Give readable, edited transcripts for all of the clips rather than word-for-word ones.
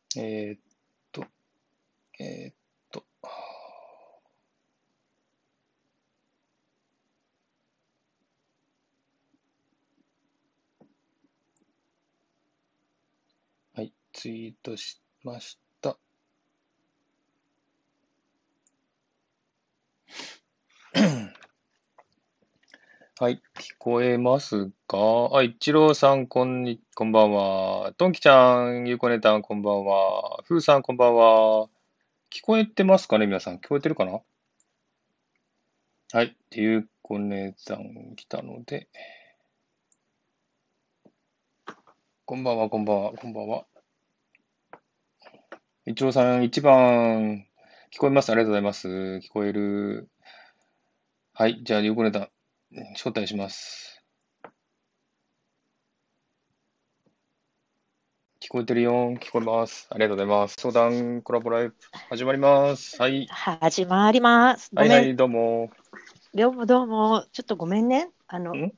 えーっと、えーっと、はい、ツイートしました。はい、聞こえますか？あ、一郎さん、こんばんは。トンキちゃん、ゆうこねたん、こんばんは。ふうさん、こんばんは。聞こえてますかね、皆さん。聞こえてるかな？はい、ゆうこねさん来たので、こんばんは、こんばんは、こんばんは。一郎さん、一番、聞こえます。ありがとうございます。聞こえる。はい、じゃあ、ゆうこねたん、招待します。聞こえてるよ。聞こえます。ありがとうございます。相談コラボライブ始まります。はい。 始まります。 はいはい、 ごめん。 どうも。 どうもどうも。ちょっとごめんね。 ん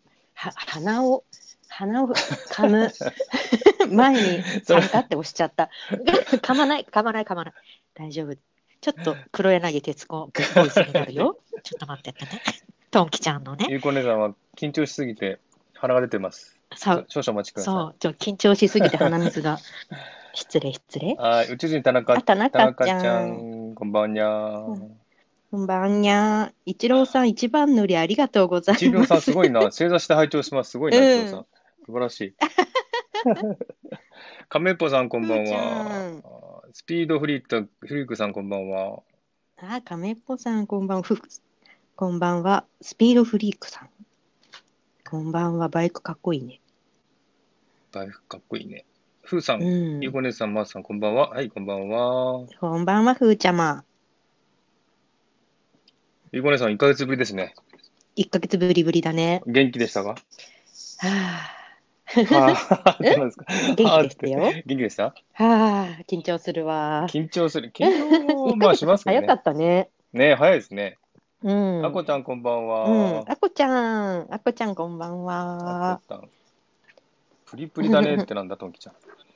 鼻を噛む前にそれ、 参加って押しちゃった。噛まない、噛まない、噛まない。大丈夫。ちょっと黒柳徹子ボイスになるよ。ちょっと待っててね。トンキちゃんのね。 ゆうこ姉さんは緊張しすぎて鼻が出てます。 そう、 少々お待ちください。 そう。緊張しすぎて鼻水が。失礼、失礼。 はい、宇宙人あ、田田中ち中ちゃゃん。 ん、こんばんにゃー。 こんばんにゃ。一郎さん、一番乗りありがとうござ一郎さん、 います。 すごいな。正座して拝聴します。すごいうな、一郎さん。 ん。 素晴らしい。亀っぽさん、こんばんふーちは。 ゃん。 スピードフリークさん、こんばんは。 あ、亀っぽさん、こんばんは。こんばんは。スピードフリークさん。こんばんは。バイクかっこいいね。 バイクかっこいいね。ふうさうん、ゆうん。 こ姉さん、まーさん、こんばんは。はい、こんばんは。 こんばんは、ふーちゃま。 ゆうこ姉さん、1ヶ月ぶりですね。 1ヶ月ぶりぶりだね。 元気でしたか？ ははあ、 ぁ。 ってなんですか？ 元気ではあって、 したよ。 元気でした？ はぁ。緊張するわ。 緊張する。緊 1 張、まあしヶ月ますよね。 早かったね。 ね、早いですね。 うん。 あこちゃん、こんばんうん。 は。 あこちゃん。あこちゃん、こんばんあこは。 ちゃん。プリプリだねってなんだ、とんきちゃん。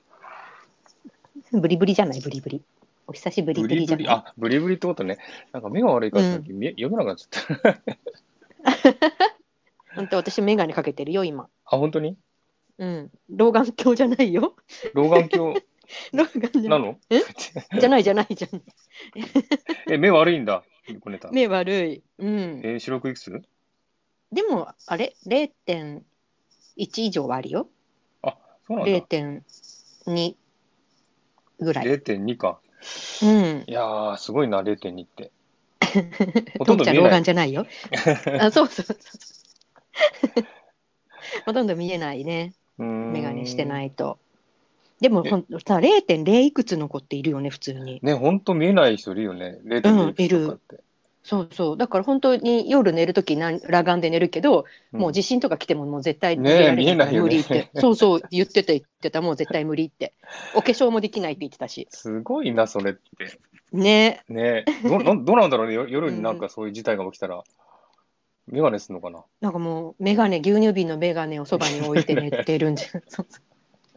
ブリブリじゃない、ブリブリ。お久しぶりブリブリ、 ぶりじゃない。 あ、ブリブリってことね。なんか目が悪いからさっきうん。 読めなくなっちゃった。 ほんと、私、メガネかけてるよ、今。 あ、本当に？ うん。老眼鏡じゃないよ。 老眼鏡老眼じゃない。 なの？ じゃないじゃないじゃない。 え、目悪いんだ、こねたん。 目悪い。うん。 四六いくつ？ でも、あれ ?0.1 以上はあるよ。 あ、そうなんだ。 0.2ぐらい。 0.2か。 うん。 いやー、すごいな、0.2って。ほとトンキちゃん老んど見えない。 眼じゃないよ。あ、そうそうそう。ほとんど見えないね。 うーメガネしてん。 ないと。でも、 え、 さ、0.0いくつの子っているよね、普通に。 ね、ほんと見えない人いるよね。0.0 うん、 いくつとかっいる。 て。 そうそう。だから本当に夜寝るとき裸眼で寝るけど、 うん。 もう地震とか来てももう絶対逃げねえ、 られないから見えないよね。 無理って。そうそう、言ってた、もう絶対無理って。お化粧もできないって言ってたし。 すごいな、それって。 ね。 ねえ、どうなんだろうね。夜になんかうん。 そういう事態が起きたら、メガネすんのかな。 なんかもう、牛乳瓶のメガネをそばに置いて寝てるんじゃ。そうそう。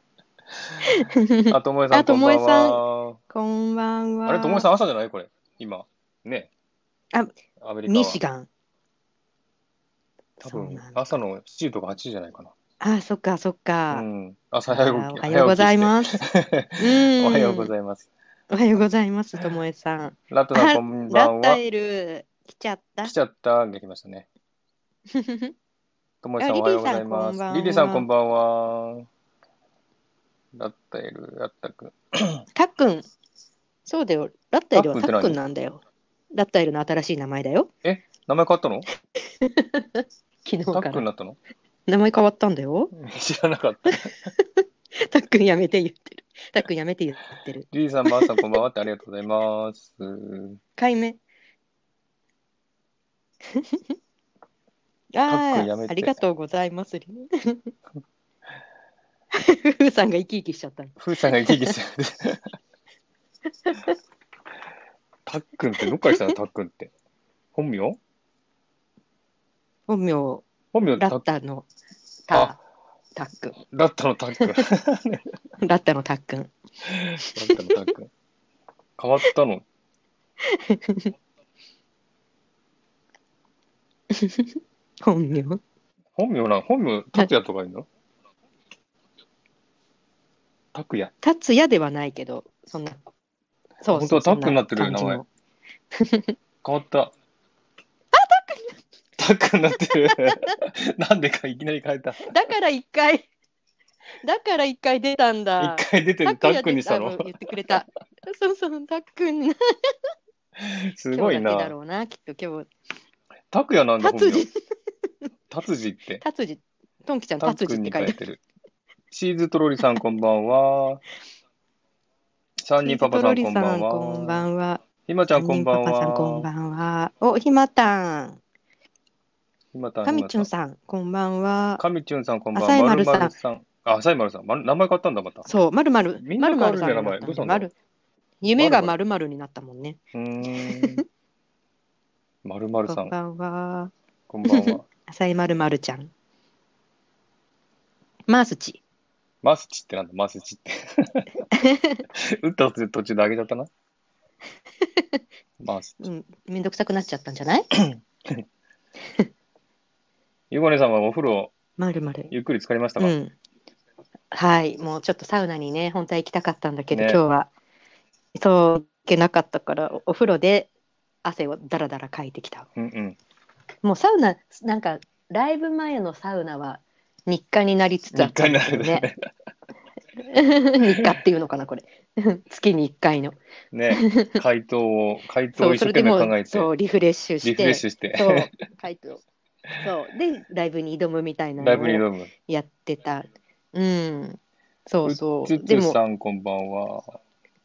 あ、ともえさんあ、とこんばんもえさん、 は。 こんばんあれ、ともえさは。 ん朝じゃないこれ。今。ね、 あ、 アメリカは。 ミシガン。 多分、 そうなんだ。 朝の7時とか8時じゃないかな。 あ、そっか、そっか。 うん。朝早起き、 あー、おはようござい早起きして。 ます。うおはようごーん。 ざいます。 おはようございます、ともえさん。 ラットさんこあ、 んばラんは。 タエル、来ちゃった。 来ちゃったが来ましたね。ともえあ、 さんおはようごリリーさん、 ざいます。 こんばリリーんは。 さんこんばんは。ラッタエル、ラッタくん。 たっくん、そうだよ。ラッタたっエルはたっくんくんって何？ なんだよ。ラッタエルの新しい名前だよ。 え、名前変わったの？たっ昨日から。 くんになったの？ 名前変わったんだよ。 知らなかった。 たっくんやめて言ってる。たっくんやめて言ってる。 リリーさん、マーさんこんばんはってありがとうございます。 解明。 たっくんああ、 やめて。 ありがとうございます。ふーさんが生き生きしちゃった。 ふーさんが生き生きしてる。たっくんってどっから来たの？たっくんって。本名？ 本名、ラッ本名タのあ、 タ。 たっくん。 ラッタのタックン。 ラッタのたっくん。 ラッタのタックン。変わったの。 本名本名、達也とかいいの？拓也。 達也ではないけど、そんな、そう本当そう、そんなはタックになってるよ、名前。 感じの。 変わった。タックになってる。なんでかいきなり変えた。 だから一回出たんだ。 一回出てタックにしたの？ 言ってくれた。そうそう、たっくん。 すごい今日だけだな。 ろうな、きっと今日。 拓也なんだ、本名。 達治、 達治って。 達治、トンキちゃんタッ達治クンって書いてある。 に変えてる。シーズトロリさん、こんばんは。三人パパチーズトロリさんこんばんさん、こんばは。 んは。 ひまちゃん三人こんばんパパさん、こんは。 ばんは。お、ひまたん。 ひまたん、 かみひまたん。 ちゅんさん、こんばんは。 かみちゅんさんこんばんは。 浅井まる丸さん。 まるさん。あ、浅井丸さん。名前変わったんだ、また。 そう、まるまる、 みんまるまるな変わるね、名前。 さんになったんで、 どうしたんだろ夢がままるまるになったもんね。 まるまるさん。 こんばんは。 こんばんは。 浅井まるまるちゃん。マースチ。 マスチってなんだ、マスチって。打った途中であげちゃったな。マスチ。 うん、めんどくさくなっちゃったんじゃない？ ゆうこねさんはお風呂、 まるまる。 ゆっくり浸かりましたか？ うん。はい。もうちょっとサウナにね、本当は行きたかったんだけど、 ね。 今日はそう行けなかったから、お風呂で汗をだらだらかいてきた。 うんうん。 もうサウナ、なんかライブ前のサウナは日課になりつつあったんだけどね。日課っていうのかな、これ。月に1回の。 ね。回答をそう、 一生懸命考えて、 そう、リフレッシュして、 リフレッシュして、 そう、回答。そう、で、ライブに挑むみたいなライブにのを挑む。 やってた。うん。そうそう。 つでも、 つさん、こんばんは。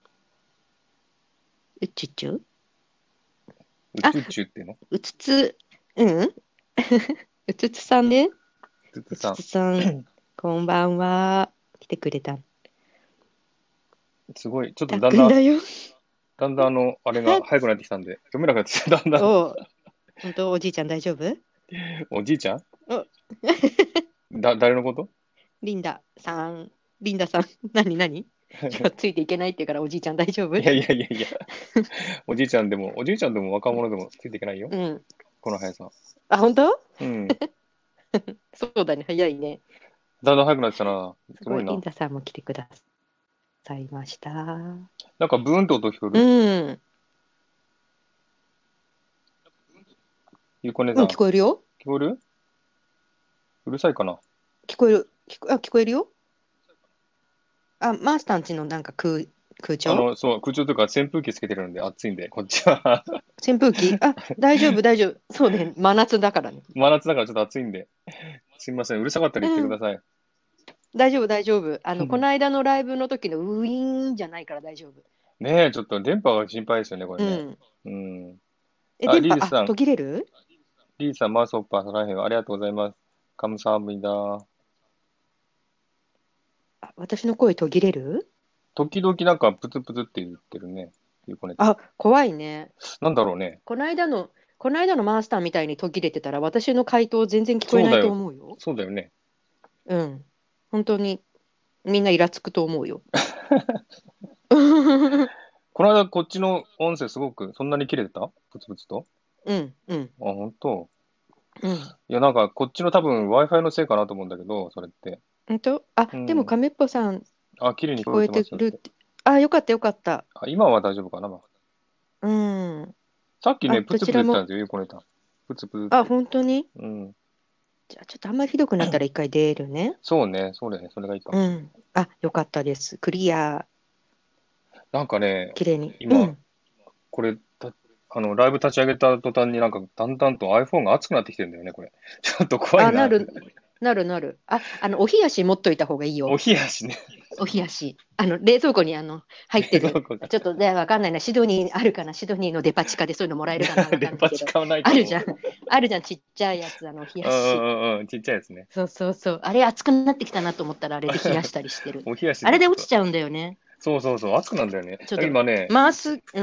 うちちゅうつちゅっていうの？ うつつ、うんうつつさんね。 つつさんうつ。つさん、こんばんは。来てくれた。 すごい。ちょっとたっだんだん、 くんだよ。 あれが早くなってきたんで、読めなくなってきた。だんだん。 お本当おじいちゃん大丈夫？ おじいちゃん？ お誰のこと？ リンダさん。リンダさん。何今日ついていけないって言うからおじいちゃん大丈夫？ いや。おじいちゃんでも若者でもついていけないよ。 うん。 この速さ。 あ、本当？ うん。 そうだね。早いね。 だんだん速くなってきたな。すすごい。 ごいな。 リンダさんも来てくださいました。 なんかブーンと音聞こえうる？ ん。うん、 ゆうこねさん。 聞こえるよ。 聞こえる？うるさいかな？ 聞こえる。聞こえるよ。あ、マースタンちのなんか空調？ そう、空調というか扇風機つけてるんで暑いんで、こっちは。 扇風機？あ、大丈夫、大丈夫。そうね。真夏だからね。 真夏だからちょっと暑いんで。すいません。うるさかったら言ってください。 大丈夫、大丈夫。この間のライブの時のウィーンじゃないから大丈夫。 ねえ、ちょっと電波が心配ですよね、これね。 うん。 うん。 電波、 リースさん、 途切れる？ リーさん、マーソッパー、サラヘヨ、ありがとうございます。カムサハムニダ。 私の声途切れる？ 時々なんかプツプツって言ってるね。ゆうこね。 あ、怖いね。 なんだろうね。 この間のマースターみたいに途切れてたら私の回答全然聞こえないと思うよ。 そうだよね。 うん。本当にみんなイラつくと思うよ。 この間こっちの音声すごく、そんなに切れてた？プツプツと。 うん。 あ、本当？ うん。 いや、なんかこっちの多分 Wi-Fi のせいかなと思うんだけど、それって。 本当？あ、 うん。 でも亀っぽさんあ、綺麗に聞こ聞こええてますよって。 てるって。あ、よかったよかった。 あ、今は大丈夫かな。 うん。 さっきね、プツプツどちらも。 言ってたんですよ、ゆうこねたん。プツプツっあ、 て。 本当に？ うん。 じゃあちょっとあんまりひどくなったら一回出るね。 そうね、それがいいかも。 うん。あ、よかったです。クリア、 なんかね、 綺麗に。う今、 ん。 これ、ライブ立ち上げた途端になんか、だんだんと iPhone が熱くなってきてるんだよね、これ。ちょっと怖いあ、 な。 なる。あ、お冷やし持っといた方がいいよ。 お冷やしね。 お冷やし。冷蔵庫に入ってる。 冷蔵庫がちょっとね、わかんないな。シドニーあるかな。シドニーのデパ地下でそういうのもらえるかな。わかんなデパいけど。 地下はないと思う。 あるじゃん。あるじゃん。ちっちゃいやつ、冷やし。 ちっちゃいやつね。 そう。あれ熱くなってきたなと思ったら、あれで冷やしたりしてる。 お冷やしあれで落ちちゃうんだよね。 そう、熱くなんだよね。 ちょっと今ね、 回す。うん。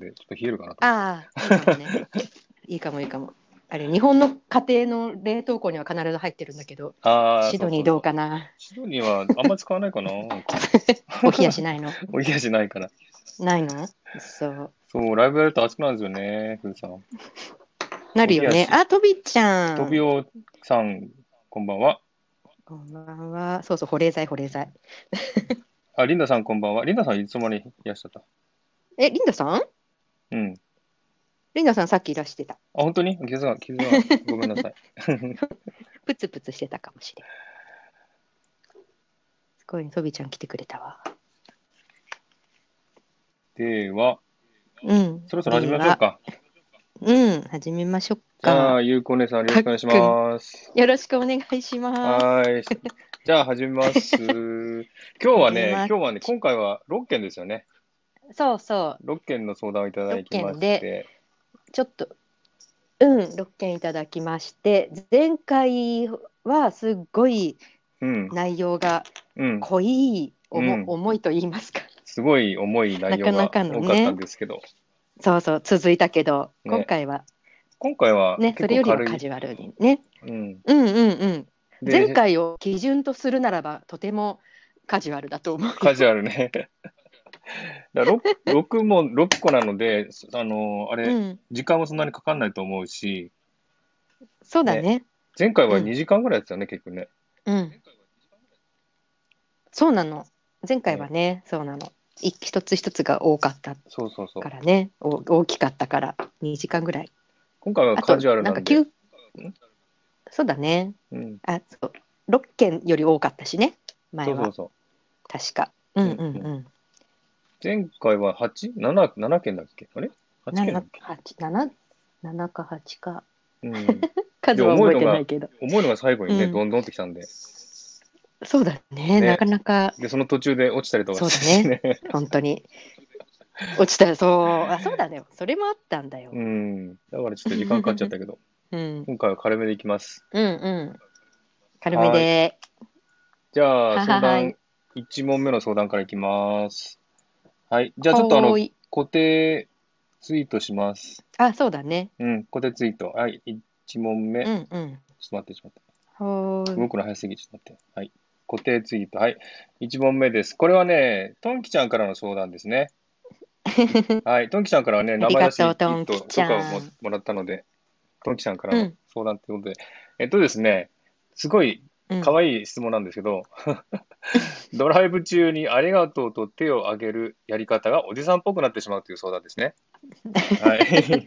扇風機を当ててるんで、ちょっと冷えるかなと。 ああ、いいかもね。いいかも。 あれ日本の家庭の冷凍庫には必ず入ってるんだけど、 ああ、 シドニーどうかな。 シドニーはあんま使わないかな。なんかお冷やしないの？ お冷やしないから。 ないの？そう。 そう、ライブやると暑くなるんですよね、ふうさん。 なるよね。 お冷やし。 あ、とびちゃん。 とびおさん、こんばんは。 こんばんは。そうそう、保冷剤、保冷剤。 あ、リンダさん、こんばんは。リンダさん、いつもにいらっしゃった。 リンダさん？ うん。 リンダさんさっきいらしてた。 あ、本当に気づかなかった。ごめんなさい。 プツプツしてたかもしれん。すごいね、とびちゃん来てくれたわ。 では、 うん。 そろそろ始めましょうか。 始めましょうじゃか。 あ、ゆうこお姉さん、よろたっしくお願いしくん、 ます。 よろしくお願いします。 はーい。じゃあ、始めます。今日はね、今回は6件ですよね。 そうそう。 6件の相談をいただ 6 きま件で、 して、 ちょっと、6件いただきまして、前回はすっごいうん、 内容がうん、 濃いうん。 重いと言いますか。 すごい重い内容がなかなかの多かったんね、 ですけど、 そうそう、続いたけど、今ね。 回は今回はね、 結それよりは構軽い。 カジュアルにね。 うん。 うんうんうん。前で、 回を基準とするならば、とてもカジュアルだと思うカジュよ。 アルね。6個なので、あれ、 うん、 時間もそんなにかかんないと思うし、ね。 そうだね。 前回はうん、 2時間ぐらいやってたよね、結局ね。 うん。そうなの。前回はね。 ね、そうなの。一つ一つが多かったそうそうそう。 からね、大きかったから2時間ぐらい。 今回はあと、 カジュアルなんで。 そうだね。 うん。 そう、6件より多かったしね、前は。 そうそうそ確か。うう。 んうんうん。 うんうん。 前回は 8?7 件だっけあれ？ 8 件だっけ？ 7か8か。 うん。で、 数は覚えてないけど。 重いのが最後にね、 うん。 どんどんってきたんで。 そうだね。なね。 かなか、 で、その途中で落ちたりとかしそうだね。 てね。 本当に。落ちたら、そうだね。それもあったんだよ。 うん。だからちょっと時間かかっちゃったけど、 うん。 今回は軽めでいきます。 うんうん。軽めはい。 で。 じゃあ、 はははい。 1問目の相談からいきます。はい。じゃあ、ちょっとほーい。 固定ツイートします。 そうだね。 うん、固定ツイート。はい。1問目。 うんうん。 ちょっと待って、ちょっと待って。 ほーい。 動くの早すぎ、ちょっと待って。はい。固定ツイート。はい。1問目です。これはね、トンキちゃんからの相談ですね。はい。トンキちゃんからはね、 ありがとう、 名前出しとんきち許可をゃん。 もらったので、トンキちゃんからのうん、 相談ということで。ですね、すごいうん。 可愛い質問なんですけど、ドライブ中にありがとうと手を挙げるやり方がおじさんっぽくなってしまうという相談ですね。はい。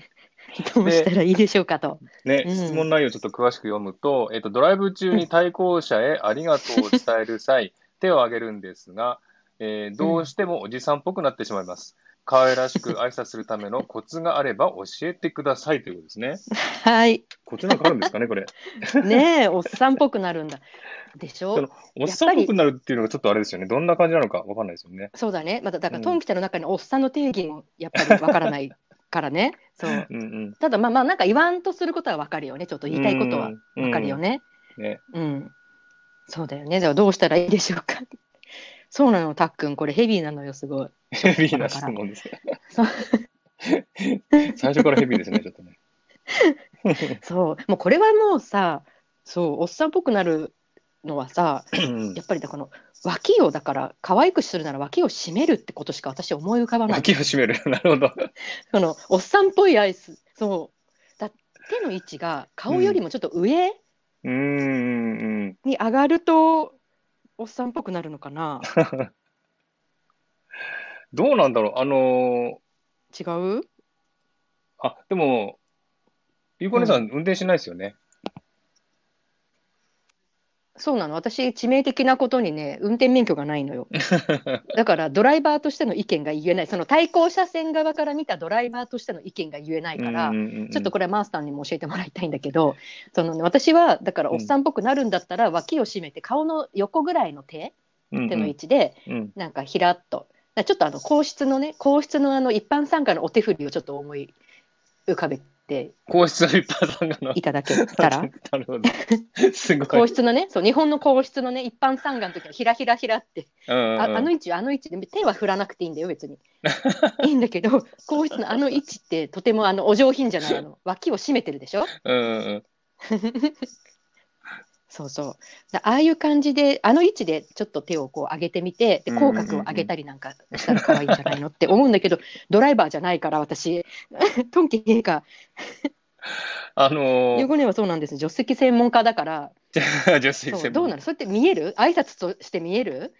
どうしたで、 らいいでしょうかと。 ね、質問うん、 内容をちょっと詳しく読むと、ドライブ中うん、 に対向車へありがとうを伝える際、手を挙げるんですが、 うん。 どうしてもおじさんっぽくなってしまいます。可愛らしく挨拶するためのコツがあれば教えてくださいということですね。 はい。 コツなんかあるんですかね、これ。 ねえ、おっさんっぽくなるんだ。でしょ？ おっやっぱり、 さんっぽくなるっていうのがちょっとあれですよね。どんな感じなのかわかんないですよね。 そうだね。また、だから、トンうん。 キちゃんの中におっさんの定義もやっぱりわからないからね。そう。 うんただ、まあまあ、なんか言わんとすることはわかるよね。ちょっとう言いたいことはん。うわかるよん。 ね。 ね。 うん。そうだよね。じゃあ、どうしたらいいでしょうか。そうなの、たっくん。これヘビーなのよ、すごい。初っヘビーな端から。 質問です。 そう、 最初からヘビーですね、ちょっとね。 そう。もうこれはもうさ、そう、おっさんっぽくなるのはさ、 うんやっぱりだから、脇を、だから、可愛くするなら脇を締めるってことしか私思い浮かばないの。 脇を締める。なるほど。 おっさんっぽいアイス、そう。手の位置がうん。 顔よりもちょっと上うーん。 に上がると、おっさんっぽくなるのかな？ どうなんだろう。 違う？ でも、ゆうこうん。 ねさん運転しないですよね。 そうなの。私、致命的なことにね、運転免許がないのよ。だからドライバーとしての意見が言えない、その対向車線側から見たドライバーとしての意見が言えないうんうから、ちょっとんこれはマースターにも教えてもらいたいんだけど、そのね、私はだからうんうん。 おっさんっぽくなるんだったら脇を締めて顔の横ぐらいの手の位うん置でうん。 なんかひらっと、ちょっと皇室の一般参加のお手振りをちょっと思い浮かべて皇室の一般参賀の。 いただけたらなるほど。すごい。 皇室のね、そう、日本の皇室のね、一般参賀の時はひらひらひらって、 うんうんうん。 あの位置、あの位置で、手は振らなくていいんだよ、別に。いいんだけど、皇室のあの位置ってとてもお上品じゃない、脇を締めてるでしょ。 うんうんうん。 そうそう。ああいう感じで、あの位置でちょっと手をこう上げてみて、で口角を上げたりなんかしたら可愛いんじゃないのって思うんだけど、ドライバーじゃないから私、トンキ陛下、横根はそうなんです。助手席専門家だから、 助手席そう、 専門家。 どうなの、そうやって見える、挨拶として見える。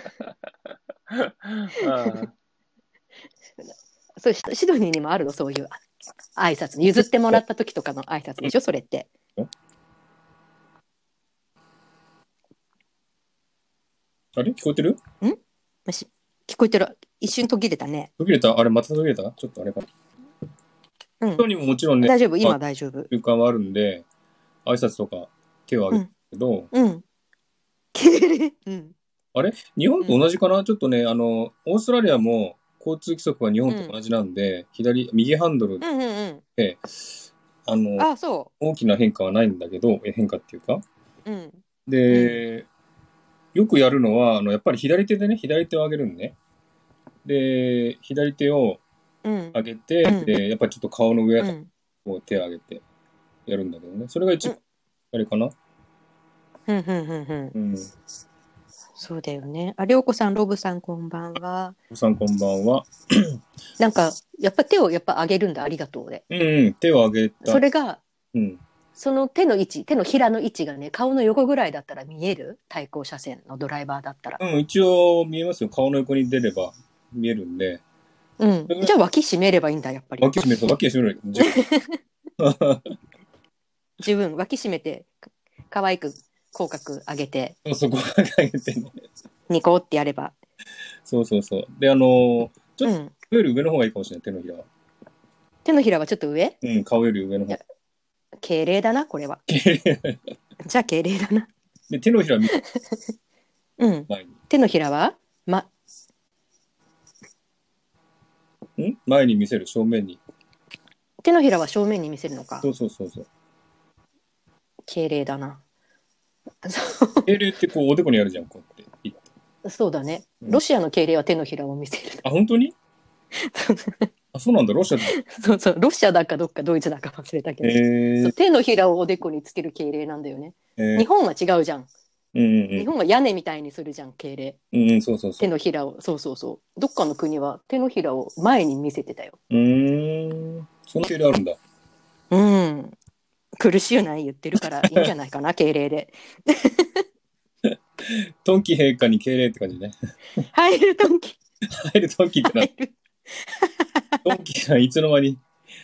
あそう、シドニーにもあるの、そういう挨拶、譲ってもらった時とかの挨拶でしょ、それって。 あれ聞こえてる？ 聞こえてる。一瞬途切れたね。 途切れた？あれまた途切れた？ちょっとあれか。人にももちろんね、 大丈夫、今大丈夫。 習慣はあるんで、挨拶とか手を挙げるけど、あれ日本と同じかな？ちょっとね、オーストラリアも交通規則は日本と同じなんで、右ハンドルで、 あ、そ大きな変化はないんだけど、変化っていうか。 う。 で、よくやるのは、やっぱり左手でね、左手を上げるのね。で、左手を上げて、で、やっぱりちょっと顔の上を手を上げてやるんだけどね。それが一番、あれかな。 そうだよね。りょうこさん、ロブさん、こんばんは。 さんこんばんは。 なんか、やっぱ手を上げるんだ、ありがとうで。 手を上げた。 それが、その手の位置、手のひらの位置がね、顔の横ぐらいだったら見える？対向車線のドライバーだったら。 一応見えますよ。顔の横に出れば見えるんで。 じゃあ脇締めればいいんだ、やっぱり。 脇締める。 十分、脇締めて、可愛く口角上げて。 そこ上げてね。 ニコってやれば。 そう。で、ちょっと、顔より上の方がいいかもしれない、手のひらは。 手のひらはちょっと上？ 顔より上の方。 敬礼だな、これは。じゃあ敬礼だな。 で、手のひら見て。 手のひらは前に見せる、正面に。 手のひらは正面に見せるのか。 そう。 敬礼だな。 敬礼ってこうおでこにあるじゃん、こうやって。 そうだね。ロシアの敬礼は手のひらを見せる。 あ、本当に？あ、そうなんだ、ロシアだ。 そう、ロシアだかどっかドイツだか忘れたけど、手のひらをおでこにつける敬礼なんだよね。日本は違うじゃん。日本は屋根みたいにするじゃん、敬礼。 そう。 手のひらを、そう。どっかの国は手のひらを前に見せてたよ。 そんな敬礼あるんだ。 苦しゅうない言ってるからいいんじゃないかな、敬礼で。 トンキ陛下に敬礼って感じね。 入るトンキ。 入るトンキってな。トンキがいつの間に。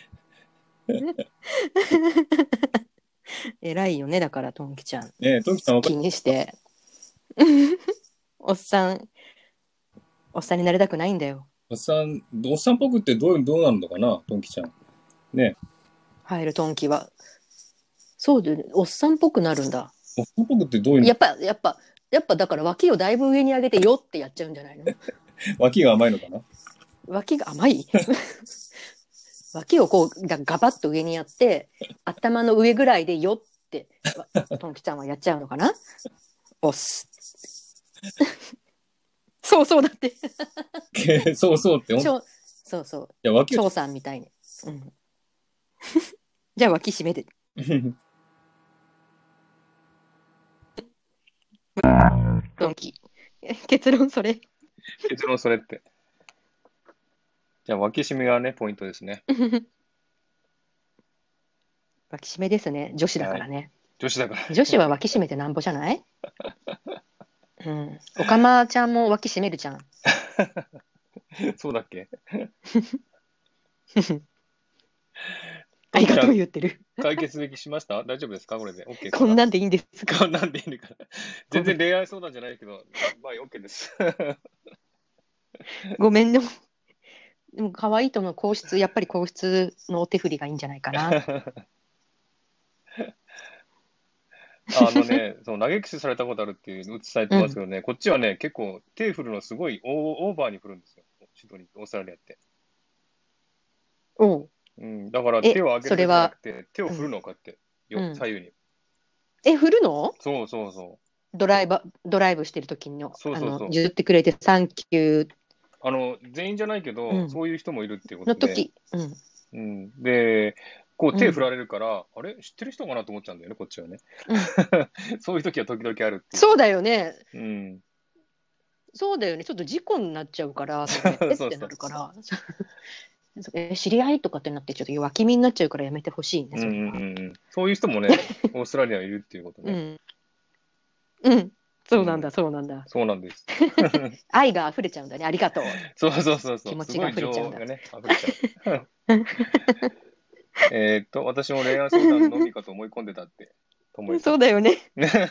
偉いよね、だからトンキちゃん。 ね、トンキさん気にして。おっさんになりたくないんだよ。 おっさんっぽくってどうなるのかな、トンキちゃん。ね。 入るトンキは。そうで、おっさんっぽくなるんだ。 おっさんっぽくってどういうの？ やっぱだから脇をだいぶ上に上げてよってやっちゃうんじゃないの？ 脇が甘いのかな？ 脇が甘い？脇をこうガバッと上にやって頭の上ぐらいでよってトンキちゃんはやっちゃうのかな？おっす。そうだって。 そうってそう。いや、脇翔さんみたいに。じゃあ脇締めて。トンキ。結論それ。 結論それって。じゃあ脇締めがね、ポイントですね。 脇締めですね。女子だからね。 女子だから。 女子は脇締めてなんぼじゃない？おかまちゃんも脇締めるじゃん。 そうだっけ？ ありがとう言ってる。 解決できしました？大丈夫ですかこれで。OK こんなんでいいんですか？ こんなんでいいのかな。全然恋愛相談じゃないけど、まあ OK です。 ごめんね。でも可愛いとの皇室、やっぱり皇室のお手振りがいいんじゃないかな。 その投げキスされたことあるっていう伝えてますけどね、こっちはね、結構手振るのすごいオーバーに振るんですよ。シドニー、オーストラリアって。 うん、だから手え、 を上げるだけじゃなそれは、 くて、手をうん、 振るの、こうやって、 うん。 左右に。 振るの？ そうそうそう。 ドライブしてる時の、 そうそうそう。 譲ってくれて、サンキュー、 全員じゃないけど、 うん、 そういう人もいるっていうことで、 の時、うん、 うん。で、こううん、 手振られるから、あれ知ってる人かなと思っちゃうんだよね、こっちはね。 うん。 そういう時は時々あるっていう。 そうだよね。 うん。 そうだよね。ちょっと事故になっちゃうから、それ、ってなそうそう。 るから、知り合いとかってなって、ちょっと弱気味になっちゃうからやめてほしいね、 うんうんそれは。 うんうん。そういう人もね、オーストラリアにいるっていうことね。 うん、うん。 うん。 そうなんだ、そうなんだ。 そうなんです。 愛が溢れちゃうんだね。ありがとう。 そうそうそうそう。 気持ちがすごい溢れちゃうんだ。 情がね、溢れちゃう。私も恋愛相談のみかと思い込んでたって、ともえさん。 そうだよね。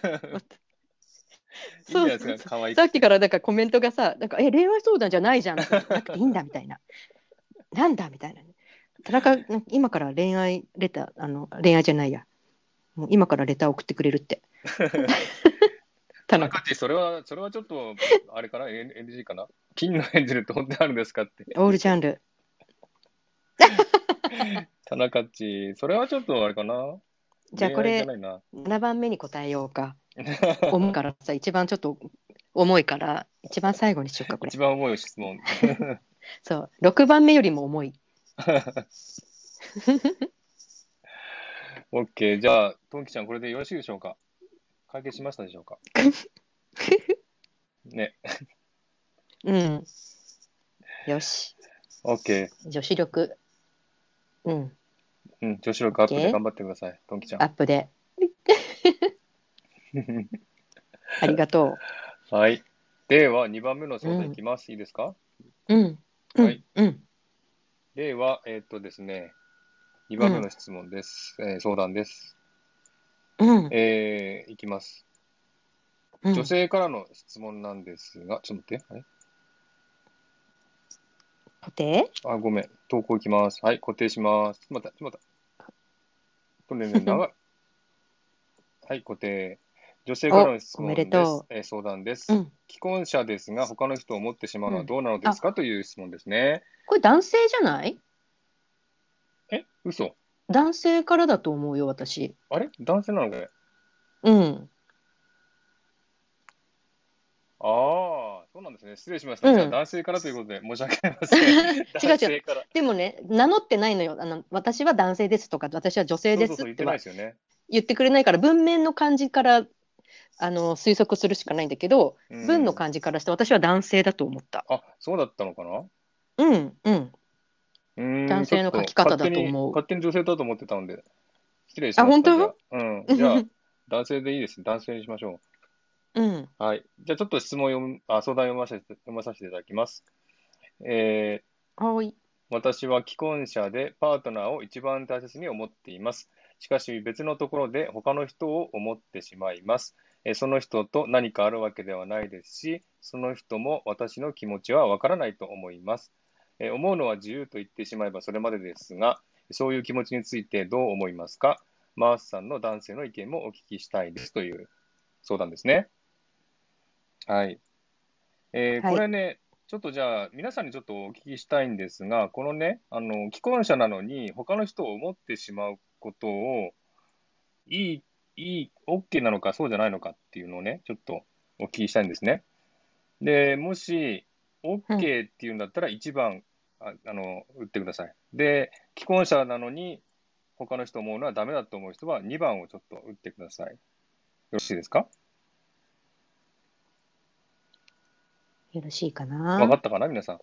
いいんじそうそうそう。 ゃないですか、可愛くて。 さっきからなんかコメントがさ、なんか、恋愛相談じゃないじゃんみたいな。なくていいんだみたいな。なんだみたいなね。田中、なんか今から恋愛レター、恋愛じゃないや。もう今からレター送ってくれるって。田中。 田中っち、それはちょっと、あれかな、NG かな。金のエンゼルって本当にあるんですかって。 オールジャンル。 田中っち、それはちょっとあれかな。恋愛じゃじゃあこれ、 ないな。 7番目に答えようか。重いからさ、一番ちょっと重いから、一番最後にしようか、これ。 一番重い質問。 そう、6番目よりも重い。 OK。じゃあ、トンキちゃん、これでよろしいでしょうか。解決しましたでしょうか。ね。 うん。よし。 OK。 女子力。うん。 うん、女子力アップで OK。 頑張ってください、トンキちゃん。 アップで。ありがとはい。では、2番目のう。う相談いん。 きます。いいですか？ うん。うはい。 ん。うん。 では、ですね、2番目うん。 の質問です。相談です。 うん。 いきます。女うん。 性からの質問なんですが、ちょっと待って。 固定。 ごめん。投稿いきます。はい、固定します。ちょっと待った。長い。はい、固定。女性からの質おめで問です。 と相談でう。うす。 ん。 既婚者ですが、他の人を持ってしまうのはうん。 どうなのですかあ、 という質問ですね。 これ男性じゃない？ 嘘。 男性からだと思うよ、私。 あれ男性なのかね？ うん。 ああ、そうなんですね。失礼しました。じゃあ、 うん。 男性からということで申し訳ありません。 違う違う。 男性から。 でもね、名乗ってないのよ。私は男性ですとか、私は女性でそうそうそう、言ってないすってはですよね。 言ってくれないから、文面の漢字から、推測するしかないんだけど、 う文のん。 漢字からして私は男性だと思った。 あ、そうだったのかな。 うん、うん。 ちょっ男性の書きと方だと思う。 勝手に女性だと思ってたので、失礼しあ、 ました。じゃ本当？ あ、じゃあ、男性でいいです。男性にしましょうん。 う。はい。じゃあ、ちょっと相談読まさせていただきます。えはい。 私は既婚者でパートナーを一番大切に思っています。しかし別のところで他の人を思ってしまいます。その人と何かあるわけではないですし、その人も私の気持ちはわからないと思います。思うのは自由と言ってしまえばそれまでですが、そういう気持ちについてどう思いますか？マースさんの男性の意見もお聞きしたいですという相談ですね。はい。 はい。 これね、ちょっとじゃあ、皆さんにちょっとお聞きしたいんですが、このね、既婚者なのに、他の人を思ってしまうことを、いい、OK なのか、そうじゃないのかっていうのをね、ちょっとお聞きしたいんですね。で、もし、 うん。 OK っていうんだったら、1番、打ってください。で、既婚者なのに、他の人を思うのはダメだと思う人は、2番をちょっと打ってください。よろしいですか？ よろしいかな。 わかったかな、皆さん。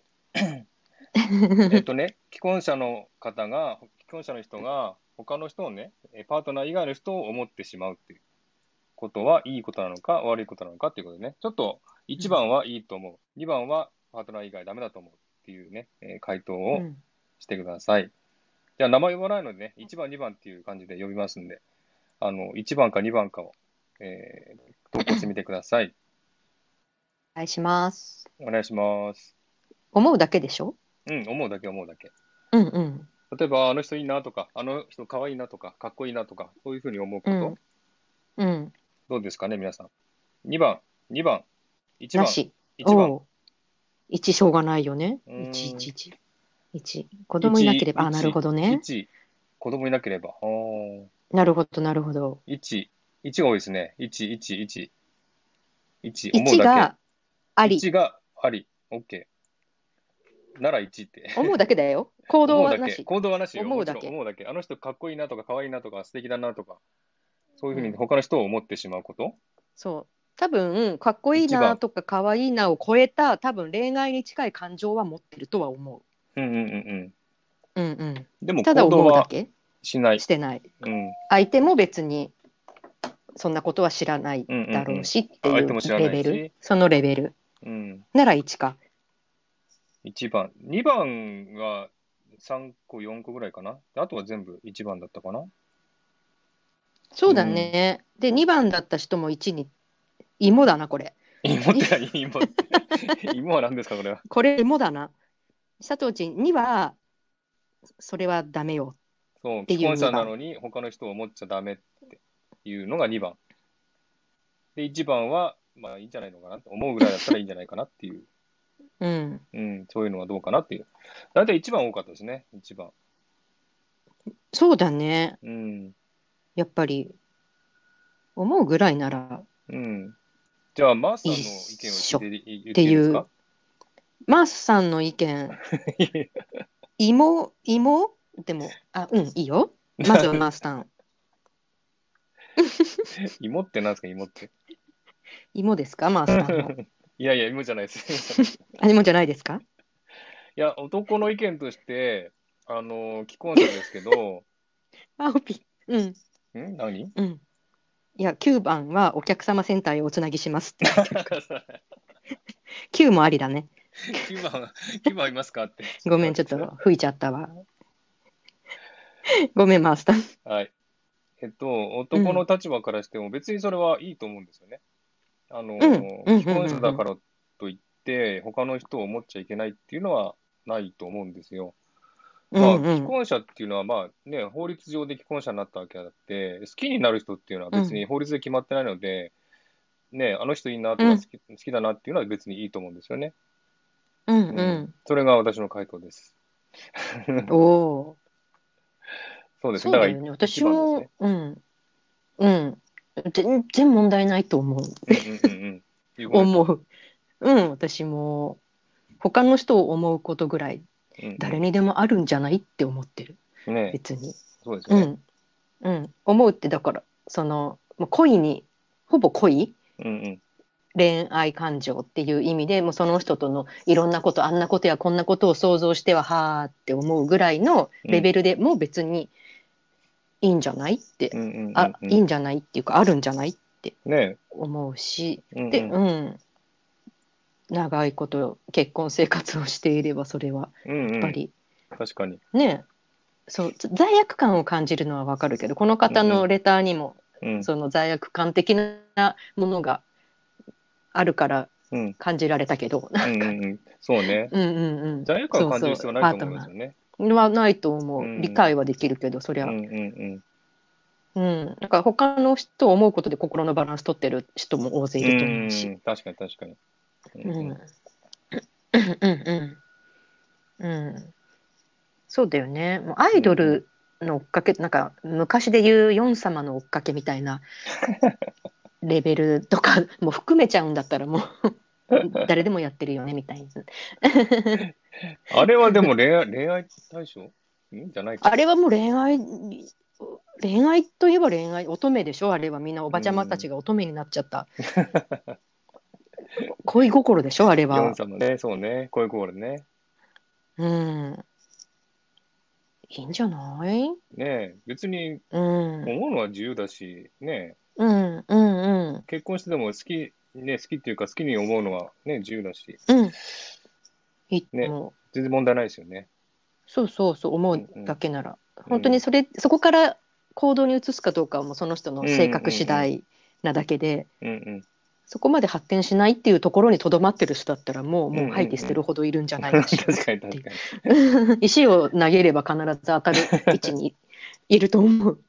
既婚者の人が、他の人をね、パートナー以外の人を思ってしまうっていうことは、いいことなのか、悪いことなのかっていうことでね、ちょっと1 うん。 番はいいと思う、2番はパートナー以外ダメだと思うっていうね、回答をうん。 してください。じゃあ、名前呼ばないのでね、1番、2番っていう感じで呼びますんで、1番か2番かを、投稿してみてください。 お願いします。 お願いします。 思うだけでしょ？ 思うだけ思うだけ。 うんうん。 例えば、あの人いいなとか、あの人可愛いなとか、かっこいいなとか、そういうふうに思うこと、 うん。うん。 どうですかね、皆さん。2番、2番、1番、 なし。 1番。 おう。1しょうがないよね。 うーん、 111。 1。子供いなけ 1、 れば、あ、なるほどね。 1、子供いなければ。 なるほど、なるほど。 1、1が多いですね。1、1、1、1、思う 1 だけ。 があり。 1があり。OK。なら1って。 思うだけだよ。行動思うだけ。 はなし。 行動はなしよ。もちろん思うだけ。 思うだけ。あの人かっこいいなとか、可愛いなとか、素敵だなとか、そういうふうにうん。 他の人を思ってしまうこと。 そう。多分、かっこいい 1番。 なとか、かわいいなを超えた、多分恋愛に近い感情は持ってるとは思うんうんうんう。うんうん。 うん。でもただ行動は思うだけしない。 してない。 うん。 相手も別にそんなことは知らないうんうんうん。 だろうしっていう相手も知らレベル。 ないし、 そのレベル。 うん。 なら1か。 1番。2番が3個、4個ぐらいかな。あとは全部1番だったかな。 そうだうん。 ね。で、2番だった人も1に、芋だな、これ。 芋って何芋って。芋は何ですか、これは。 これ芋だな。佐藤ちんには、それはダメよそう、 っていう既婚者な 2番。 のに他の人を思っちゃダメっていうのが2番。で、1番は、まあいいんじゃないのかなって思うぐらいだったらいいんじゃないかなっていう。 うん。 うん、そういうのはどうかなっていう。だいたい1番多かったですね、1番。 そうだね。 うん、 やっぱり、思うぐらいならうん。じゃあ、マースさ一んの意見を緒っ言っていう。 ていいですか？ マースさんの意見、芋でも、あ、うん、いいよ。まずはマースさん。 芋って何ですか、芋って。 芋ですか、マースさんの。 いやいや、芋じゃないです。芋じゃないです。 あ、芋じゃないですか？ いや、男の意見として、既婚者ですけど、 あ、オピ。うん、 何？ うん。いや、9番はお客様センターへおつなぎしますって書いてあるから。9もありだね。 9番、9番いますかって、ちょっごめん、ちょっと待ってくださと吹いちゃったわ。ごめん、マースさん。 い。はい。 うん、 男の立場からしても別にそれはいいと思うんですよね。 うん、うん、うん、 既婚者うん。 だからといって、他の人を思っちゃいけないっていうのはないと思うんですよ。まあ、 うん、うん、 既婚者っていうのは、まあね、法律上で既婚者になったわけであって、好きになる人っていうのはうん、 別に法律で決まってないので、ね、あの人いいなとうん、 か好きだなっていうのは別にいいと思うんですよね。 うん、 うん。 うん。 それが私の回答です。 おお、 そうですね。だからそうだよね。 一私も、 番ですね。 うん、うん。全然問題ないと思う。 うんうんうんうん。ゆうこ姉さん。 思う。うん、私も、他の人を思うことぐらい、誰うんにでもあるんじゃないって思ってる。 うん。ねえ、 別に。 そうですね。 うん、うん。思うってだから、もう恋に、ほぼ恋うんうん。 恋愛感情っていう意味でもうその人とのいろんなことあんなことやこんなことを想像してははーって思うぐらいのレベうんルでもう別にいいんじゃないって、 うんうんうあ、 んうん。 いいんじゃないっていうかあるんじゃないってねえ、 思うし、で、 うんうん。 うん、長いこと結婚生活をしていればそれはうんうん。 やっぱり確かに。 ね、そう罪悪感を感じるのはわかるけどこのうんうん。 方のレターにもうんその罪悪感的なものがあるからうん感じられたけど、 うんうんうん。そうね。 うんうんうん。 罪悪感を感じるそうそう、 必要はないと思いパートナますよね。 ーはないとう思う。理ん解はできるけど、そりゃ。 うんうんうん。なんか他の人を思うことで心のバランス取ってる人も大勢いうん。 ると思うし。 うん、確かに確かに。うんうん。 うん。 うんうんうん。うん。そうだよね。もうアイうんうん。 ドルの追っかけ、なんか昔で言うヨン様の追っかけみたいなレベルとかも含めちゃうんだったらもう誰でもやってるよねみたいな。 あれはでも恋愛対象じゃないか。 あれはもう恋愛といえば恋愛、乙女でしょあれはみんなおうばちゃまたちん。 が乙女になっちゃった恋心でしょあれヨンは。 様ね、そうね。こういうコールね。 うん。いいんじゃない？ ねえ、別にうん。 思うのは自由だし、ねうん、うん、うん。 結婚してでも好きっていうか好きに思うのはね、自由だし、 うん。いいとね、 思う。 全然問題ないですよね。 そうそうそう、思ううんうん。 だけなら。本当にうん。 そこから行動に移すかどうかはもうその人のうんう性格んうん次第なだけで、 うん。うんそこまで発展しないっていうところにとどまってる人だったらうん。うんもう廃棄うんするほどいるんじゃうん。 ないかしらっ確かにていう。 確かに。 石を投げれば必ず当たる位置にいると思う。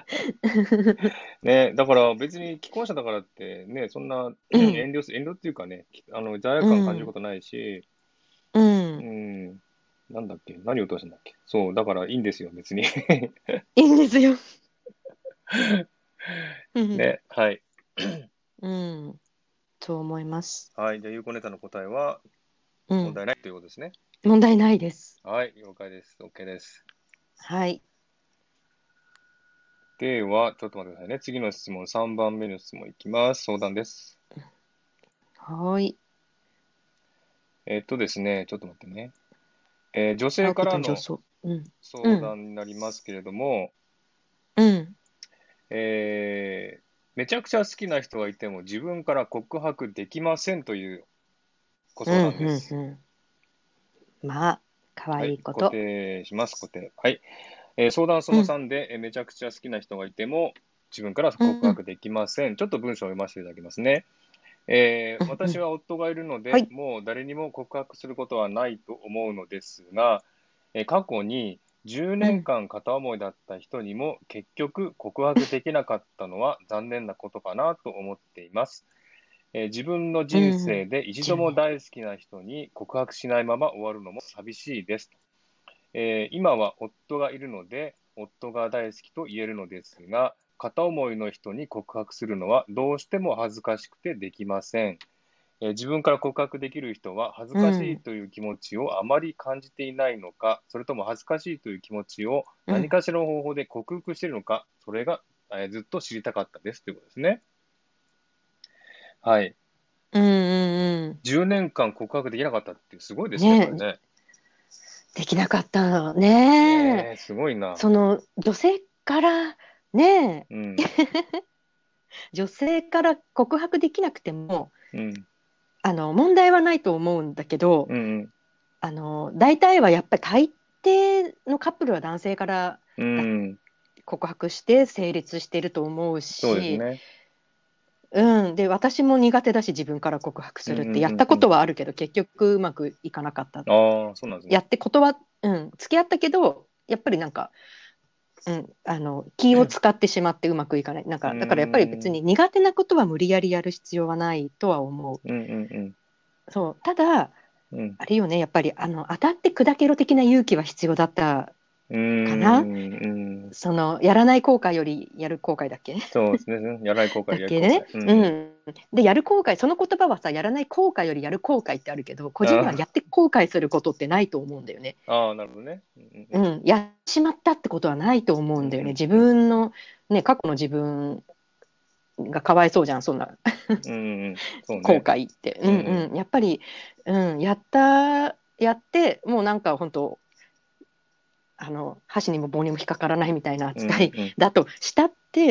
ね、だから別に既婚者だからってね、そんなうん、 遠慮っていうかね、罪悪う感感じるこん、 とないし、 ううん。 ん、 なんだっけ、何を落としたんだっけ。そう、だからいいんですよ、別に。 いいんですよ。うん。 ね、はい。 うん。そう思います。 はい。じゃあ、ゆうこネタの答えはうん。 問題ないということですね。 問題ないです。 はい、了解です。OK です。 はい。 では、ちょっと待ってくださいね。次の質問、3番目の質問いきます。相談です。 はい。 ですね、ちょっと待ってね。女性青木からのと女装。うん。う相ん。 談になりますけれども、 うん。 めちゃくちゃ好きな人がいても自分から告白できませんというご相うん。 談です。 うん。まあ、かわはい、 いいこ固と。 定します、固定。はい。相談そのうん。 3で、めちゃくちゃ好きな人がいても自分からうん。 告白できません。ちょっと文章を読ませていただきますね。 うん。うん。 私は夫がいるので、 はい。 もう誰にも告白することはないと思うのですが、過去に10 うん。 年間片思いだった人にも結局告白できなかったのは残念なことかなと思っています。自分のう人生ん。 で一度 10年。 も大好きな人に告白しないまま終わるのも寂しいです。今は夫がいるので、夫が大好きと言えるのですが、片思いの人に告白するのはどうしても恥ずかしくてできません。自分から告白できる人は恥ずかしいうん。 という気持ちをあまり感じていないのか、それとも恥ずかしいという気持ちをうん。 何かしらの方法で克服しているのか、それが、ずっと知りたかったですということですね。はい。 うん。うん。 10年間告白できなかったってすごいですね、それねえ、 ね。 できなかったの。ねえ。 すごいな。 その、女性から、ねうん、 女性から告白できなくても、 うん、 問題はないと思うんだけど、 うん、 大体はやっぱり大抵のカップルは男性からうだん、 告白して成立してると思うし、 そうですね。 うん、で、私も苦手だし、自分から告白うん、 するってやっうん、うん。 たことはあるけど、結局うまくいかなかった。 ああ、そうなんですね。 やって付き合ったけど、やっぱり気を使ってしまってうまくいかない。 うーだからやっぱり別ん、 に苦手なことは無理やりやる必要はないとは思う。 うん、うん、 そう。ただ、 うん、 あれよね、やっぱり当たって砕けろ的な勇気は必要だったうかな。 ん、うん、 やらない後悔よりやる後悔だっけ。 そうですね。やらない後悔、 だっやる後悔。 けね。 うん。 うん。で、やる後悔、その言葉はさ、やらない後悔よりやる後悔ってあるけど、個人はやあって後悔することってないと思うんだよね。 あ、ああ、なるほどね。うん、うん、 うん、やってしまったってことはないと思うん、 うんだよね。自うん、 分の、ね、過去の自分がかわいそうじゃん、そんなうん、うん、そう後ね。 悔って。ううん、 んうん。やっぱり、やって、もうなんか本当、箸にも棒にも引っかからないみたいなうん、 扱いうん、 だとしたって、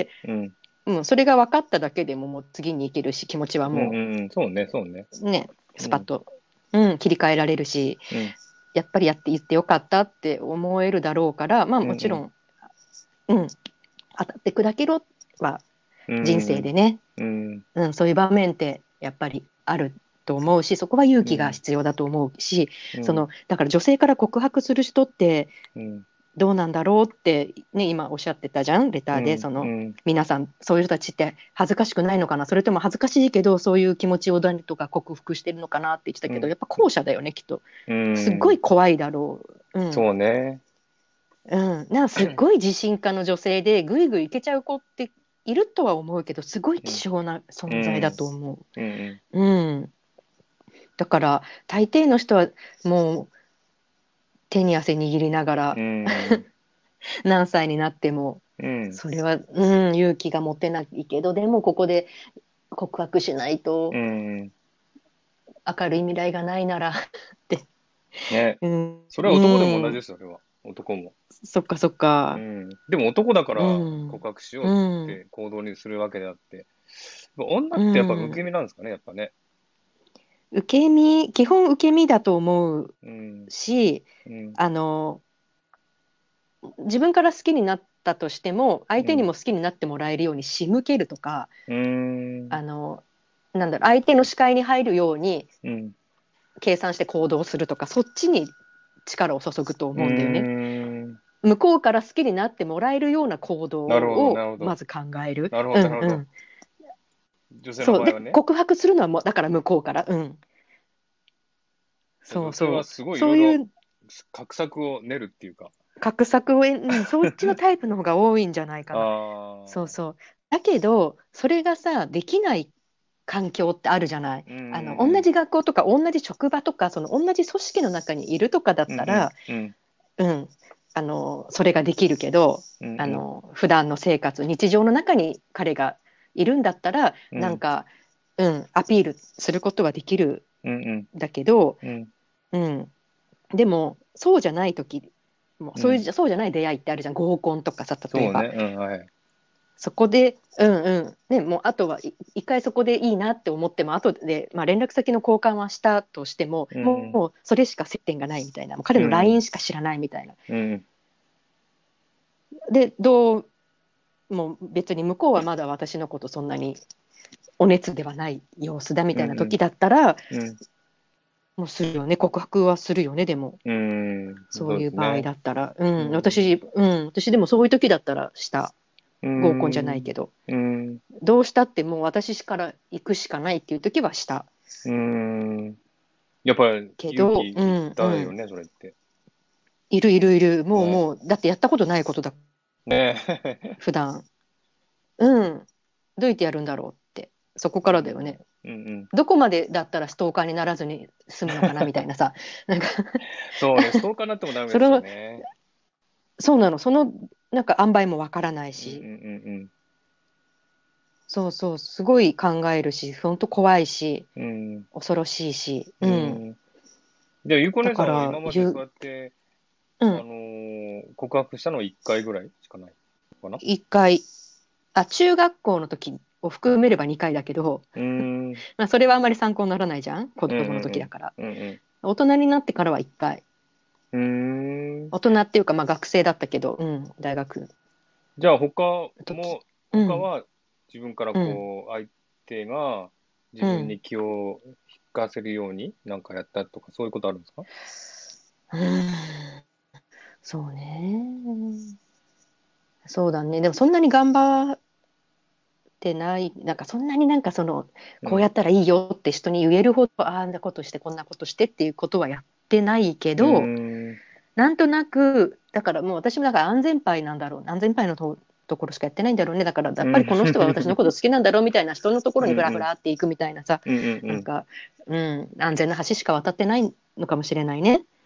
うん、 うん、それが分かっただけでももう次に行けるし、気持ちはうん、 もうん、そうね、そうね。 うね、 うん、 スパッと、うん、切り替えられるし、 うん、 やっぱりやって言ってよかったって思えるだろうから、まあうん、 もちろん、うん、当たって砕けろはう人生ん、 でね、 うん、 うん、そういう場面ってやっぱりあると思うし、そこは勇気がうん、 必要だと思うし、 うん、 だから女性から告白する人ってうん、 どうなんだろうって、ね、今おっしゃってたじゃん、レターで、 うん、うん、 皆さん、そういう人たちって恥ずかしくないのかな、それとも恥ずかしいけど、そういう気持ちを何とか克服してるのかなって言ってたけど、 うん、 やっぱ後者だよね、きっと。 うすっごいん、 怖いだろう。うん。 そうね。 うん。すっごい自信家の女性で、ぐいぐいいけちゃう子っているとは思うけど、すごいうん、 希少なう存在だん、 と思うん、 う。うん。だから、大抵の人はもう手に汗握りながうら、 ん、 何歳になっても、 うん、 それは、勇気が持てないけど、でもここで告白しないとうん、 明るい未来がないならって。 ね。 うん、 それは男でも同じうん、 ですよ、それは。男も。 そっかそっか。 うん。でも男だかうらん、 告白しようっうん、 て行動にするわけであって、女うってやっぱ受けん。 身なんですかね、やっぱね。 基本受け身だと思ううん、 し、 うん、 あの、自分から好きになったとしても、相うん、 手にも好きになってもらえるように仕向けるとか、 うーん、 あの、相手の視界に入るようにうん、 計算して行動するとか、そっちに力を注ぐとうー思うんだよね。 ん。 向こうから好きになってもらえるような行動なるほど、なをるほど。 まず考える。 なるほど、なるほど。 うんうん。 女性のそう。で、 場合はね。 告白するのはもう、だから向こうから。うん。 じゃあそうそう。 女性はすごいいろいろそういう、 画策を練るっていうか。 画策を、そっちのタイプの方が多いんじゃないかな。 ああ、 そうそう。だけど、それがさ、できない環境ってあるじゃない。 うんうん同うん。 じ学校とか同じ職場とか、その同じ組織の中にいるとかだっうんたら、 うんうんうん、それができるけど、 うんうん普段の生活、日常の中に彼がいるんだったら、 うんなんか、アピールすることはできるうんんだけど、 うんうんうん、でも、そうじゃない時もうん。 そうじゃない出会いってあるじゃん。合コンとかさ、例えば。 そうね。うん、はい。 そこで、ね、もうあとは一回そこでいいなって思っても、後で、まあ、連絡先の交換はしたとしても、 うんもうそれしか接点がないみたいな、もう彼のうん LINE しか知らないみたいな。 うんで、どうも別に向こうはまだ私のことそんなにお熱ではない様子だみうんうんたいな時だったら、 うんもうするよね、告白はするよね、でも、そうそういう場合ですね。 だったら。 うん私でもそういう時だったらした。 う合コンじゃないんけど。 うんどうしたってもう私から行くしかないっていう時はした。 うん。やっぱり勇気けど、 いったよね、それって。 いるいるいる。もうね。 もう、だってやったことないことだ、 ね。 普段。うん。どうやってやるんだろうって。そこからだよね。 うんうんどこまでだったらストーカーにならずに済むのかなみたいなさ。なんかそうね、ストーカーになってもダメですよそれは、 ね。 そうなの。なんか塩梅もわからないうんうんし。 うんそうそう。すごい考えるし、ほんと怖いし、 うん。 恐ろしいし。 うん。じゃあ、ゆうこだか姉さんは今らまでそうやって、 うん。 告白したのは1回ぐらいしかないかな。 一回、中学校の時を含めれば2回だけど、 うーん。うんまあ、それはあんまり参考にならないじゃん、子うん供の時うん。 だから。 うん大人になってからは1回。 うん。うーん。 大人っていうか、まあ学生だったけど、大学じゃあ、 の時。うん、 他は自分からうん、 こう、相手が自うん。 分に気を引かせるようになんかやったとか、そういうことあるんですか？ うーん、そうね。そうだね。でもそんなに頑張ってない、なんかそんなになんかうん。 こうやったらいいよって人に言えるほど、あんなことして、こんなことしてっていうことはやってないけうーど、 ん。 なんとなく、だからもう私もだから安全牌なんだろう。安全牌のところしかやってないんだろうね。だからやっうん。 ぱりこの人は私のこと好きなんだろうみたいな人のところにフラフうんうん。 ラっていくみたいなさ、 うんうんなんか、安全な橋しか渡ってないのかもしれないね。 うん。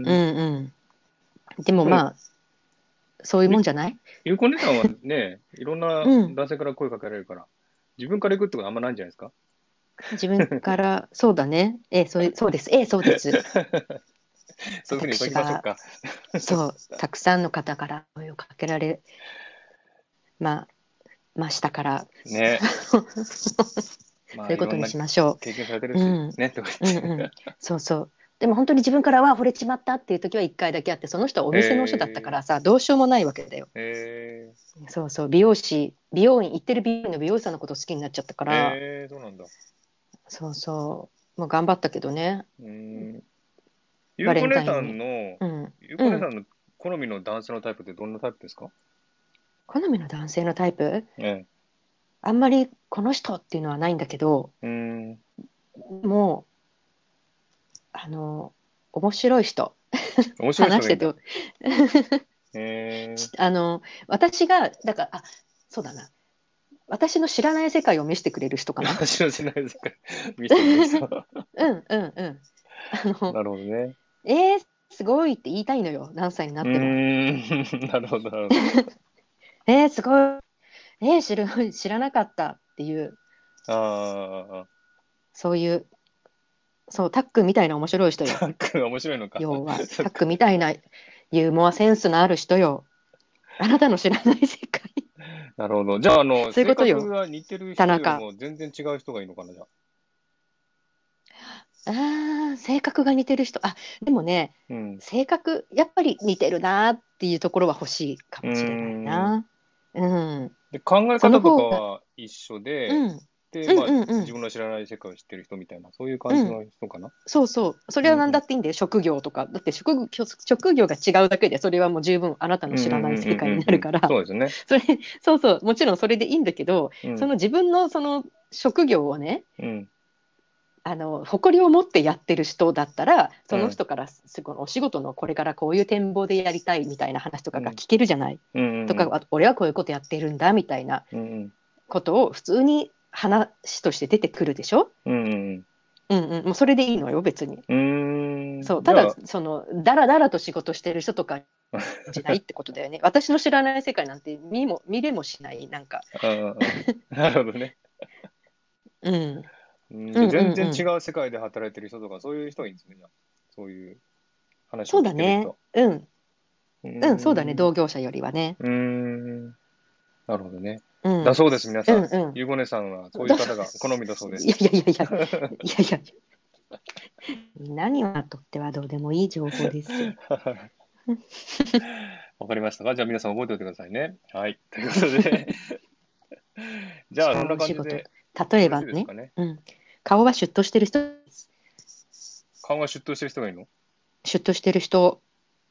うーん。 うんうん。でもでも、 まあ、そういうもゆ、 んじゃない？ ゆうこ姉さんはね、いろんなうん。 男性から声かけられるから、自分から行くってことはあんまないんじゃないですか？ 自分から、そうだね。そうです。そうです。 そういうふうに言っときましょう私は、 か。 そう、たくさんの方から声をかけられ、まましたから、 ね。まあ、 そういうことにいろんなしましょ経験されてるう。うし、 ん、 ね、とかうん、 言って。 うん。そうそう。でも本当に自分からは惚れちまったっていう時は1回だけあって、その人はお店の人だったかえらさ、どうしようもないわけだよ。そうそう、美容院、行ってる美容院の美容師さんのこと好きになっちゃったから、 そうなんだ。 そうそう、もう頑張ったけどね、 うーん。ゆバレうこ姉さンタインに。 んの、 うん、 ゆうこうん。 姉さんの好みの男性のタイプってどんなタイプですか？ 好みの男性のタイプ、 えあんまりこの人っていうのはないんだけど、 うーん。 もう、あの、面白い人、 面白い人がいいんだ。 話してて、 え私が、だから、そうだな。私の知らない世界を見せてくれる人かな。 私の知らない世界見せてくれる人。 うんうんうん。あの、 なるほどね。 すごいって言いたいのよ。何歳になうっても。 ーん。なるほど、なるほど。 すごい。知らなかったっていう、 ああ、 そういう、そう、タックみたいな面白い人よ。 タック面白いのか。 要は、 そっか。 タックみたいなユーモアセンスのある人よ。あなたの知らない世界。 なるほど。じゃあ、 そういう性ことよ。 格が似てる人より田中。 も全然違う人がいいのかな、じゃあ。 性格が似てる人。でもね、 うん。 性格、やっぱり似てるなっていうところは欲しいかうーもしれないん。 な。うん。 で、考えその方とか方が、 は一緒で、 うん。 で、 うんまあ、 うんうん。 自分の知らない世界を知ってる人みたいな、そういう感うん。 じの人かな。 そうそう。それは何だうんうん。 っていいんだよ。職業とか。だって職業が違うだけで、それはもう十分あなたのうんうん知らないうん世界になうんうん。 るから。 そうですね。 それ、そうそう。もちろんそれでいいんだけど、 うん。 その自分のその職業をね、 うん。 誇りを持ってやってる人だったら、そうん。 の人からこのお仕事のこれからこういう展望でやりたいみたいな話とうん。 かが聞けるじゃない。 うん。 とか、 うん。 俺はこういうことやってるんだみたいなうん。 ことを普通に話として出てくるでしょ。 うん。 うんうん、もうそれでいいのよ、別に。 うん。 そう、ただ、 じゃあ、 だらだらと仕事してる人とかじゃないってことだよね。私の知らない世界なんて見れもしない、なんか。 うんうんうん。なるほどね。 うん。 うん、じゃあうんう全然違んうん。 う世界で働いてる人とか、そういう人がいいんですね、じゃあ。そういう話をそうだね。 聞ける人。 うん。 うーうん、そうだね。 ん。 同業者よりはね。 うーん。なるほどね。 うん。 だそうです、皆さん。 うんうん。 ゆうごねさんはそういうだ方が好みだそうです。 いやいやいやいや、いやいや、何はとってはどうでもいい情報ですよ。 わかりましたか？じゃあ皆さん覚えておいてくださいね。はい。ということで、じゃあそんな違うお仕事。 感じでよろしい例えばね、 ですかね。 うん。顔はシュッとしてる人、 顔がシュッとしてる人がいいの？ シュッとしてる人、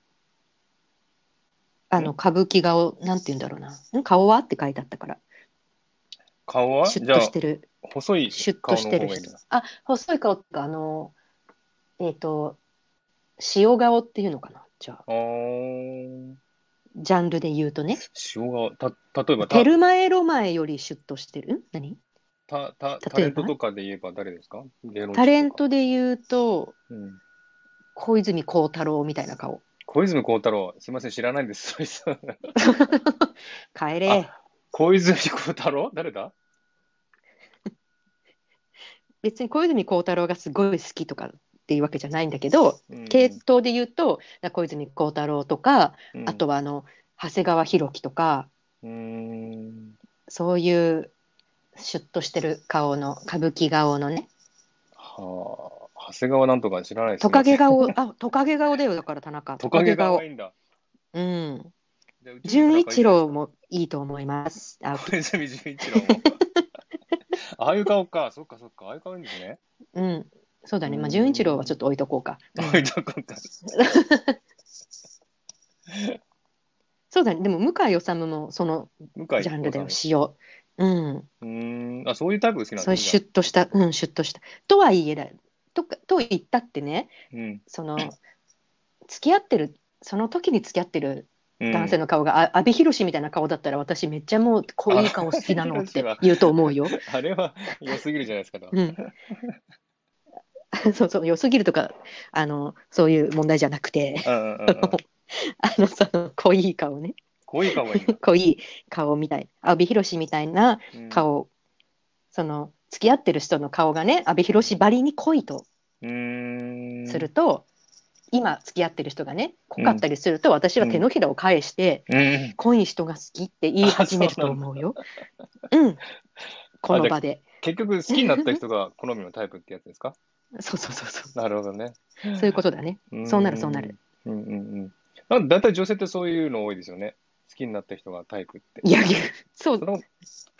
ん歌舞伎顔、なんて言うんだろうな。顔はって書いてあったから、 顔はシュッじゃあ、 としてる、 細いシュッと顔してる人。 の方がいいんだ。 あ、細い顔ってか、えっと、塩顔っていうのかな。じゃあ、 あー、 ジャンルで言うとね。 塩顔、例えば、 テルマエロマエよりシュッとしてる。何タレント例えばとかで言えば誰ですか？芸能タレン人とか。 トで言うと、 うん。 小泉孝太郎みたいな顔。 小泉孝太郎、すいません、知らないんです。そいつ。 帰あ、 れ。 小泉孝太郎誰だ？ 別に小泉孝太郎がすごい好きとかっていうわけじゃないんだけど、 うん。 系統で言うと、小泉孝太郎とか、 うん。 あとは長谷川博己とか、 うん。 そういうシュッとしてる顔の、歌舞伎顔のね、 はあ、長谷川なんとか知らないです。すトみません。 カゲ顔、トカゲ顔だよ、だから田中、トカトカゲゲ顔。 がいいんだ。 うん。 じゃあ、内海からかいい純一じゃないですか。 郎もいいと思います。 小泉純一郎も。ああいう顔か。そっかそっか。ああいう顔いいんですね。 うん。そううーだね。まあ、純一郎はちょっん。 と置いとこうか。う置いん。 とこうか。 そうだね。でも、向井治もその向ジャンルだよ、 井治。 塩。うん。 うーん。あ、そういうタイプが好きなんですね、じゃあ。 そういうシュッとした、シュッとした。とはいえだ、と言ったってね、 うん。 その、付き合ってる、その時に付き合ってる男性うん。 の顔が、阿部寛みたいな顔だったら、私めっちゃもう濃あ、 い顔好きなのっヒロシは、 て言うと思うよ。 あれは良すぎるじゃないですかと。 うん。そうそう、良すぎるとか、そういう問題じゃなくて、 うんうんうんうん。 その濃い顔ね。 濃い顔がいいんだ。 濃い顔みたい。阿部寛みたいなうん。 顔、付き合ってる人の顔がね、阿部寛ばりに濃いとうーん。 すると、今付き合ってる人がね、濃かっうん。 たりすると、私は手うん。 のひらを返して、 うん。 濃い人が好きって言いあ、 始めるそうなんだ。 と思うよ。うん、こあ、じゃあ、 の場で。 結局好きになった人が好みのタイプってやつですか？ そうそうそうそう。 なるほどね。 そういうことだね。 うーそうなる、そうなん。 る。 うんうんうん。なんだいたい女性ってそういうの多いですよね。好きになった人がタイプって。 いやいや、そう、 その、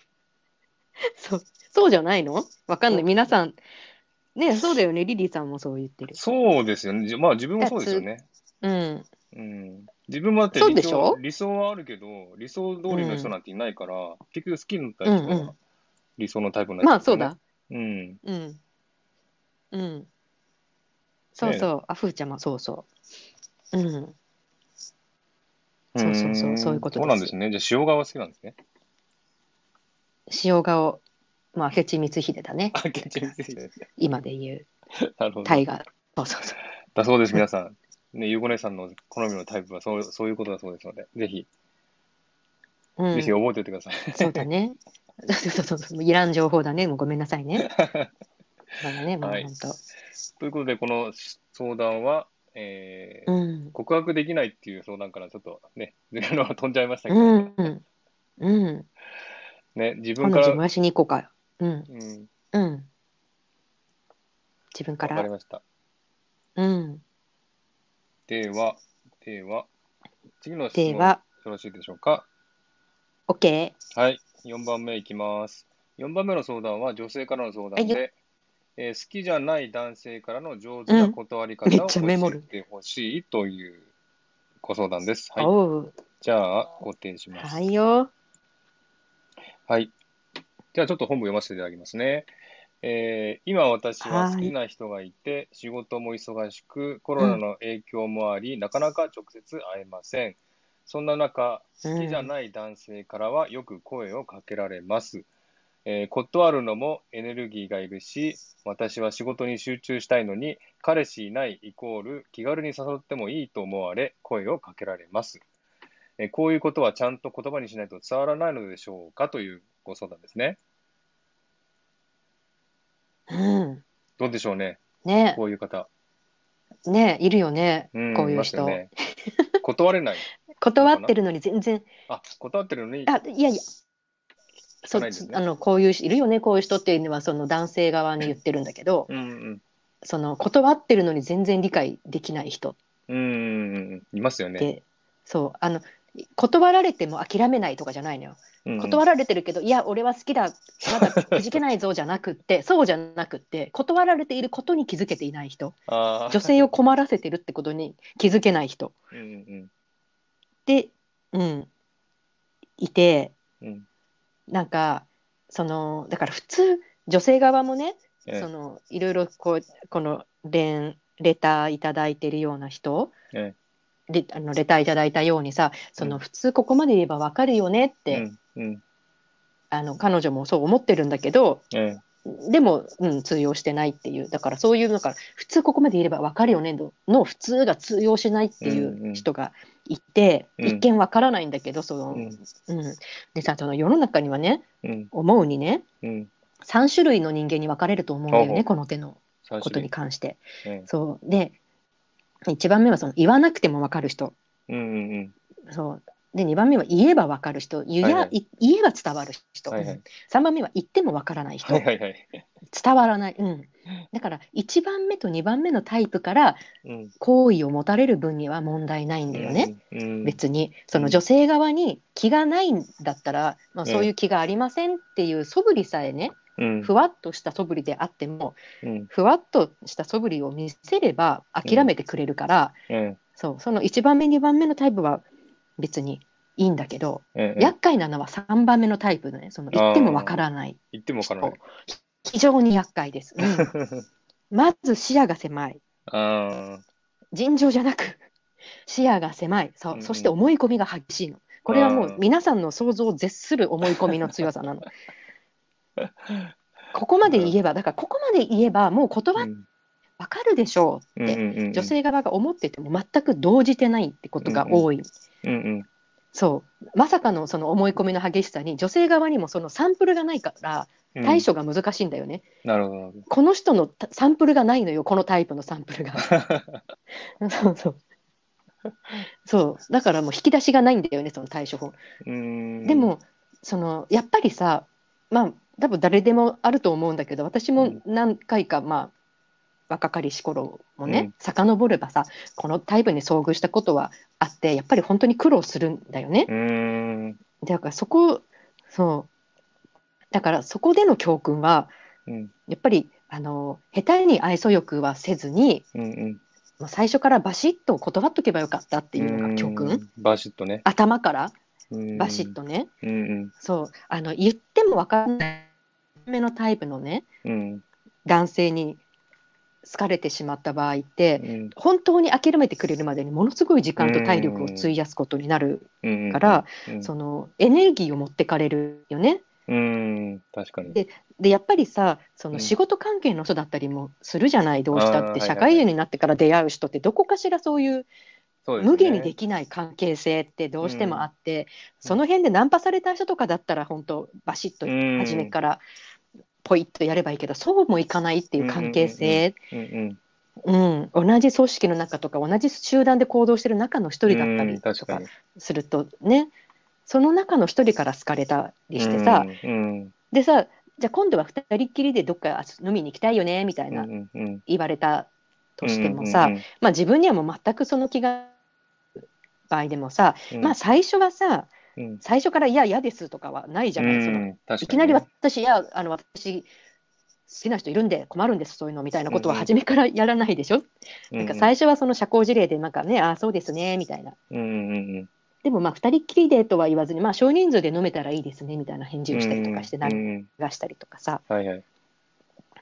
そうじゃないのわかんない。 そ、 皆さん、ね、そうだよね。リリーさんもそう言ってる。 そうですよね。まあ自分もそうですよ二つ、 ね。 うん。 うん。自分もだってそうで一応しょ。 理想はあるけど、理想通りの人うん。 なんていないから、結局好きになった人がうんうん。 理想のタイプになっちまあ、 ゃうんですよね。 そうだ。 うん。 うん。うん。そうねそう。ふーちゃんもそうそう。うん。 え。うーそうそうそう。そういうん。そことです。 うなんですね。じゃあ塩顔は好きなんですね。 塩顔、まあ、明智光秀だね。 あ、ケチミツですね。 今で言う、 なるほど。 大河。そうそうそだそうです、皆さん。ね、ゆうこ姉さんの好みのタイプはそういうことだそうですので、 う。うぜひん。 覚えておいてくださそうだい。 ね。そうそうそう。いらん情報だね。もうごめんなさいね。まだね、もうはい。 本当。 ということで、この相談は、 うん。 告白できないっていう相談からちょっとね、飛んじゃいましたけど、 うん。うん。 ね、自分から、 今度自分がしに行こうか。うん。 うん、 うん。自分かわかりら。 ました。 うん。 では、では、次の質問よでは、 ろしいでしょうか。 OK。 はい、4番目いきます。4番目の相談は女性からの相はいよ。 談で、好きじゃない男性からの上手うん。 な断りめっ方を教ちゃメモる。 えてほしいというご相談です。はい。 おう。 じゃあ、ご提します。 はいよ。 はい。じゃあ、ちょっと本部読ませていただきますね。 今私は好はい。 きな人がいて、仕事も忙しく、コロナうん、 の影響もあり、なかなか直接会えません。そんな中、 う好きじゃん、 ない男性からはよく声をかけられます。断るのもエネルギーがいるし、私は仕事に集中したいのに、彼氏いないイコール気軽に誘ってもいいと思われ、声をかけられます。こういうことはちゃんと言葉にしないと伝わらないのでしょうかというご相談ですね。 うん。 どうでしょうね、 ね、 こういう方。 ね、いるよね、 うん、いこういう人。 ますよね。断れないのかな。 断ってるのに全然、 あ、断ってるのにあ、いやいや、 聞かないんですね。 こういう、いるよね、こういう人っていうのは、その男性側に言ってるんだけど、 うんうんその断ってるのに全然理解できない人っうん。うん、いますよね。 て、そう、断られても諦めないとかじゃないのよ。 うん断られてるけど、いや、俺は好きだ、まだくじけないぞじゃなくって、そうじゃなくって、断られていることに気づけていない人、 ああ、 女性を困らせてるってことに気づけない人うんうんで、うん、いて、 うん。 なんか、だから普通、女性側もね、 えいろいろこのレターいただいてるような人、 え、えレターいただいたようにさ、 え、うん普通ここまで言えばわかるよねって、 うんうん。 彼女もそう思ってるんだけど、 ええ、 でも、通用してないっていう、だからそういう、だから普通ここまで言えばわかるよねの普通が通用しないっうていうんうん人がいて、 うん一見わからないんだけど、 うんでさ、その世の中にはね、 うん思うにね、 うん。 3種類の人間に分かれると思うんだよね、 ほうほう。 この手のことに 3種類。 関して。 ええ、 そうで、1番目はその言わなくても分かる人。 うんうんうん。 そうで、2番目は言えば分かる人、 はいはい。 言えば伝わる人、 はいはい。 3番目は言っても分からないはい人、 はいはい。 伝わらない、だから1番目と2番目のタイプからうん好意を持たれる分には問題ないんうだよね。 んうん別にその女うん。 性側に気がないんだったら、まあ、 ええ、 そういう気がありませんっていう素振りさえね、 うんふわっとした素振りであっても、 うんふわっとした素振りを見せれば諦うんめてくれるから、 ええその1番目2番目のタイプは別にいいんだけど、 えええ厄介なのは3番目のタイプのね、そのえ。 言ってもわああ、 からない言ってもわからな人、 い。 非常に厄介です。まず視野が狭い。 ああ、 尋常じゃなく視野が狭い。そしてうん思い込みが激しいの。これはもううん。あ皆さんの想像を絶する思い込みの強さなの。 あ、 ここまでな、 言えば、だからここまで言えばもう言葉うんわかるでしょうってうんうんうん女性側が思ってても全く動じてないってことうんうんが多い。 うんうんそうまさかのその思い込みの激しさに女性側にもそのサンプルがないからうん。 対処が難しいんだよね。 なるほど、なるほど。 この人のサンプルがないのよ、このタイプのサンプルが。そうそうそうだからもう引き出しがないんだよね、その対処法。 うーん。 でもやっぱりさ、まあ多分誰でもあると思うんだけど、私もうん何回か若かりし頃もね、 うん遡ればさ、このタイプに遭遇したことはあって、やっぱり本当に苦労するんだよね。 うーんだからだからそこでの教訓は、 うんやっぱり下手に愛想よくはせずに、 うんもう最初からバシッと断っとけばよかったってういうのが教訓。 ん。バシッとね。 頭からうバシッんとね。 うんそう言っても分かんない目のタイプのね、 うん男性に好かれてしまった場合っうて、 ん本当に諦めてくれるまでにものすごい時う間と体力を費んやすことになるうんから、 うんそのエネルギーを持ってかれるよね。 うん。確かに。 でやっぱりさ、そのうん。 仕事関係の人だったりもするじゃない、どあうしたってあ、はいはいはい。 社会人になってから出会う人ってどこかしらそういうそうです無限にでね。 きない関係性ってどうしてもあうん。 って、 うんその辺でナンパされた人とかだったら本当バシッとう初めんからポイッとやればいいけど、そうもいかないっていう関うんうん係性、 うん同じ組織の中とか同じ集団で行動してる中の一う人だったんうん。 りとか確かに。 するとね、その中の一人から好かれたりうしてさ、 んうんでさ、じゃあ今度は二人っきりでどっか飲みに行きたいよねみたいなうんうん言われたとしうんうてもさ、 んまあ、自分にはもう全くその気が場合でもさ、まあ、 うん最初はさ、 うん最初からいや嫌ですとかはないじうゃない。 ん。確いきなりかにね。 私、いや私好きな人いるんで困るんです、そういうのみたいなことはうん初めからやらないでしょ。 うんなんか最初はその社交辞令でなんかね、ああそうですねみたいな。 うんうんでもまあ二人っきりでとは言わずに、まあ少人数で飲めたらいいですねみたいな返事をしたりとかうんして流うん。 したりとかさ、 はいはい。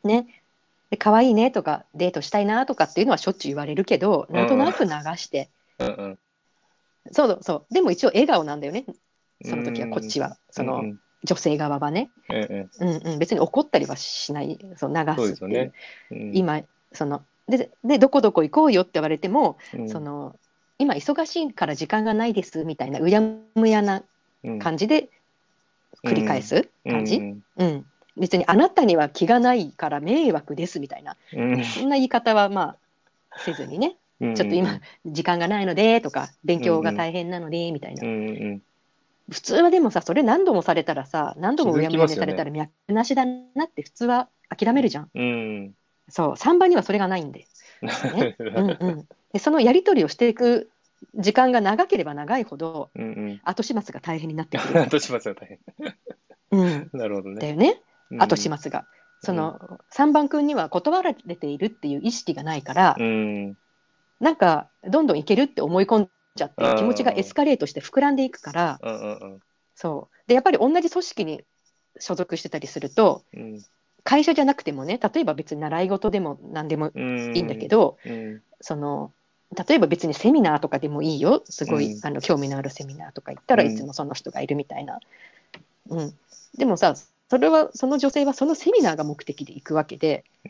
ね。で、可愛いねとか、デートしたいなとかっていうのはしょっちゅう言われるけど、なんとなく流して、 うんうん。 そうそう。でも一応笑顔なんだよね。 うその時はこっん。 ちは、 うんうん。 女性側はね。 うんうん。 うんうん、別に怒ったりはしない、そう流そうすっていう。 ですよね。うん。 今、どこどこ行こうよって言われても、 うん。 今忙しいから時間がないですみたいなうやむやなうん。 感じでうん。 繰り返すう感じ。 ん。 うん。別にあなたには気がないから迷惑ですみたいな。 うん。 そんな言い方はまあせずにね。 うん。 ちょっと今うん。 時間がないのでとか、勉うん。 強がうん。 大変なのでみたいな。 うん。 普通はでもさ、それ何度もされたらさ、何度気づきもうやむやますよね。 にされたら脈なしだなって普通は諦めるじゃん。 うん。 そう、3番にはそれがないんで。ね。うんうん。で、そのやり取りをしていく時間が長ければ長いほど、 うんうん。 後始末が大変になってくる。 どうしますよ、大変。 うん。 なるほどね。 だよね。後始うん。 末が。 うん。 3番君には断られているっていう意識がないから、 うん。 なんか、どんどんいけるって思い込んじゃっあて、気持ちがエスあ。 カレートして膨らんでいくから、 うんうんうん。 そう。で、やっぱり同じ組織に所属してたりすると、 うん。 会社じゃなくてもね、例えば別に習い事でも何でもういいんだけん。 ど、 うん。 その例えば別にセミナーとかでもいいよ、すごいうん。 興味のあるセミナーとか行ったらいつうん。 もその人がいるみたいな、うん、でもさ、それはその女性はそのセミナーが目的で行くわけで、 うん。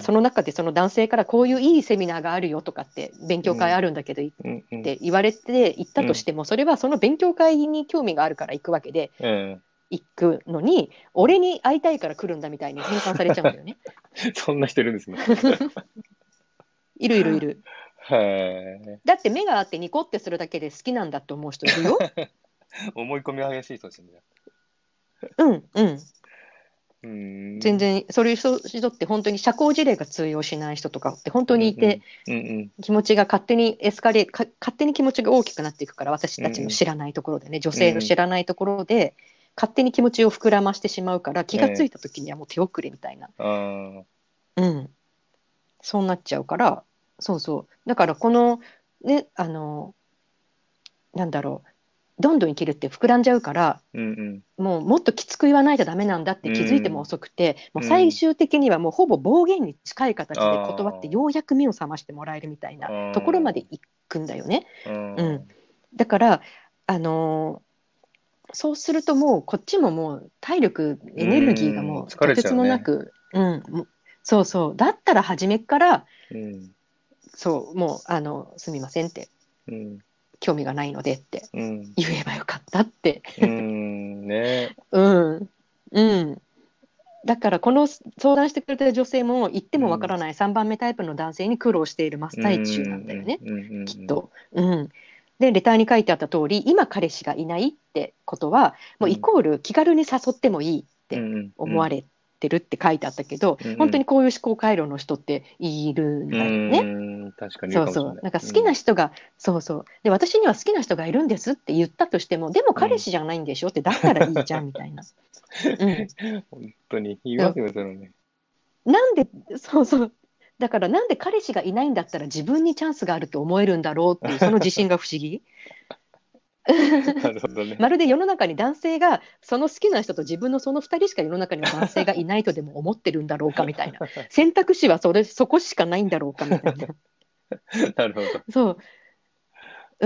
例えばその中でその男性からこういういいセミナーがあるよとかって勉強会うん。 あるんだけどっうん。うん。 て言われて行ったうん。 としても、それはその勉強会に興味があるから行くわけで、 うん。 行くのに俺に会いたいから来るんだみたいに変換されちゃうんだよね。 そんな人いるんですね。 いるいるいる。 へえ。 だって目があってニコってするだけで好きなんだと思う人いるよ。 思い込み激しい人ですね。 うんうん。 うーん。 全然、そういう人って本当に社交辞令が通用しない人とかって本当うんにいて、 うん。うん気持ちが勝手にエスカレート、勝手に気持ちが大きくなっていくから、私うん。 たちのうん知らないところでね、女性のうん。 知らないところで、勝手に気持ちを膨らましてしまうから、気がつええ。 いた時にはもう手遅れみたいな。 ああ。 うん。そうなっちゃうから、そうそう。だからこの、ね、なんだろどんどん生きるって膨らんじゃうから、 うんもうもっときつく言わないとダメなんだっうん。 て気づいてもうん。 遅くて、もううん。 最終的にはもうほぼ暴言に近い形で断ってあようやく目を覚ましてもらえるみたいあ。 なところまであ行くんだよね。 あ。 うん、 あだから、あのーそうするともうこっちももう体力うエネルギーがーん。 もう疲れちゃとてつうね。 もなく、もうそうそうだったら初めからうん。 そうもうすみませんってうん。 興味がないのでってうん。 言えばよかったって。 うーん。ね。 うんうんだからこの相談してくれた女性も言ってもわかうん。 らない3番目タイプの男性に苦労している真っうー最中なんだよん。 ね、 うん。うん。うん。 きっと。うん、でレターに書いてあった通り、今彼氏がいないってことはもうイうん。 コール気軽に誘ってもいいってうん。うん。 思われてるって書いてあったけど、 うん。うん。 本当にこういう思考回路の人っているんうだよね。 ーん。確かにいるそうそう。 かもしれない。 なんか好きなうん。 人が、そうそう。で、私には好きな人がいるんですって言ったとしても、でもうん。 彼氏じゃないんでしょって、だったらいいじゃんみたいな。うん。 本当に言いますよ、それね。 なんで、そうそう。だからなんで彼氏がいないんだったら自分にチャンスがあると思えるんだろうっていうその自信が不思議。 なるほどね。 まるで世の中に男性がその好きな人と自分のその2人しか世の中には男性がいないとでも思ってるんだろうかみたいな、選択肢はそこしかないんだろうかみたいな。 なるほど。 そう、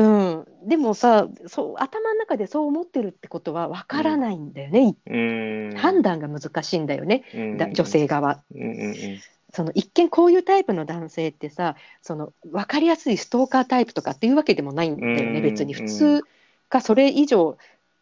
でもさ、そう頭の中でそう思ってるってことは分からうん。 ないんだよね。 うーん。 判断が難しいんだよね、 うん。 女性側。 うん。うん。 一見こういうタイプの男性ってさ、分かりやすいストーカータイプとかっていうわけでもないうんだよね、別に。普ん。 通かそれ以上、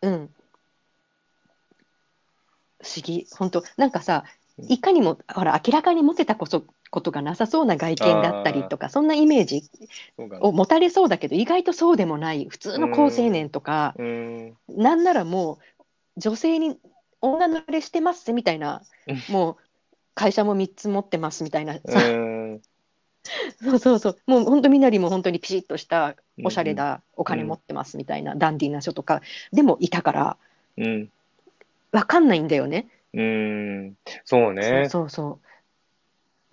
不思議、本当なんかさ、 うん。 いかにもほら明らかにモテたことがなさそうな外見だったりああ、 とか、そんなイメージそうかな。 を持たれそうだけど、意外とそうでもない普通うの好青ーん。 年とか、 うーん。 なんならもう女性に女慣れしてますみたいな、もう会社も3つ持ってますみたいなうさ、 ーん。 そうそうそう、もう本当みなりも本当にピシッとしたうん。 おしゃれうん。 だおうん。 金持ってますみたいなダンディーな人とかでもいたからうん。 分かんないんだよね。 うーん。そうそうね。 そうそう、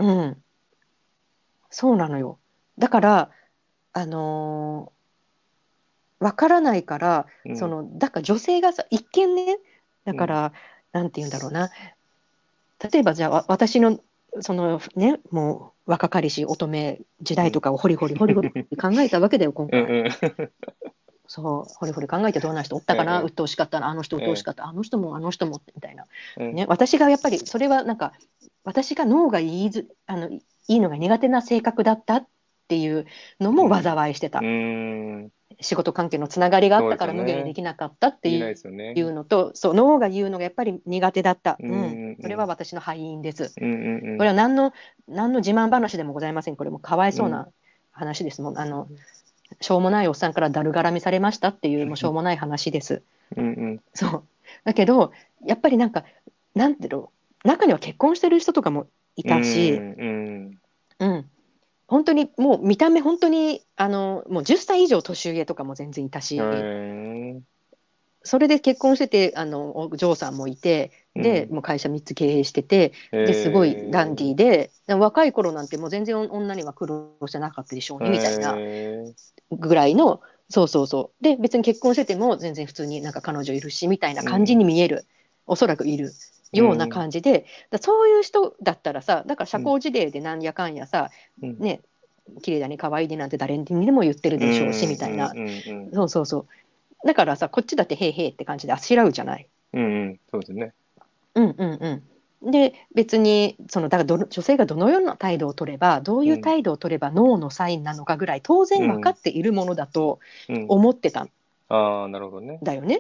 そうなのよ。だからあの分からないから、 うん。 だから女性がさ一見ね、だうん。 からなんて言うんだろうな、 例えばじゃあ私のそのね、もう若かりし乙女時代とかをホリホリホリホリ考えたわけだよ、今回。 うんうん。 そう、ホリホリ考えてどんな人おったかな、 うんうん。 鬱陶しかったな、あの人鬱陶しうんかった、あの人もあの人もみたいな。 うんね、私がやっぱりそれはなんか、私が脳がいいのが苦手な性格だったっていうのもうん災いしてうた。 ん。 仕事関係のつながりがあっそうですたから無限にでよね。 きなかったってできないいですよね。 うのと、そう、脳が言うのがやっぱり苦手だった。 ううん。それはんうん私の敗因です。 うんうんうんこれは何の自慢話でもございません。これもかわいうんそうな話ですもん。しょうもないおっさんからだるがらみされましたっていう、もうしょうもない話です。 うんうんそう。だけど、やっぱりなんか、なんていうの、中には結婚してる人とかもいうんたし、 うんうん。本当にもう見た目本当にもう10歳以上年上とかも全然いたへし、 えそれで結婚しててお嬢さんもいて、でうんもう会社3つ経営してて、 へですごいダンディーえで若い頃なんてもう全然女には苦労してなかったでしょうへねみたいなえぐらいの、そうそうそう。で別に結婚してても全然普通になんか彼女いるしみたいな感じにうん見える、おそらくいるようなうん感じで、そういう人だったらさ、だから社うん交辞令でなんやかんやさ、 うんね、綺麗だね可愛いねなんて誰にでも言ってるうんでしょうしみたいな。 うんそうそうそう。だからさ、こっちだってへいへいって感じであしらうじゃない。 うんそうですね。 うんうんうん。で、別に、だから女性がどのような態度を取れば、どういううん態度を取れば脳のサインなのかぐらい、当然分かうんっているものだとうん思ってたんああなるほどね。 だよね、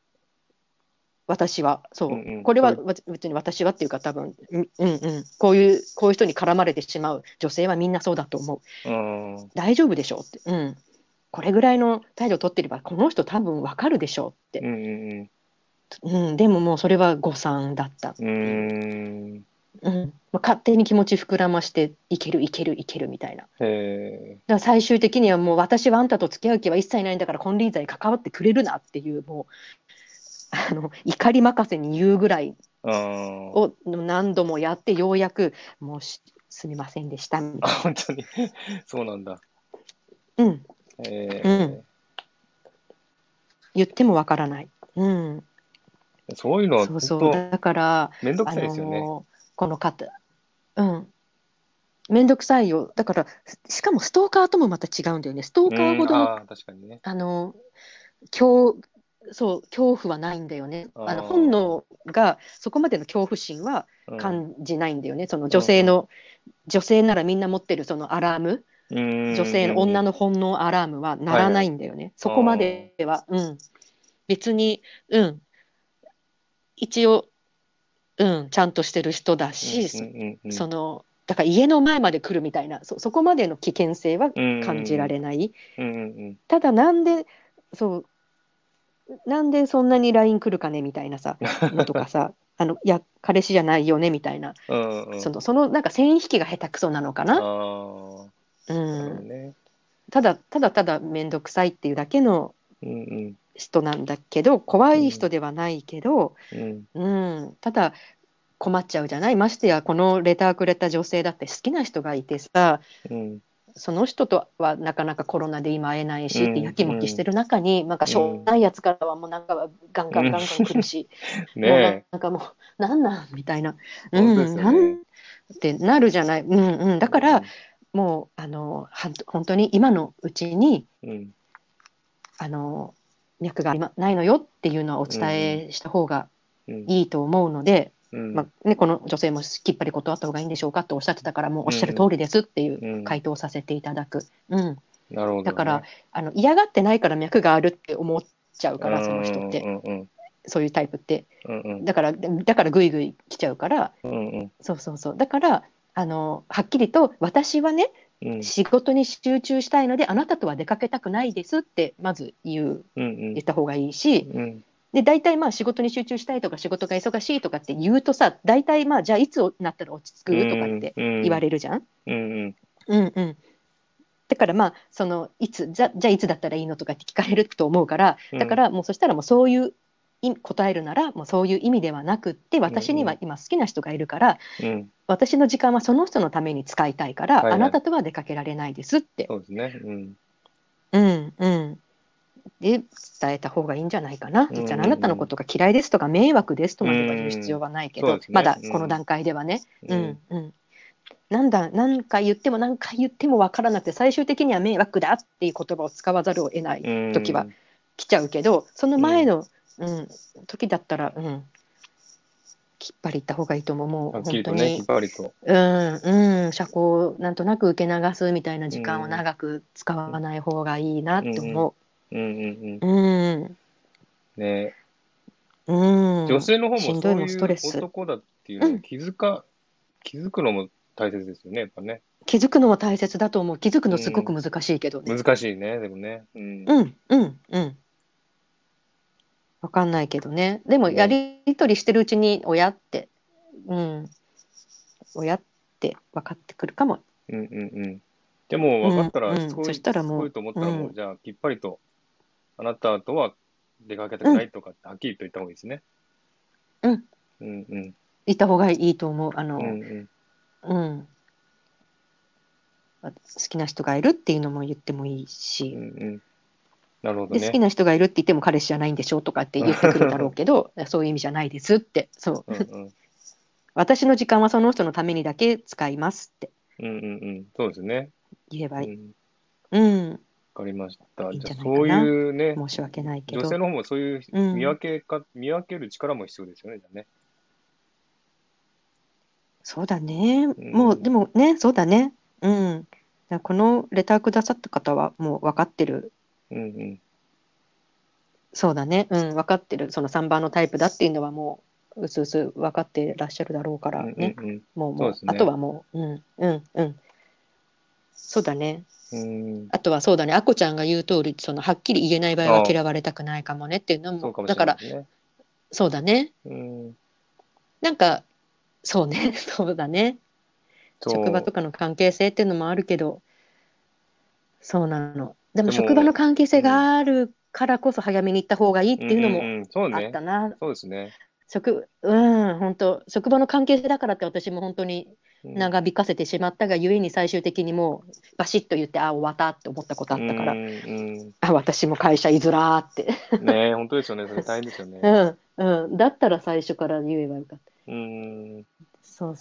私は。そう。 うんうんこれはそういう別に私はっていうか、多分、こういう人に絡まれてしまう女性はみんなそうだと思う。 うんうん大丈夫でしょうって。うん。これぐらいの態度を取ってれば、この人多分分かるでしょうって。 うんうん。でももうそれは誤算だったっうていう。 ん勝手に気持ち膨らましていけるいけるいけるみたいな。だかへえら最終的にはもう私はあんたと付き合う気は一切ないんだから金輪際関わってくれるなっていうもう怒り任せに言うぐらいあーを何度もやってようやくもうすみませんでしたみあたいな。 本当にそうなんだ。 うんうん、 え言ってもわからない。うん、 そういうのはそうそう。 本当だからめんどくさいですよね。 この方、うん、めんどくさいよ。だからしかもストーカーともまた違うんだよね。ストーカーほどのああ確かにね。 あの恐恐怖はないんだよね。 あ本あ能がそこまでの恐怖心はうん感じないんだよね。そのうん女性ならみんな持ってるそのアラーム、 うんうん女性のうん女の本能アラームは鳴らなはいはい。 いんだよね。そこまあでは、別に、一応、ちゃんとしてる人だし、だから家の前まで来るみたいな、そこまでの危険性はうん感じられない。 うんうんただなんでそんなに LINE 来るかねみたいなさ、のとかさ、いや、彼氏じゃないよねみたいな、 うんうんそのなんか線引きが下手くそなのかあな。 あうなるほどん。 ね。 ただめんどくさいっていうだけのうんうん人なんだけど、怖い人うんではないけど、 うんただ困っちゃうじゃない。ましてや、このレターくれた女性だって好きな人がいてさ、 うんその人とはなかなかコロナで今会えないしってうんやきもきしてる中に、なんかしょうもないやつからはもうなんかガンうんガンガンガン来るし、もうなねえんかもう、なんなんみたいな、 本当ですよね。 なんてなるじゃない。だから、もう、本当に今のうちに、 うんあの、脈が今ないのよっていうのはお伝うんえした方がうんいいと思うので、 うんこの女性もきっぱり断った方がいいんでしょうかっておっしゃってたから、もうおっしゃる通うんりですっていううん回答をさせていただく。 なるほだからどね。 嫌がってないから脈があるって思っちゃううから、その人っんうて、 んうんそういうタイプって。 うんうんだからぐいぐい来ちゃうから、 うんうんそうそうそう。だからはっきりと私はね、 うん仕事に集中したいのであなたとは出かけたくないですってまず言った方がいいし、 うんで大体まあ仕事に集中したいとか仕事が忙しいとかって言うとさ、大体まあじゃあいつになったら落ち着うくとかって言わんれるじゃん。 うんうんうん。だからまあじゃあいつだったらいいのとかって聞かれると思うから、だからもうそしたらもうそういう答えるならもうそういう意味ではなくって、私には今好きな人がいるから、 うん私の時間はその人のために使いたいから、 はいはいあなたとは出かけられないですって。 そうですね。うんうんうん。っで伝えた方がいいんじゃないかな。 うん実はあなたのことが嫌いですとか迷惑ですとまでは言う必要はないけど、 そうですね。 まだこの段階ではね。何回言っても何回言っても分からなくて、最終的には迷惑だっていう言葉を使わざるを得ない時は来ちゃうけど、その前の、時だったら、きっぱり言った方がいいと思う。もう本当に、 きっぱりと。 社交をなんとなく受け流すみたいな時間を長く使わない方がいいなって思う。 ね。女性の方もそういう男だっていうのを気づくのも大切ですよね、やっぱね。 気づくのも大切だと思う。気づくのすごく難しいけどね。 難しいね、でもね。 わかんないけどね。でもやりとりしてるうちに親って分かってくるかも。 でも分かったら、 そしたらもう、 すごいと思ったらもう、じゃあきっぱりと、あなたとは出かけたくないとかってはっきりと言った方がいいですね。 言った方がいいと思う。好きな人がいるっていうのも言ってもいいし。 なるほどね。 で好きな人がいるって言っても彼氏じゃないんでしょとかって言ってくるだろうけどそういう意味じゃないですって私の時間はその人のためにだけ使いますってそうですね。 言えばいい。 わかりました。じゃあそういうね、 申し訳ないけど女性の方もそういう見分ける力も必要ですよね、じゃあね。 そうだね。もうでもね、そうだね。このレターくださった方はもう分かってる。そうだね。分かってる。その3番のタイプだっていうのはもううすうす分かってらっしゃるだろうからね。もう、あとはもう、そうだね。あとはそうだね。あこちゃんが言う通り、そのはっきり言えない場合は嫌われたくないかもねっていうのも、だから、そうだね。なんか、そうね、そうだね。職場とかの関係性っていうのもあるけど、そうなの。でも職場の関係性があるからこそ早めに行った方がいいっていうのもあったな。 そうですね。 本当、職場の関係性だからって私も本当に長引かせてしまったがゆえに最終的にもうバシッと言って、終わったって思ったことあったから、私も会社居づらーって。 ねえ、本当ですよね。それ大変ですよね。 だったら最初から言えばよかった。そう。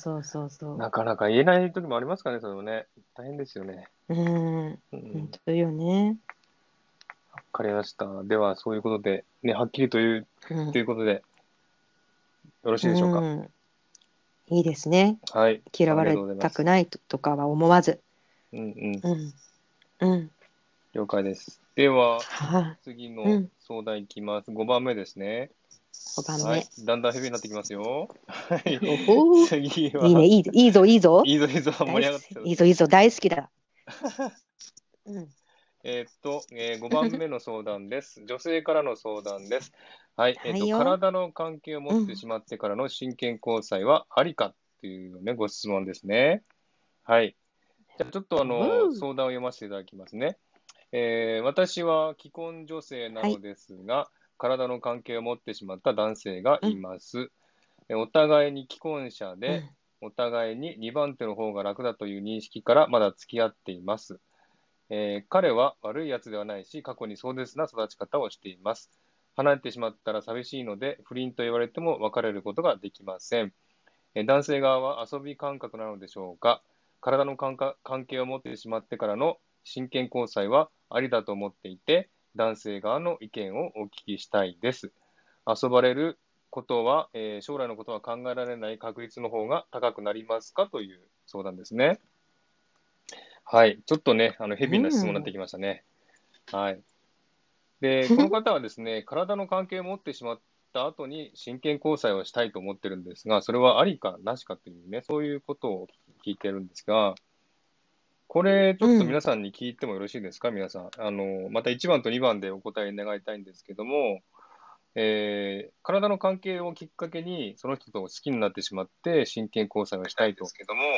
なかなか言えない時もありますからね、それもね。大変ですよね。 本当よね。 わかりました。では、そういうことで、ね、はっきりという、ということで、よろしいでしょうか。 いいですね。 はい。 嫌われたくないとかは思わず。 了解です。では、次の相談いきます。5番目ですね。 5番目。 はい。だんだんヘビーになってきますよ。はい。次は。 いいね、いいぞ。 いいぞ、盛り上がってきた。 いいぞ、大好きだ。 5番目の相談です。女性からの相談です。はい。体の関係を持ってしまってからの真剣交際はありかっていうね、ご質問ですね。はい。じゃあちょっと相談を読ませていただきますね。私は既婚女性なのですが、体の関係を持ってしまった男性がいます。お互いに既婚者で、お互いに2番手の方が楽だという認識からまだ付き合っています。彼は悪いやつではないし、過去に壮絶な育ち方をしています。離れてしまったら寂しいので、不倫と言われても別れることができません。男性側は遊び感覚なのでしょうか。体の関係を持ってしまってからの真剣交際はありだと思っていて、男性側の意見をお聞きしたいです。遊ばれることは、将来のことは考えられない確率の方が高くなりますかという相談ですね。はい。ちょっとね、ヘビーな質問になってきましたね。はい。で、この方はですね、体の関係を持ってしまった後に真剣交際をしたいと思ってるんですが、それはありかなしかというね、そういうことを聞いてるんですが、これ、ちょっと皆さんに聞いてもよろしいですか、皆さん。また1番と2番でお答え願いたいんですけども、体の関係をきっかけに、その人と好きになってしまって、真剣交際をしたいと。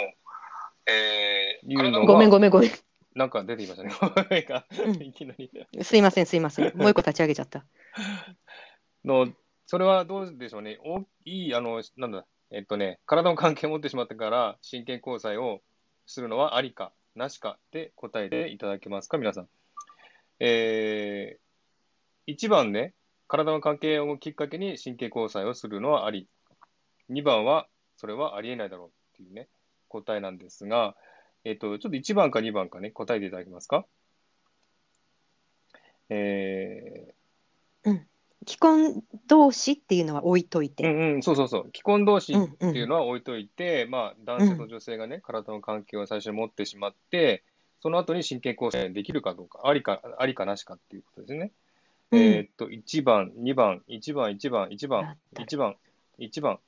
いうのが、 ごめん。 なんか出てきましたね。いきなり。 すいません。もう一個立ち上げちゃった。 それはどうでしょうね。体の関係を持ってしまってから真剣交際をするのはありか、なしかで答えていただけますか、皆さん。 1番ね、体の関係をきっかけに神経交際をするのはあり。2番は、それはありえないだろうっていうね、答えなんですが、ちょっと1番か2番かね、答えていただけますか？えうん。既婚同士っていうのは置いといて。 うんうん、そうそうそう。既婚同士っうんうん。 ていうのは置いといて、まあ、男性とうん女性がね、体の関係を最初に持ってしまって、その後に神経交際できるかどうか、ありかなしかっていうことですね。 うん。 1番、2番、1番、1番、1番、 だったら、 1番、1番、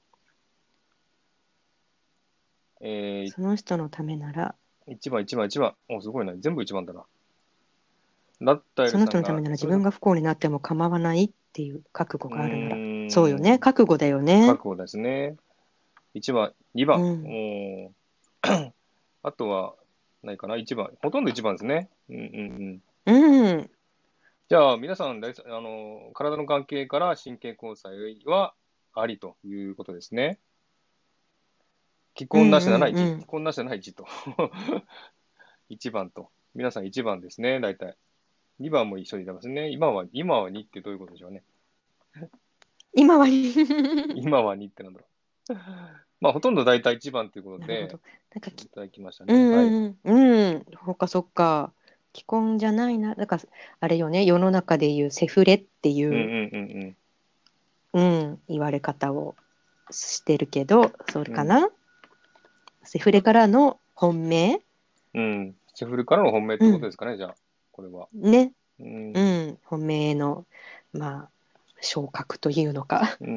えその人のためなら、 1番、1番、1番。お、すごいな。全部1番だな。ラッタイルそのさんが、 人のためなら自それだ。 分が不幸になっても構わないっていう覚悟うがあるなら。そうよね。 ーん、 覚悟だよね。 覚悟ですね。1番、2番。 うん。 おあとは、ないかな、1番。ほとんど1番ですね。うんうんうん。 うん。 じゃあ、皆さん、体の関係から神経交際はありということですね。既うん婚なしなら1、 うんうん。 既婚なしなら1と。1番と。皆さん1番ですね、大体。2番も一緒にいますね。今は2ってどういうことでしょうね。 今は今は2ってなんだろう。まあ、ほとんど大体1番ということで、 なるほど。なんかいただきましたうんね。はい。 うんうん。うん。そっかそっか。既婚じゃないな。だから、あれよね。世の中でいうセフレっていう、 うんうんうんうん、言われ方をしてるけど、それうん。 かな。セフレからの本命。 うん。うん。シェフルからの本命ってことうん。 ですかね、じゃあ、これは。 ね。 ううん。 ん。本命の、まあ、昇格というのか。 うん。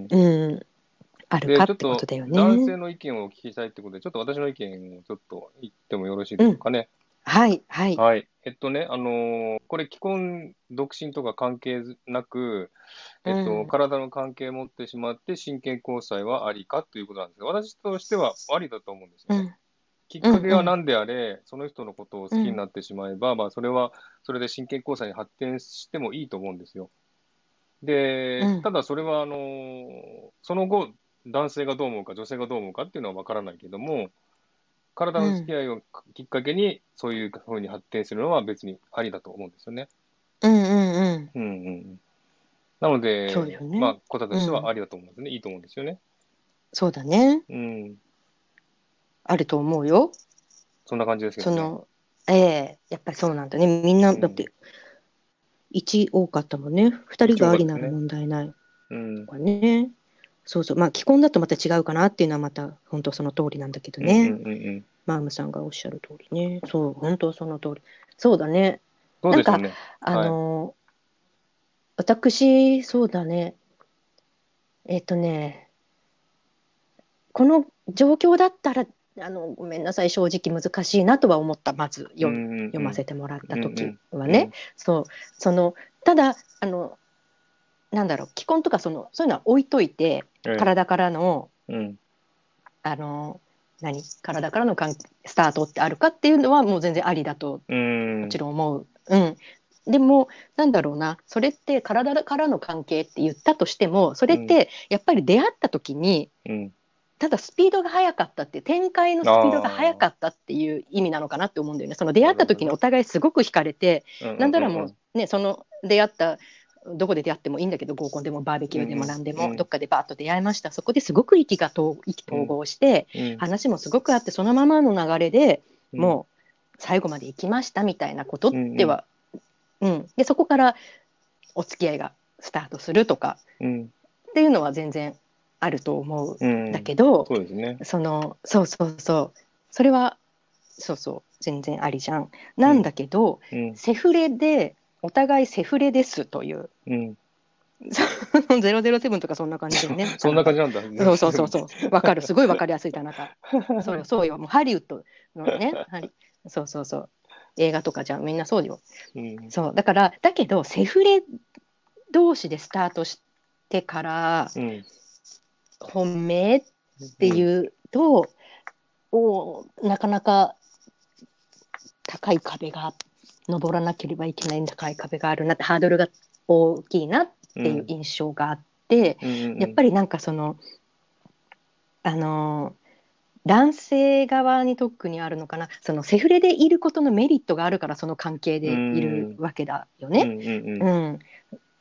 うん。あるで、 かちょっとってことだよね。 男性の意見をお聞きしたいってことで、ちょっと私の意見をちょっと言ってもよろしいでうん。 しょうかね。 はい、はい。 はい。これ、既婚、独身とか関係なく、 うん。 体の関係を持ってしまって、神経交際はありかということなんですが、私としてはありだと思うんですよね。 うん。 きっうん。うん。 かけは何であれ、その人のことを好うん。 きになってしまえば、まあ、それは、それで神経交際に発展してもいいと思うんですよ。で、 うん。 ただそれは、その後、男性がどう思うか、女性がどう思うかっていうのは分からないけども、体の付うん。 き合いをきっかけに、そういうふうに発展するのは別にありだと思うんですよね。 うん。うん。 うんうんうん。なのそうよで、まね。 あ、答えとうん。 してはありだと思うんですね。いいと思うんですよね。 そうだね。 うん。 あると思うよ。 そんな感じですけどね。 その、やっぱりそうなんだね。みんな、だっうん。 て、1多かったもんね。2人一応がありならがですね。 問題ないうん。 とかね。そうそう。まあ、既婚だとまた違うかなっていうのはまた、本当その通りなんだけどうんうんね。 うんうん。 マームさんがおっしゃる通りね。そう、本当その通り。そうだね。なんか、 どうでしょうね。 あはい。 の、私、そうだね。ね、この状況だったら、ごめんなさい、正直難しいなとは思った、まずうんうん読ませてもらっうん。 た時はね。 うんそう、ただ、なんだろう、既婚とかそういうのは置いといて、 うん。え体からの、 え。うん。 あの、体からのスタートってあるかっていうのは、もう全然ありだと、 うん。 もちろん思う。うん。でも、なんだろうな、それって体からの関係って言ったとしても、それっうん。 てやっぱり出会った時に、 うん。 ただスピードが速かったっていう展開のあスピードが速あ、 かったっていう意味なのかなって思うんだよね。その出会った時におなるほど。 互いすごく惹かれて、 うんうんなんならもうんうね、その出会ったどこで出会ってもいいんだけど、合コンでもバーベキューでもうん。 何でもどっうんかでバーッと出会いました。そこですごく意気投うん合してうん。 話もすごくあって、そのままの流れでうんもう最後まで行きましたみたいなことっうんうん。 ては、うん、でそこからお付き合いがスタートするとかうん。 っていうのは全然あると思うんだうん。 けど、 そうですね。 そうそうそう、それはそうそう全然ありじゃん。なんうん。 だけど、 うん。 セフレでお互いセフレですといううん。 007とかそんな感じだよね、田中。 そんな感じなんだ。 そうそう 007って。 そうそう、わかる、すごいわかりやすい田中。そうそうよ、もうハリウッドのね、そうそうそう、映画とかじゃみんなそうよ。 うん。 そうだから、だけどセフレ同士でスタートしてからうん。 本命ってうん。 いうと、なかなか高い壁が、登らなければいけない高い壁があるなって、ハードルが大きいなっていううん。 印象があって、 うん。うん。 やっぱりなんかあの男性側に特にあるのかな、そのセフレでいることのメリットがあるからその関係うでいるん。 わけだようん。 ね。 うん。 うん、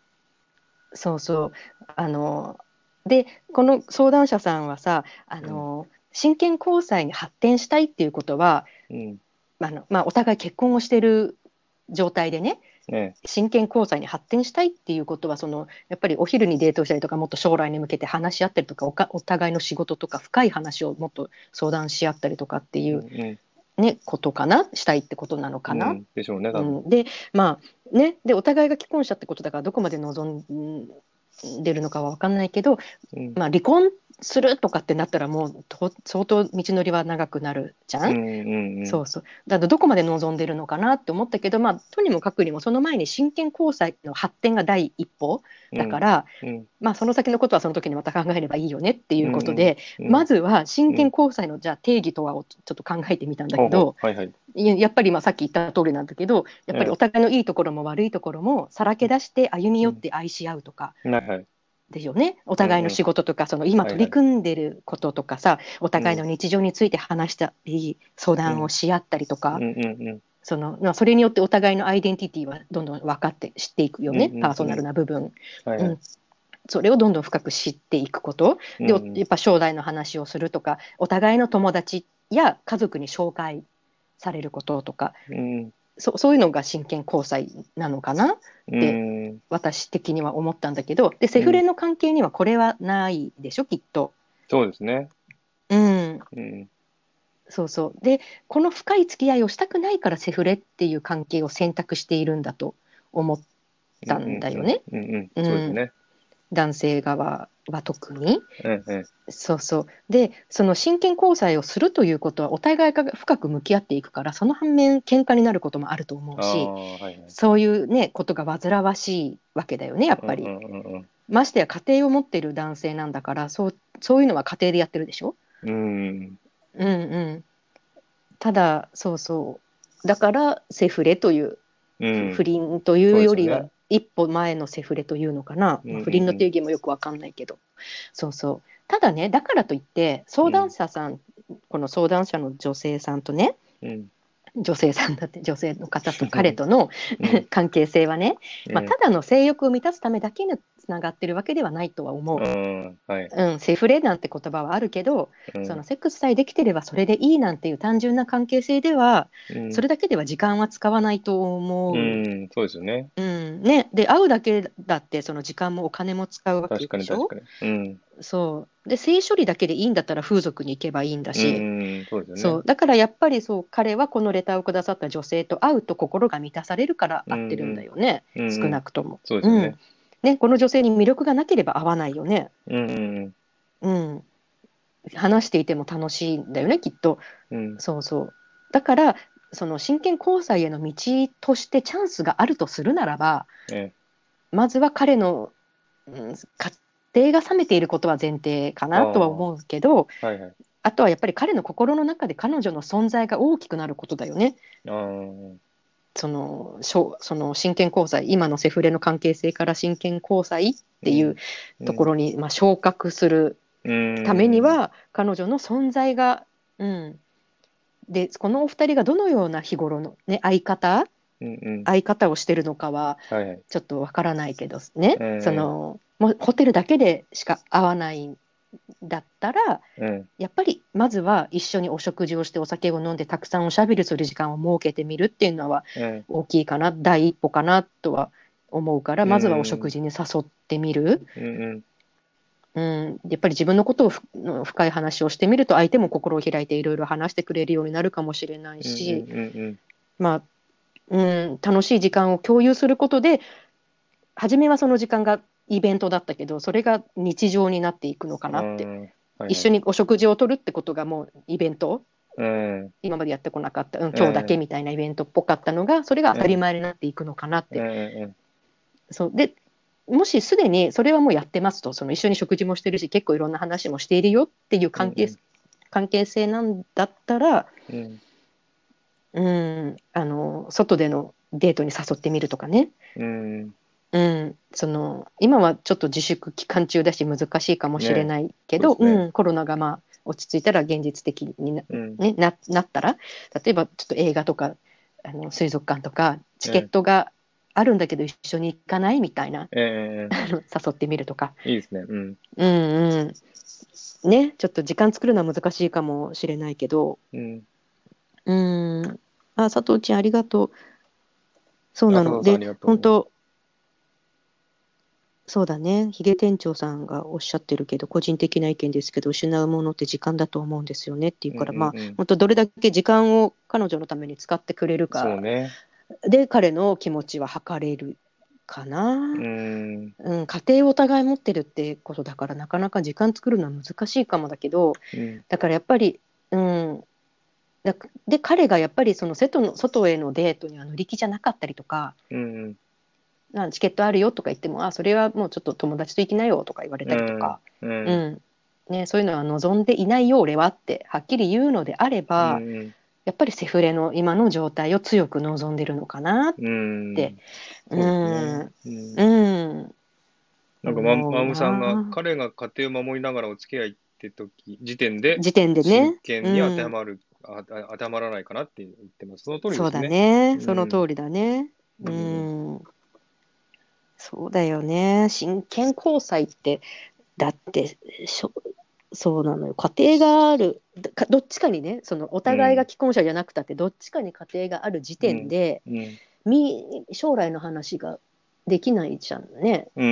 そうそう。で、この相談者さんはさ、真剣交際に発展したいっていうことは、 うん。 お互い結婚をしてる状態でね、 ね。 真剣交際に発展したいっていうことは、やっぱりお昼にデートしたりとか、もっと将来に向けて話し合ったりとか、お互いの仕事とか深い話をもっと相談し合ったりとかっていうう、 んね、ことかな、したいってことなのうん。うかな。 ん。でしょうね、多分。 で、ね、でお互いが既婚者ってことだからどこまで望んでるのかは分かんないけど、 うん。 離婚するとかってなったらもう相当道のりは長くなるじゃん。 うんうんうん。 そうそう。だからどこまで望んでるのかなって思ったけど、とにもかくにもその前に真剣交際の発展が第一歩うん。 だから、 うん。 その先のことはその時にまた考えればいいよねっていうことうん。 で、 うん。 まずは真うん。 剣交際のじゃあ定義とはをちょっと考えてみたんだほうほう。 けど、 はいはい。 やっぱりさっき言った通りなんだけど、やっぱりおえ互いのいいところも悪いところもさらけ出して歩みうん。 寄って愛し合うとかはいはい。 でしょうね。お互いのうんうん。 仕事とか、今はいはい。 取り組んでることとかさ、おうん。 互いの日常について話したり、相うん。 談をし合ったりとか、 うんうんうん。 それによってお互いのアイデンティティはどんどん分かって知っていくようんね、パーソナルうんうん。 な部分。 はいはい。 うん、それをどんどん深く知っていくことで、 うんうん。 やっぱ将来の話をするとか、お互いの友達や家族に紹介されることとか、 うん。 そういうのが真剣交際なのかなっうてん。 私的には思ったんだけど、でセうん。 フレの関係にはこれはないでしょきっと。 そうですね。 うん、 うん。 そうそう。でこの深い付き合いをしたくないからセフレっていう関係を選択しているんだと思っうんたんだうんうん。 よね。 うんうん。 うん、 そうですね。 男性側は特に。 うんうん。 そうそう。で、その真剣交際をするということは、お互いが深く向き合っていくから、その反面、喧嘩になることもあると思うし、 ああ、はいはい。 そういうね、ことが煩わしいわけだよね、やっぱり。 うんうんうんましてや家庭を持っている男性なんだから、そういうのは家庭でやってるでしょ。 うん。うん。 うんうん。ただ、そうそう。だから、セフレという、 うん。 不倫といそううよりは、 ですよね。 一歩前のセフレというのかな。 うん不倫の定うん義もよくわかんないけど。そうそう。ただね、だからといって、相うん。うん。 談者さん、この相談者の女性さんとね、 うん。 女性さんだって女性の方と彼とのうん。 関係性はね、たうん。 だの性欲を満たすためだけにつながってるわけではないとは思うう。 ん。はい。 セフレなんて言葉はあるけど、 うん。 そのセックスさえできてればそれでいいなんていう単純な関係性では、 うん。 それだけでは時間は使わないとう思う。 ん。そうですよね。 ね、で会うだけだってその時間もお金も使うわけ確かでしょ。 に確かに。うん。 そうで性処理だけでいいんだったら風俗に行けばいいんだうし、 ん。そうですよね。 そうだからやっぱりそう彼はこのレターをくださった女性と会うと心が満たされるからう会ってるんだん。 よね、 うん。 少うん。 なくとも。 そうですよね。 ね、この女性に魅力がなければ会わないよね。 うん。 うん、話していても楽しいんだよねきっと。 うん。 そうそうだからその真剣交際への道としてチャンスがあるとするならば、 え、 まずは彼の、家庭が冷めていることは前提かああ、 なとは思うけど、 はいはい。 あとはやっぱり彼の心の中で彼女の存在が大きくなることだよね。 ああ、 その真剣交際、今のセフレの関係性から真剣交際っていううん。うん。 ところに、昇格するうためにん。 は彼女の存在が、うん、でこのお二人がどのような日頃の、ね、 うん。うん。 相方をしてるのかははいはい。 ちょっとわからないけどね、 えもうホテルだけでしか会わないんだったら、 うん。 やっぱりまずは一緒にお食事をしてお酒を飲んでたくさんおしゃべりする時間を設けてみるっていうのは大きいかな、第一歩かなとは思うから、 うまずはお食ん。 事に誘ってみる。 うん。うん。 やっぱり自分のことを深い話をしてみると相手も心を開いていろいろ話してくれるようになるかもしれないうん。 し、 うん。うん。 まあ楽しい時間を共有することで、初めはその時間がイベントだったけど、それが日常になっていくのかなって。 うん。はいはい。 一緒にお食事をとるってことがもうイベント、 うん。 今までやってこなかった、今日だけうん。 みたいなイベントっぽかったのが、それが当たりうん。 前になっていくのかなっうて。 ん。 そうでもしすでにそれはもうやってますと、一緒に食事もしてるし、結構いろんな話もしているよっていううん。 関係性なんだったら、 うん。 外でのデートに誘ってみるとかね。 うん。 今はちょっと自粛期間中だし難しいかもしれね。 ないけど、 そうですね。 コロナが落ち着いたら現実的にうん。 なったら、例えばちょっと映画とか水族館とかチケッね。 トがあるんだけど一緒に行かないみたいなえ誘ってみるとか。 いいですね。うん。 うんうん。ね、ちょっと時間作るのは難しいかもしれないけど、 うん。 うん。あ、佐藤ちゃんありがとう。そうあ、 なの。 佐藤さんあで、 りがとう。 本当そうだね。ヒゲ店長さんがおっしゃってるけど、個人的な意見ですけど、失うものって時間だと思うんですよねっていううんうから、まあ、 んうん。 本当どれだけ時間を彼女のために使ってくれるかそうね。 で、彼の気持ちは測れるかうな。 ん。 うん、家庭をお互い持ってるってことだから、なかなか時間作るのは難しいかもだけど、 うん。 だからやっぱり、うん、で、彼がやっぱりその外へのデートには乗り気じゃなかったりとか、 うんチケットあるよとか言っても、それはもうちょっと友達と行きなよとか言われうん。 たりとか、 うん。 うん、ね、そういうのは望んでいないよ、俺はってはっきり言うのであれうば、 ん。 やっぱりセフレの今の状態を強く望んでるのかなっうん。 て、うそうですね。 ん、 うん。 うん、 なんか思うマムさんが、 な。 彼が家庭を守りながらお付き合いって時点で、 時点で真ね、う剣に当てはん、 まる、当てはまらないかなって言ってます。その通りでそうだすね。 ね、 うん。 その通りだね。ううん。 ん、そうだよね。真剣交際って、だってそうなのよ。家庭がある、どっちかにね、そのおうん。 互いが既婚者じゃなくたって、どっちかに家庭がある時うん。 点で、 うん。 将来の話ができないじゃんね。 うん。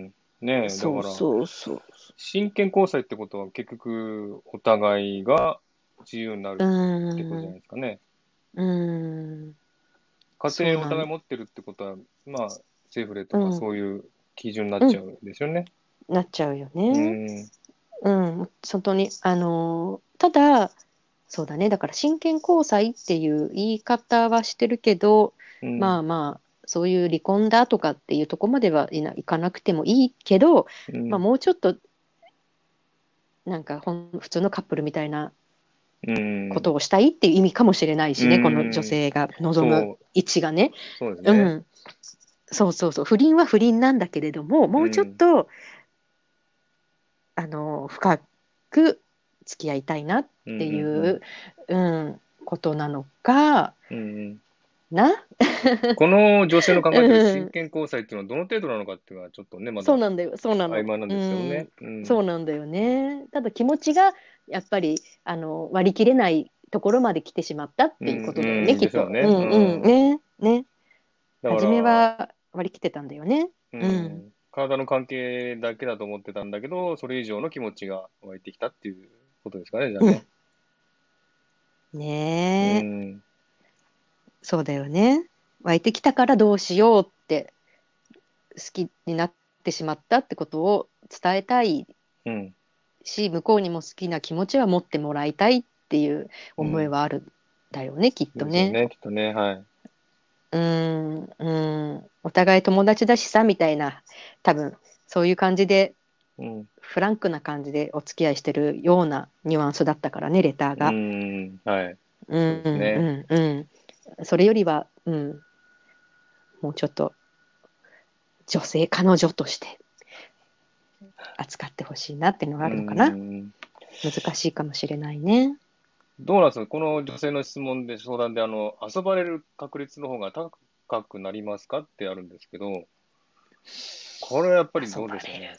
ねえ、だそうから、 そうそう。 真剣交際ってことは結局、お互いが自由になうるってことじゃーん、 ないですかね。 うーん、 家庭をお互いそうなん、 持ってるってことは、まあ、セーフレとかうん、 そういう基準になっうん、 ちゃうんですよね。 なっちゃうようね。 ん。 うん、本当に。ただ、そうだね。だから真剣交際っていう言い方はしてるけど、 うん。 まあまあ、そういう離婚だとかっていうところまでいかなくてもいいけど、まあ、 うん。 もうちょっとなんか普通のカップルみたいなうん。 ことをしたいっていう意味かもしれないうしね、この女ん。 性が望むそう、 位置がね。 そうですね。 うん、そうそうそう。不倫は不倫なんだけれども、もうちょっうん。 と、深く付き合いたいなっうん。 ていうん。 う、うん、ことなのかうん。うん。 な。 この女性の考えてるうん、 真剣交際っていうのはどの程度なのかっていうのはちょっとね、まだそうなんだよ、そうなの。 曖昧なんうですけどね。 ん、 うん。 そうなんだよね。ただ気持ちがやっぱり割り切れないところまで来てしまったっていううん。 ことだよね、 うん。 きっと。うでしょうね。うんうん、 ん。 ね、ね。 だか初めら、 は割り切ってたんだよね。 ううん。 ん。体の関係だけだと思ってたんだけど、それ以上の気持ちが湧いてきたっていうことですかね、じゃあね。 うん。 うねえ、 ん。 そうだよね。湧いてきたからどうしようって好きになってしまったってことを伝えたいうん。 し、向こうにも好きな気持ちは持ってもらいたいっていう思いうん。 はあるんだよね、きっとね。 ですよね、きっとね。はい。 お互い友達だしさ、みたいな、多分、そういう感じで、 うん。 フランクな感じでお付き合いしてるようなニュアンスだったからね、レターうが。 ん。はい。そううん、 ですね。 それよりは、もうちょっと彼女として扱ってほしいなっていうのがうあるのかな。 ん。 難しいかもしれないね。 どうなんですかこの女性の質問で、相談で、遊ばれる確率の方が高くなりますかってあるんですけど、これはやっぱり遊どうでばれる。 すかね。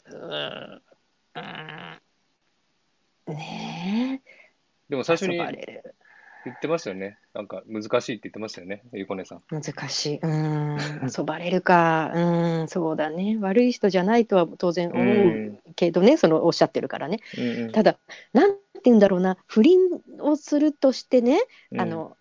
ねでもえ、遊ば最初にれる。 言ってましたよね。なんか難しいって言ってましたよね。ゆうこねさん。 難しい。遊ばれるか。そうだね。悪い人じゃないとは当然う思うん。 けどね、そのおっしゃってるからね。 うんただ、なんて言うんだろうな、不倫をするとしてね、 うん。 あの、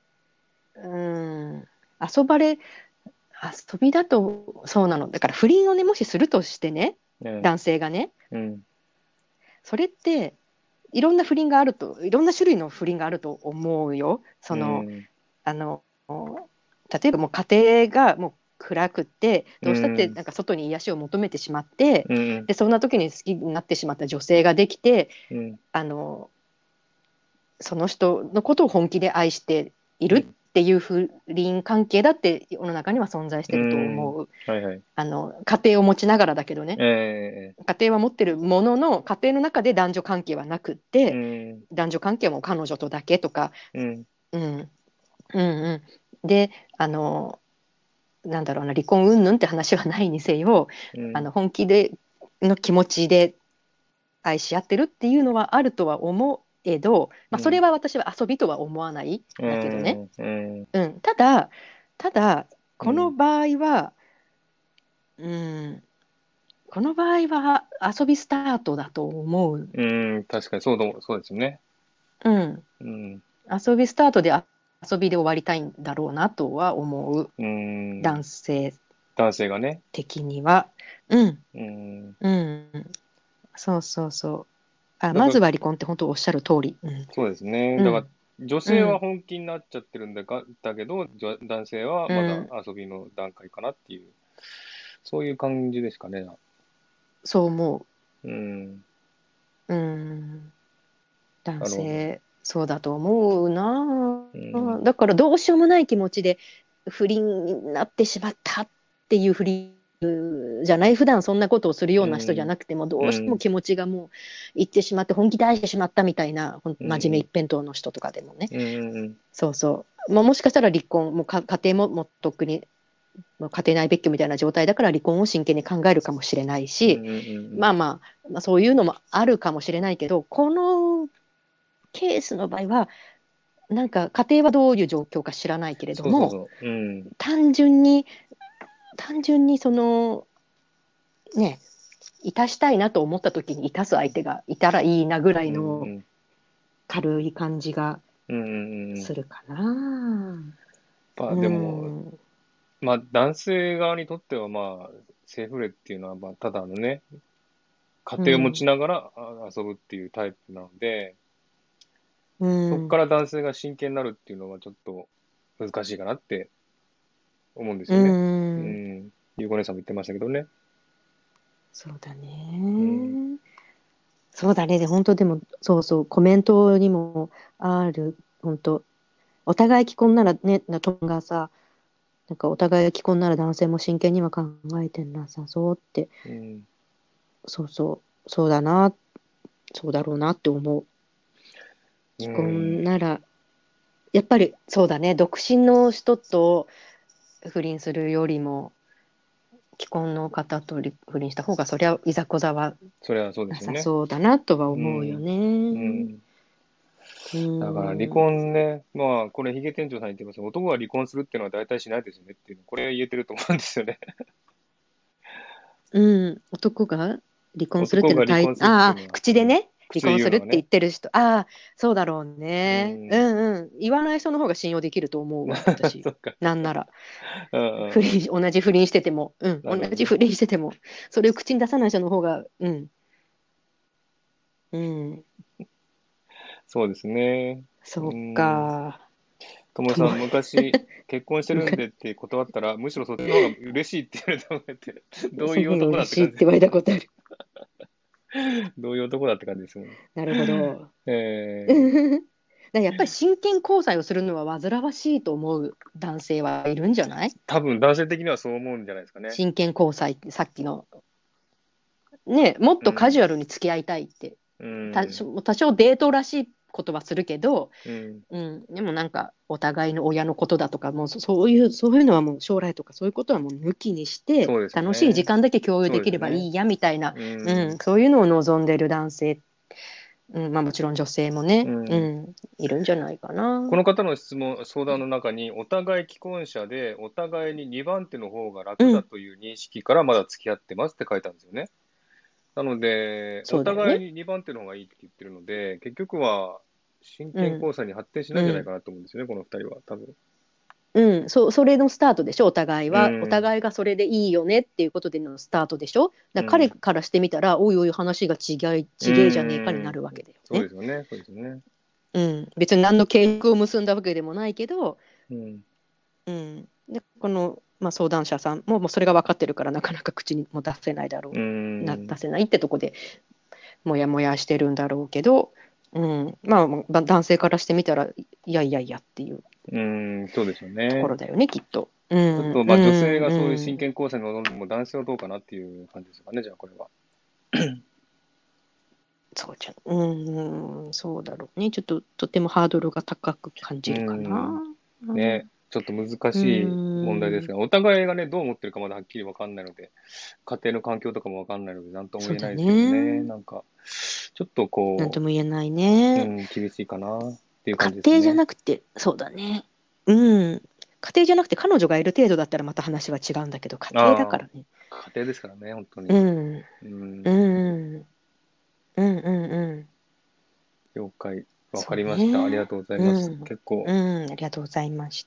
遊ばれ、遊びだとそうなの。だから不倫をね、もしするとしてね、 うん。 男性がね、 うん。 それっていろんな不倫があると、いろんな種類の不倫があると思うよ。 うんあの、例えばもう家庭がもう暗くってうどうしたってん。 なんか外に癒しを求めてしまって、 うん。 でそんな時に好きになってしまった女性ができて、 うん。 あのその人のことを本気で愛しているっうん。 ていう不倫関係だって世の中には存在しうてるとん。 思う。 はいはい。 家庭を持ちながらだけどね、 ええ家庭は持ってるものの家庭の中で男女関係はなくっうて、 ん。 男女関係はもう彼女とだけとか、 うん。 うんうんうん、であのなんだろうな、離婚云々って話はないにせよ、 うん、 本気での気持ちで愛し合ってるっていうのはあるとは思えど、まあ、それうん、 は私は遊びとは思わないんうだけどね。 ん、うん、 うん、ただ、このうん、 場合は、うん、この場合は遊びスタートだと思う。 うん、確かにそうですよね。 うん、 うん、 遊びスタートで遊びで終わりたいんだろうなとは思う。 うん、 男性男性がね。 的には。うん、 うん、 うん、そうそうそう。 だから、 まずは離婚って本当おっしゃる通り。うん、 そうですね。だから、 うん、 女性はうん、 本気になっちゃってるだけど、男性はまだうん、 遊びの段階かなっていう、そういう感じですかね。 そう思うん、 う。うん、男なるほど。 性、そうだと思うな。 うん、 だからどうしようもない気持ちで不倫になってしまったっていう不倫じゃない、普段そんなことをするような人じゃうん、 なくても、どうしてもうん、 気持ちがもういってしまって、本気で愛してしまったみたいな、真面目うん、 一辺倒の人とかでもね。 うん、 そうそう。まあ、もしかしたら離婚、もう家庭ももうとっくにまあ家庭内別居みたいな状態だから離婚を真剣に考えるかもしれないし、 うん、うん、 まあまあ、まあ、そういうのもあるかもしれないけど、このケースの場合は、なんか家庭はどういう状況か知らないけれども、 そうそうそう。うん、 単純に、単純にね、いたしたいなと思った時にいたす相手がいたらいいなぐらうん、ういのん、 軽い感じがうん、うん。 するかな。 まあ、 うでも、 ん。 まあ、男性側にとっては、まあ、セーフレっていうのは、まあ、ただのね、家庭を持ちうん。 ながら遊ぶっていうタイプなので、 うそこかん。 ら男性が真剣になるっていうのはちょっと難しいかなって思うんですうよね。うん。 ん。ゆうこ姉さんも言ってましたけどね。 そうだうん。 ね。そうだね。で、本当でも、そうそう、コメントにもある、本当お互い既婚ならね、トムがさ、なんかお互い既婚なら男性も真剣には考えてんなさ、そうって、 うん。 そうそう、そうだな、そうだろうなって思う。 う既ん。 婚なら、やっぱりそうだね、独身の人と不倫するよりも、既婚の方と不倫した方が、そりゃいざこざはそれはそうでなさすよね。 そうだなとはう思うよん。うね。 ん。 うだから離ん。 婚ね、まあ、これヒゲ店長さん言ってます男が離婚するっていうのは大体しないですよねっていうの、これ言えてると思うんですよね。 うん、男が離婚するって男がいうのは離婚するっていああ、 うのは、うん。 口でね、離口で婚するって言っ言うのはね。 てる人、ああ、そうだろううね。うん。 んうん。言わない人の方が信用できると思うわ、私。 そっか。 なんなら。 うんうんうん。 同じ不倫してても、うん、 なるほどね。 同じ不倫してても、それを口に出さない人の方が、うん、うん、 そうですね。うそうん。 か。とも、 ともさん、昔、結婚してるんでって断ったら、むしろそっちの方が嬉しいって言われたのがって、どういう男だ嬉って感じ。 しいって言われたことある。 どういう男だって感じですもん。 なるほど。 えやっぱり真剣交際をするのは煩わしいと思う男性はいるんじゃない？ 多分男性的にはそう思うんじゃないですかね。 真剣交際ってさっきのね、もっとカジュアうん。 ルに付き合いたいって、 うん。 多少デートらしいことはするけど、 うん。 うん、でもなんかお互いの親のことだとか、もうそういうのはもう将来とかそういうことはもう抜きにして、 そうですよ楽しい時ね。 間だけ共有そうできればいですよね。 いやみたいな、 ううん、 ん。 そういうのを望んでる男性、うん、まあもちろん女性もね、ううん。 ん、いるんじゃないかな。 この方の相談の中に、お互い既婚者で、お互いに2番手の方が楽だうん、 という認識からまだ付き合ってますって書いたんですよね。なので、おそうだよね。 互いに2番手の方がいいって言ってるので、結局は真うん、 剣交際に発展しないんじゃないうん。 かなと思うんですよね、この2人は、多分。 うん、それのスタートでしょ、お互いうは。おん、 互いがそれでいいよねっていうことでのスタートでしょ。だから彼うん、 からしてみたら、おいおい話がう違えじゃねえかになん、 るわけだよそうね。 ですよね、そうですよね。 うん、別に何の契約を結んだわけでもないけど、 うん、 うん、でまあ、相談者さんも、もうそれが分かってるからなかなか口にも出せないだろうう出ん、 せないってとこでもやもやしてるんだろうけど、うん、まあ男性からしてみたらいやいやいやっていううん、そうですよところね。 だよねきっと。うん、 ちょっと、 うまあ、女性ん、 がそういううん。 真剣交際に臨んでも男性はどうかなっていう感じですかね、じゃあ、これは。 そうだろうね。ちょっととてもハードルが高く感うじるかな。 ん、 うん、 ね。 ちょっと難うしい問題ですん。 が、お互いがね、どう思ってるかまだはっきりわかんないので、家庭の環境とかもわかんないので、なんともそうだ言えないですけどね。 ね。 なんか、ちょっとなんとこも言えないう、うね。 ん、厳しいかなっていう感家じです庭じゃね。 なくて、そうだね。うん。家庭じゃなくて彼女がいる程度だったらまた話は違うんだけど、家庭だかああ、 らね。 家庭ですからね、本当うに。 ん。 うん、 うん。うんうんうん。 了解。わかそうりました。ありがね。 とうございます。 うん。 結構うん。ありがとうございました。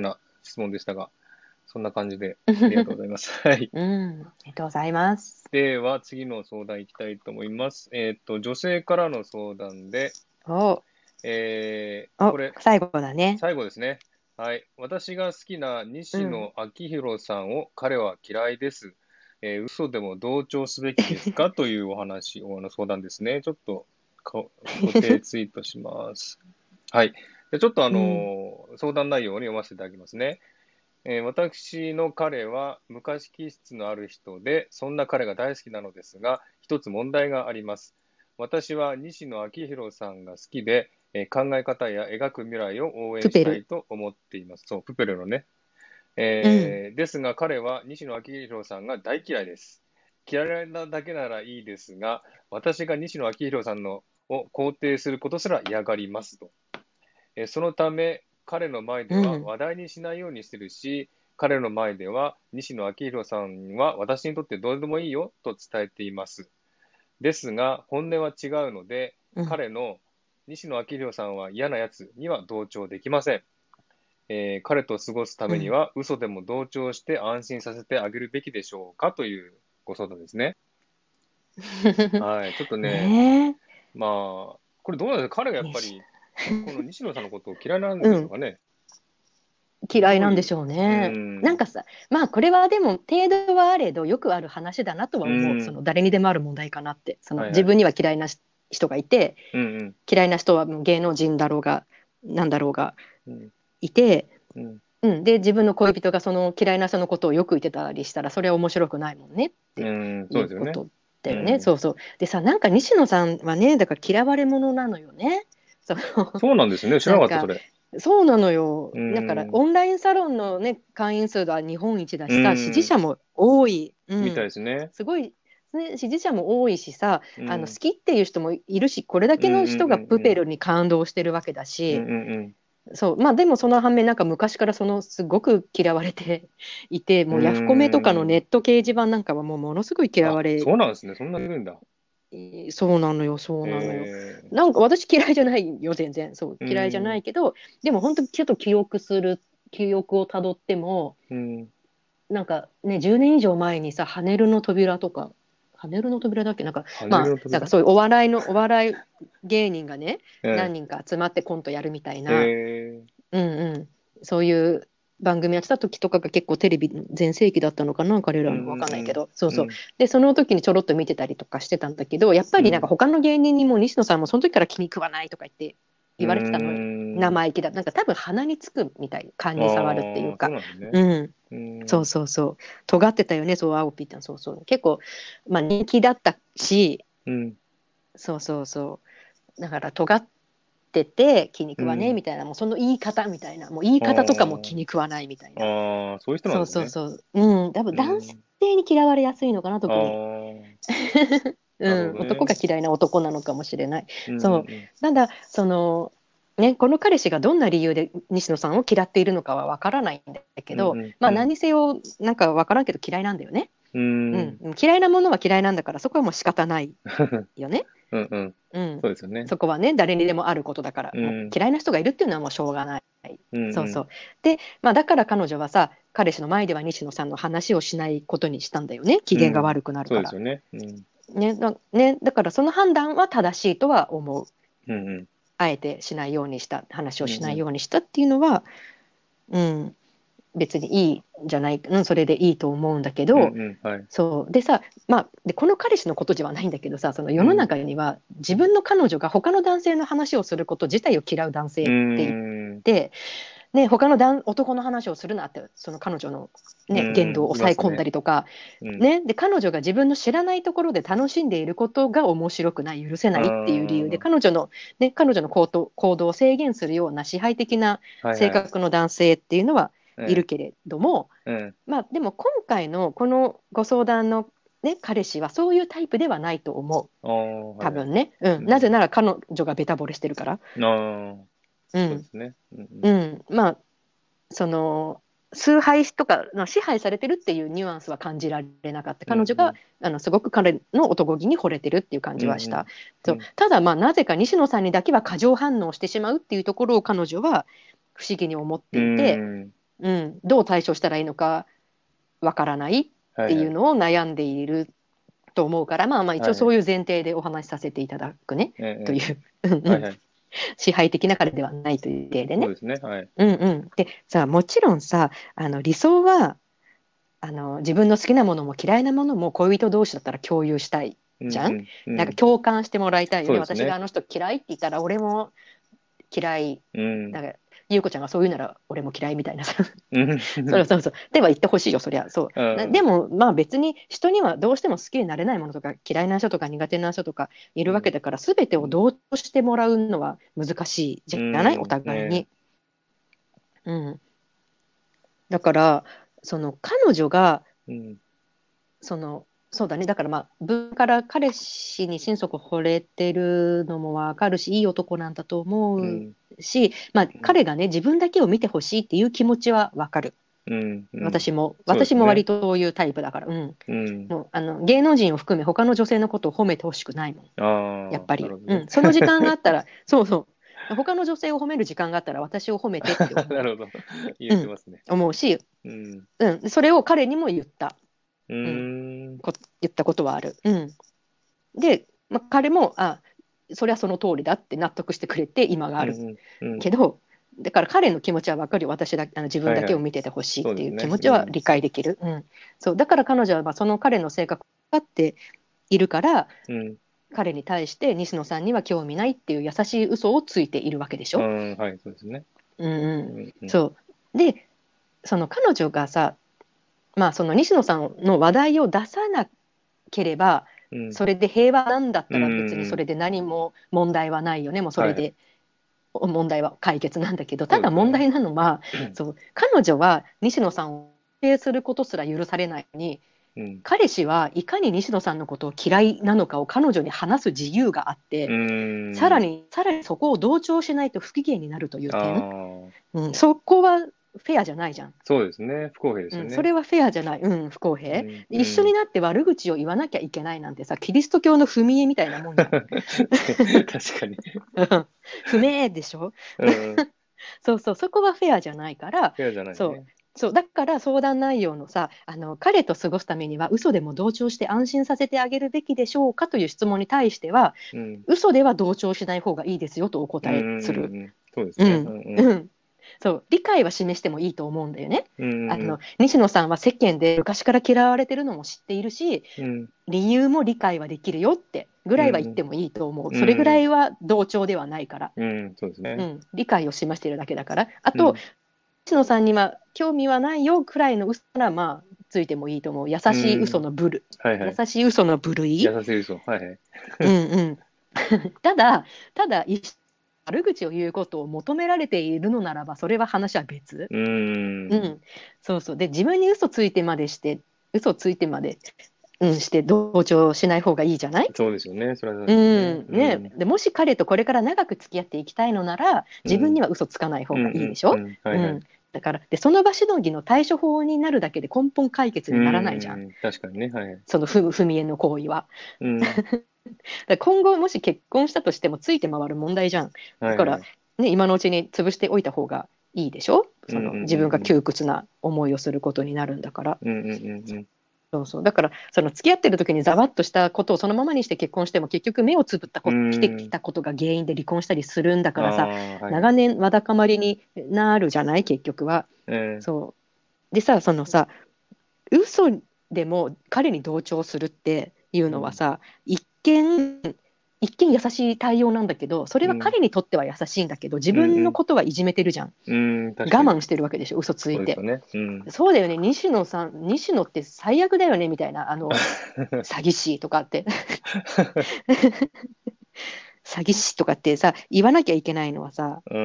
シビアな質問でしたが、そんな感じでありがとうございます。はい。 うん。ありがとうございます。 では、次の相談いきたいと思います。女性からの相談で、 お、 これ、 最後だね。 最後ですね。はい。私が好きなうん。 西野昭弘さんを彼は嫌いです。嘘でも同調すべきですかというお話、相談ですね。ちょっと固定ツイートします。はい。でちょっとうん。 相談内容を読ませていただきますね。私の彼は昔気質のある人で、そんな彼が大好きなのですが、一つ問題があります。私は西野昭弘さんが好きで、考え方や描く未来を応援したいプペル。 と思っています。そう、プペルのね。 うん。 ですが彼は西野昭弘さんが大嫌いです。嫌いなだけならいいですが、私が西野昭弘さんのを肯定することすら嫌がりますと。そのため、彼の前でうん。 は話題にしないようにしてるし、彼の前では西野昭弘さんは私にとってどうでもいいよと伝えています。ですが、本音は違うので、 うん。 彼の西野昭弘さんは嫌なやつには同調できません。彼と過ごすたうん。 めには嘘でも同調して安心させてあげるべきでしょうかというご相談ですね。はい。ちょっとね、 ねまあ、これどうなんですか？彼がやえ。 っぱり、この西野さんのことを嫌いなんうん。 でしょうかね。 嫌いどういう、 なんでしょううーね。なんん、 かさ、まあこれはでも程度はあれどよくある話だなとうは思う。そーん、 の誰にでもある問題かなって。そのはいはい。 自分には嫌いな人がいて、 うんうん、 嫌いな人はもう芸能人だろうが、なんだろうがうん、 いて、 うん、 うん、で自分の恋人がその嫌いな人のことをよく言ってたりしたらそれは面白くないもんねってうん、そうですよね。 いうことだよね。 うん。 そうそう。でさ、なんか西野さんはね、だから嫌われ者なのよね。そのそうなんですね。知らなかった、そなんかれ。 そうなのよ。 うだからーん、 オンラインサロンのね会員数が日本一だうしさ、支持ーん、 者も多い。うみたいん。 ですね。 すごい、ね、支持者も多いしさ、好うん、 きっていう人もいるし、これだうん、 けの人うん、 がプうん、 ペルに感動してるわけだうん、うし、 ん、うん。 そう、まあでもその反面なんか昔からそのすごく嫌われていて、 うーもうヤフコメとかのネん。 ット掲示板なんかはもうものすごい嫌あ、 われ、 そうなんですね。そんなにいるんだ。 そうなのよ、そうなのよ。 えなんか私嫌いじゃないよ、全然。そう、 う嫌いじゃなん、 いけど、でも本当にちょっと記憶をたどっても、 うん。 なんかね、10年以上前にさ、ハネルの扉とか、ハネルの扉だっけなんか、 跳ねるまあ、 の扉。 なんかそういうお笑い芸人がね、 え何人か集まってコントやるみたいえな、 ええうんうん、そういう番組やってた時とかが結構テレビ全盛期だったのかな、彼うん、 らのわかんないけど、そうそう。 うん、 で、その時にちょろっと見てたりとかしてたんだけど、やっぱうん、 りなんか他の芸人にも西野さんもその時から気に食わないとかう言われてたのよ。 ん。 生意気だ。なんか多分鼻につくみたい。勘あに触るっていうあ、そうか。 なんですね。 うん。 うそうん、 そうそう。尖ってたよね、そう、青ピーってそうそう。結構、まあ人気だったし、 うん、 そうそうそう。だから尖ってて気に食わねえうん。 みたいな、もうその言い方みたいな、もう言い方とかも気あに食わないみたいあ、 な。 ああ、そういう人なんそうですね。 そうそう。うん。多分男うん。 性に嫌われやすいのかな、 あ特に。 あ、なるほうん。 どね。 男が嫌いな男なのかもしれない。 うん、うそう。 ん、 ただ、その、ね、この彼氏がどんな理由で西野さんを嫌っているのかは分からないんだけうん、 ど、 うん、 まあうん、 何にせよなんか分からんけど嫌いなんだよね。 うん。 うん、嫌いなものは嫌いなんだからそこはもう仕方ないよね。 うん、うん。 うん、 そうですよね。 そこはね誰にでもあることだからもううん、 嫌いな人がいるっていうのはもうしょうがない。 うん、うん。 そうそう。で、まあ、だから彼女はさ彼氏の前では西野さんの話をしないことにしたんだよね、機うん。 嫌が悪くなるから。 そうですよね。うん、 ね、だからその判断は正しいとは思う。 うん、うん、 あえてしないようにした話をうん、うん、 しないようにしたっていうのは、うん、別にいいんじゃない、うん、それでいいと思うんだけうん、 ど、 うん、はい。 そうでさ、まあ、でこの彼氏のことではないんだけどさ、その世のうん、 中には自分の彼女が他の男性の話をすること自体を嫌う男う性っていん、 て、 ね、他の男の話をするなって、その彼女の、ね、言動を抑え込んだりとか、ね、で彼女が自分の知らないところで楽しんでいることが面白くない、許せないっていう理由で、彼女の行動を制限するような支配的な性格の男性っていうのはいるけれども、まあ、でも今回のこのご相談の、ね、彼氏はそういうタイプではないと思う、多分ね、なぜなら彼女がベタ惚れしてるから。 そうですね。 まあその崇拝とか支配されてるっていうニュアンスは感じられなかった。彼女が、すごく彼の男気に惚れてるっていう感じはした。ただまあなぜか西野さんにだけは過剰反応してしまうっていうところを彼女は不思議に思っていて、どう対処したらいいのかわからないっていうのを悩んでいると思うから、まあ一応そういう前提でお話しさせていただくね、という支配的な彼ではないという体でね。 そうですね。はい。 でさあ、もちろんさ、理想は自分の好きなものも嫌いなものも恋人同士だったら共有したいじゃん。なんか共感してもらいたいよね。私があの人嫌いって言ったら俺も嫌い。だから優子ちゃんがそう言うなら俺も嫌いみたいなさそうでは言ってほしいよ、そりゃそう。でもまあ別に人にはどうしても好きになれないものとか嫌いな人とか苦手な人とかいるわけだから、全てを同調してもらうのは難しいじゃない、お互いに。だからその彼女が、そうだね、だからまあ分から彼氏に心底惚れてるのもわかるし、いい男なんだと思うし、まあ彼がね自分だけを見てほしいっていう気持ちはわかる。私も割とそういうタイプだから、もう芸能人を含め他の女性のことを褒めてほしくないもん、やっぱり。その時間があったら他の女性を褒める時間があったら私を褒めてって思う。 なるほど。言ってますね。 思うし、それを彼にも言った。言ったことはある。で、彼もそれはその通りだって納得してくれて今がある。けどだから彼の気持ちは分かるよ。自分だけを見ててほしいっていう気持ちは理解できる。そうだから彼女はその彼の性格が分かっているから、彼に対して西野さんには興味ないっていう優しい嘘をついているわけでしょ。 はい、そうですね。 そうでその彼女がさ、まあその西野さんの話題を出さなければ、それで平和なんだったら別にそれで何も問題はないよね。もうそれで問題は解決なんだけど、ただ問題なのは、彼女は西野さんを否定することすら許されないのに、彼氏はいかに西野さんのことを嫌いなのかを彼女に話す自由があって、さらにそこを同調しないと不機嫌になるという点、そこはフェアじゃないじゃん。 そうですね、不公平ですよね。 それはフェアじゃない、不公平、一緒になって悪口を言わなきゃいけないなんてさ、キリスト教の踏み絵みたいなもんじゃん。確かに。 不明でしょ、そこはフェアじゃないから、 フェアじゃないね。 そうだから相談内容のさ、彼と過ごすためには嘘でも同調して安心させてあげるべきでしょうかという質問に対しては、嘘では同調しない方がいいですよとお答えする。 そうですね。 そう理解は示してもいいと思うんだよね。西野さんは世間で昔から嫌われてるのも知っているし、理由も理解はできるよってぐらいは言ってもいいと思う。それぐらいは同調ではないから、 そうですね。 理解を示しているだけだから。あと、西野さんには興味はないよくらいの嘘ならまあついてもいいと思う。優しい嘘の部類。優しい嘘の部類。 優しい嘘。 ただ悪口を言うことを求められているのならばそれは話は別。で自分に嘘ついてまでして同調しない方がいいじゃない。 そうですよね。それはでもし彼とこれから長く付き合っていきたいのなら自分には嘘つかない方がいいでしょ。だからその場しのぎの対処法になるだけで根本解決にならないじゃん。 確かにね。 その踏み絵の行為は。今後もし結婚したとしてもついて回る問題じゃん。だから、今のうちに潰しておいた方がいいでしょ。自分が窮屈な思いをすることになるんだから。だからその付き合ってる時にざわっとしたことをそのままにして結婚しても結局目をつぶったしてきたことが原因で離婚したりするんだからさ、長年わだかまりになるじゃない結局は。でさ、嘘でも彼に同調するっていうのはさ、一見一見優しい対応なんだけど、それは彼にとっては優しいんだけど、自分のことはいじめてるじゃん。我確かに。 慢してるわけでしょ、嘘ついて。 そうですよね。 そうだよね、西野って最悪だよねみたいな、詐欺師とかって詐欺師とかってさ、言わなきゃいけないのはさ、 うん、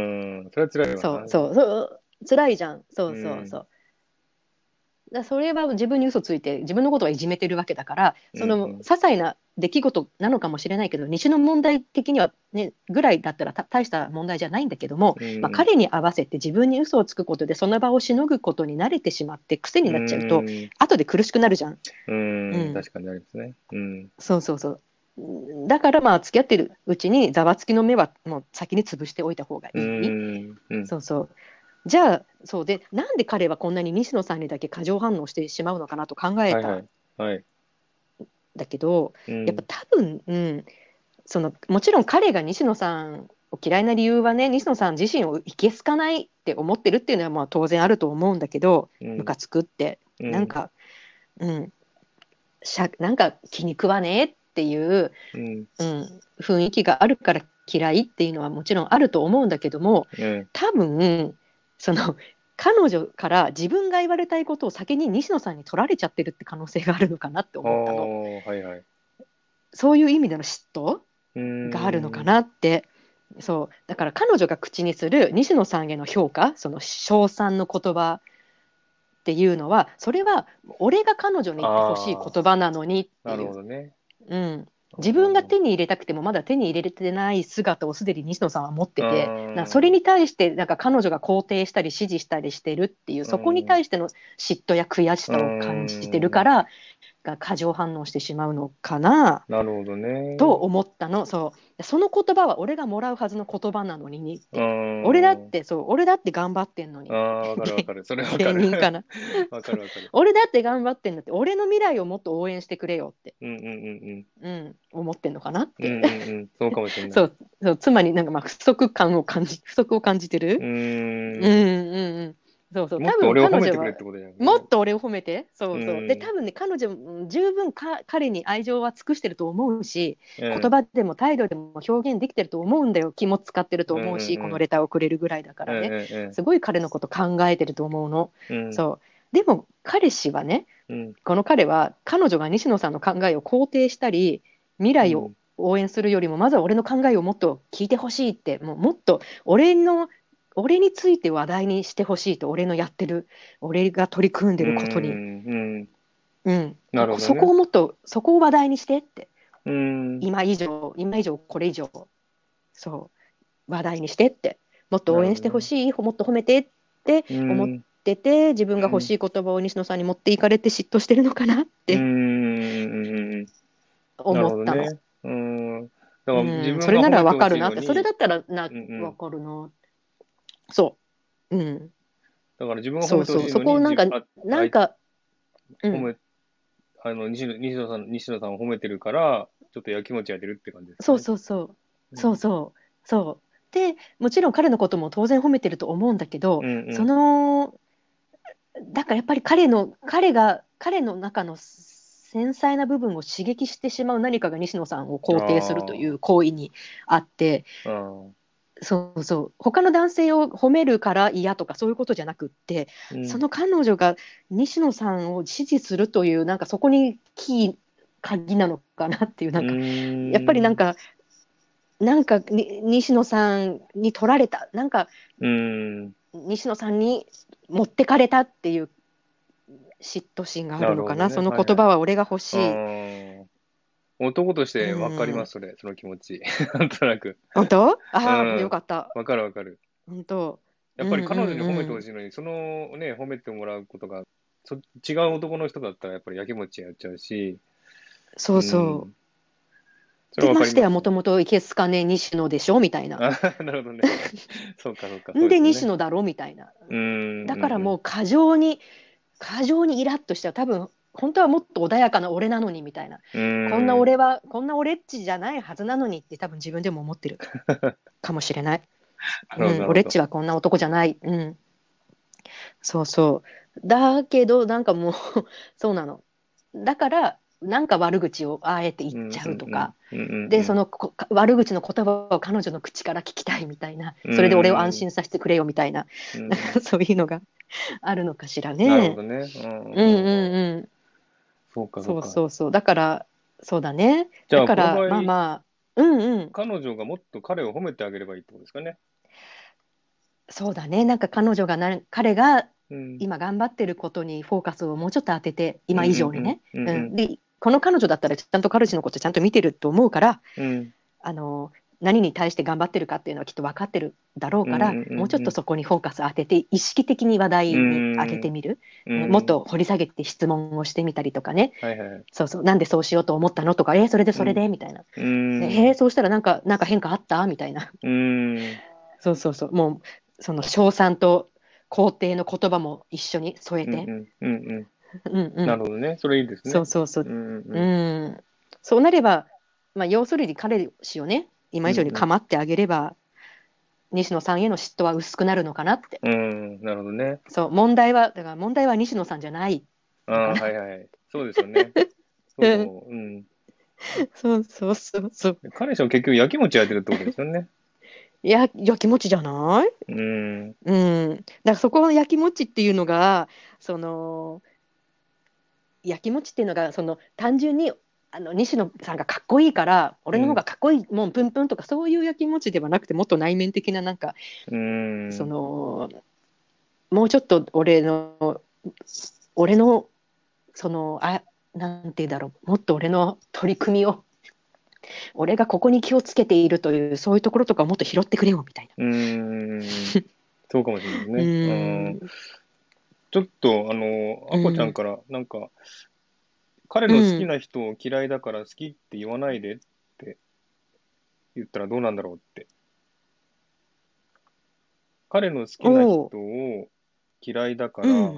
それは辛いわな。 辛いじゃん。そううそうそん、 う。それは自分に嘘ついて自分のことはいじめてるわけだから、その些細な出来事なのかもしれないけど、西の問題的にはねぐらいだったら大した問題じゃないんだけども、彼に合わせて自分に嘘をつくことでその場をしのぐことに慣れてしまって癖になっちゃうと、後で苦しくなるじゃん。 確かにありますね。 そうそうそう。だからまあ付き合ってるうちにざわつきの目はもう先に潰しておいた方がいい。そうそう。じゃあそうで、なんで彼はこんなに西野さんにだけ過剰反応してしまうのかなと考えたんだけど、やっぱ多分、もちろん彼が西野さんを嫌いな理由はね、西野さん自身をいけすかないって思ってるっていうのはまあ当然あると思うんだけど、ムカつくって、なんか気に食わねえっていう、雰囲気があるから嫌いっていうのはもちろんあると思うんだけども、多分彼女から自分が言われたいことを先に西野さんに取られちゃってるって可能性があるのかなって思ったの。そういう意味での嫉妬があるのかなって。そうだから彼女が口にする西野さんへの評価、その称賛の言葉っていうのは、それは俺が彼女に言ってほしい言葉なのにっていう。自分が手に入れたくてもまだ手に入れれてない姿をすでに西野さんは持ってて、それに対してなんか彼女が肯定したり支持したりしてるっていう、そこに対しての嫉妬や悔しさを感じてるからが過剰反応してしまうのかなと思ったの。その言葉は俺がもらうはずの言葉なのにって。俺だって頑張ってんのに。 わかるわかる。それはわかる。 芸人かな。 わかるわかる。 俺だって頑張ってんだって、俺の未来をもっと応援してくれよって。思ってんのかなって。 そうかもしれない。 つまりなんかまあ不足を感じてる。そうそう。 もっと俺を褒めてくれってことじゃん。 もっと俺を褒めて。そうそう。で、多分ね、彼女十分彼に愛情は尽くしてると思うし、言葉でも態度でも表現できてると思うんだよ。気も使ってると思うし、このレターをくれるぐらいだからね。すごい彼のこと考えてると思うの。そう。でも彼氏はね、この彼は彼女が西野さんの考えを肯定したり、未来を応援するよりも、まずは俺の考えをもっと聞いてほしいって、もっと俺について話題にしてほしいと、俺のやってる、俺が取り組んでることに、そこを話題にしてって、今以上これ以上、そう話題にしてって、もっと応援してほしい、もっと褒めてって思ってて、自分が欲しい言葉を西野さんに持っていかれて嫉妬してるのかなって思ったの。 だから自分がそれならわかるなって、 褒めてほしいのにそれだったらわかるな。そう。 だから自分が褒めてほしいのに、 そこをなんか、 西野さんを褒めてるから、ちょっとやきもち焼いてるって感じですそね。 う。で、もちろん彼のことも当然褒めてると思うんだけど、だからやっぱり彼の中の繊細な部分を刺激してしまう何かが西野さんを肯定するという行為にあって、他の男性を褒めるから嫌とかそういうことじゃなくって、その彼女が西野さんを支持するというなんかそこに鍵なのかなっていう、なんかやっぱりなんか西野さんに取られた、なんか西野さんに持ってかれたっていう嫉妬心があるのかな。その言葉は俺が欲しい。 男として分かります、その気持ち。なんとなく。 本当？よかった。 分かる分かる。 本当。 やっぱり彼女に褒めてほしいのに、そのね、褒めてもらうことが、違う男の人だったらやっぱりやきもちやっちゃうし。 そうそう。で、ましてやもともといけすかね西野でしょみたいな。 なるほどね。そうか。 で、西野だろみたいな。だからもう過剰にイラッとしちゃう。多分本当はもっと穏やかな俺なのにみたいな。こんな俺っちじゃないはずなのにって多分自分でも思ってるかもしれない。俺っちはこんな男じゃない。そう。だけどなんかもうそうなの。だからなんか悪口をあえて言っちゃうんうんうとか、 うんうんで、その悪口の言葉を彼女の口から聞きたいみたいな、 うそれで俺を安ん心させてくれよみたいな、 うんうなんん。 かそういうのがあるのかしらなるほね。 どね。うんうんうんうんうん。 うん。 そうかそうそうか。 そうそう。だから、そうだね。 じゃあ、 だから、 この場合、 まあまあ、うんうん。 彼女がもっと彼を褒めてあげればいいってことですかね。 そうだね。なんか彼がうん。 今頑張ってることにフォーカスをもうちょっと当てて、 うん今以上にね。 うんうんうんうん。で、この彼女だったらちゃんと彼氏のことちゃんと見てると思うから、 うん。 あの、何に対して頑張ってるかっていうのはきっと分かってるだろうから、 うんうんもうちょっうんとそこにフォーカスを当てて、意識的に話う題に当てん。 てみる。 うもっん。 と掘り下げて質問をしてみたりとかね。 はいはいはい。 そうそう、なんでそうしようと思ったのとか、それでそれうん。 でみたいな。 うん。 そうしたらなんか変化あったみたいな。 うん。 そうそうそう。もう、その称賛と肯定の言葉も一緒に添えて。 うんうんうんうん。 うんうん。 なるほどね。それいいですね。 そうそうそう。 うんううんん。そうなれば、まあ、要するに彼氏をね、今以上にうん構ってあげれば、西野さんへの嫉妬は薄くなるのかなって。 うん。うん。なるほどね。 そう、だから問題は西野さんじゃないああ、 のかな。 はいはい。そうですよね。そうかうんも。うん。 そうそうそうそう。 彼氏は結局やきもち焼いてるってことですよね。 いや、気持ちじゃないうん。 うん。だからそこのやきもちっていうのが、その、やきもちっていうのが、その単純に西野さんがかっこいいから、俺の方がうん。 かっこいいもんプンプンとか、そういうやきもちではなくて、もっと内面的な、なんか、 うそん。 の、もうちょっと俺の、その、なんて言うんだろう、もっと俺の取り組みを、俺がここに気をつけているという、そういうところとかをもっと拾ってくれよ、みたいな。 うん。そうかもしれないですうね。うん。 ん、 ちょっと、 うあこちゃんん、 から、なんか、彼うの好きん。 な人を嫌いだから好きって言わないでって言ったらどうなんだろうって。彼の好きなおう、 人を嫌いだから好うん。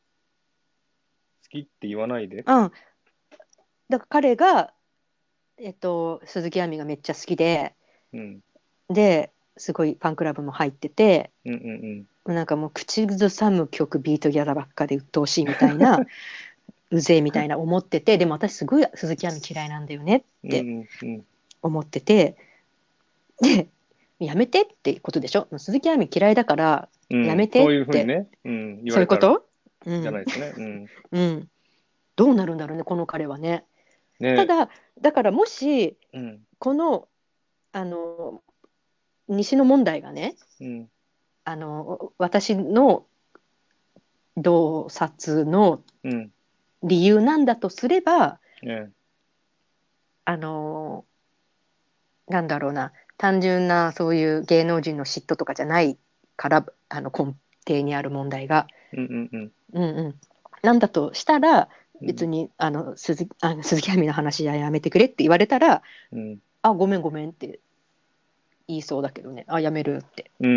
きって言わないで。 あ、だから彼が、鈴木亜美がめっちゃ好きうん。 すごいファンクラブも入ってて、 うんうんなんかもう口ずさむ曲ビートギャラばっかで鬱陶しいみたいな、うぜえみたいな思ってて、でも私すごい鈴木亜美嫌いなんだよねっうん。うてんうん思ってて、で、やめてってことでしょ。鈴木亜美嫌いだからうん。うん。 やめてそういうふうにって、 ね、うん、言われたら、 そういうこと。うん。 じゃないですかね。うん。 うん。どうなるんだろうね、この彼はね。たね。 だ、だからもし、 うん。 この、あの、西の問題がね、 うん。 私の洞察のうん。 理由なんだとすれば、 ね。 あの、なんだろうな、単純なそういう芸能人の嫉妬とかじゃないから、根底にある問題が。 うんうんうん。 うんうん。なんだとしたら、別うん。 に鈴木亜美の話はやめてくれって言われたら、 うん。 ごめんごめんって言いそうだけどね、やめるって。 うん。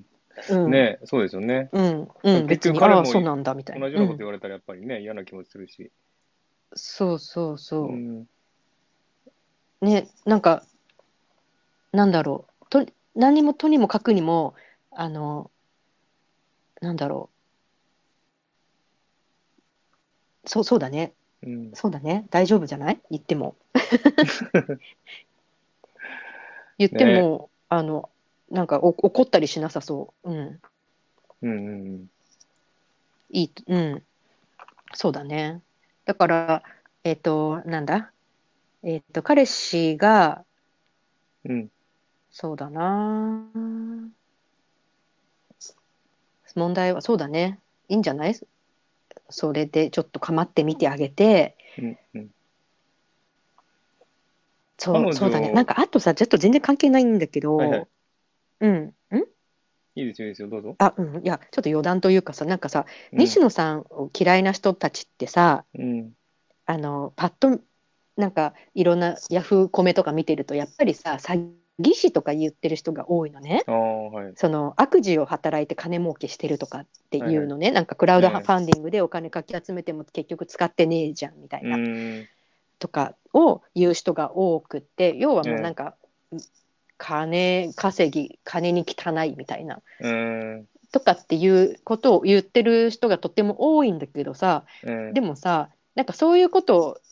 うん、 ね、そうですよね。 うん、うん、 結別に、 局彼もそうなんだみたいな。 同じようなことうん、 言われたらやっぱりね、嫌な気持ちするし。 そうそうそうん。 う。ね、なんか、なんだろう。何もとにもかくにも、あの、なんだろそうだね。 うん。 そうだね。大丈夫じゃない言っても。言ってね。 も、なんか怒ったりしなさそう。うん。 うんうんうん。 うん。そうだね。だから、なんだ彼氏が、 うん。 そうだな。問題は、そうだね。いいんじゃないそれでちょっと構ってみてあげて、 うんうん。彼そうだね。なん女、 か、あとさ、ちょっと全然関係ないんだけはいはい。 ど、うん。 いいですよ、いいですよ、どうぞ。 うん。いや、ちょっと余談というかさ、なんかさ、 うん。 西野さんを嫌いな人たちってさ、 うん。 パッと、なんか、いろんなヤフーコメとか見てると、やっぱりさ、詐欺師とか言ってる人が多いのね。 ああ、はい。 その悪事を働いて金儲けしてるとかってはいはい。 いうのね、なんかクラウドフええ。 ァンディングでお金かき集めても結局使ってねえじゃんみたういなーん。 とかを言う人が多くって、要はええ。 もうなんか金稼ぎ、金に汚いみたいなうーん。 とかっていうことを言ってる人がとっても多いんだけどさ、 ええ。 でもさ、なんかそういうこと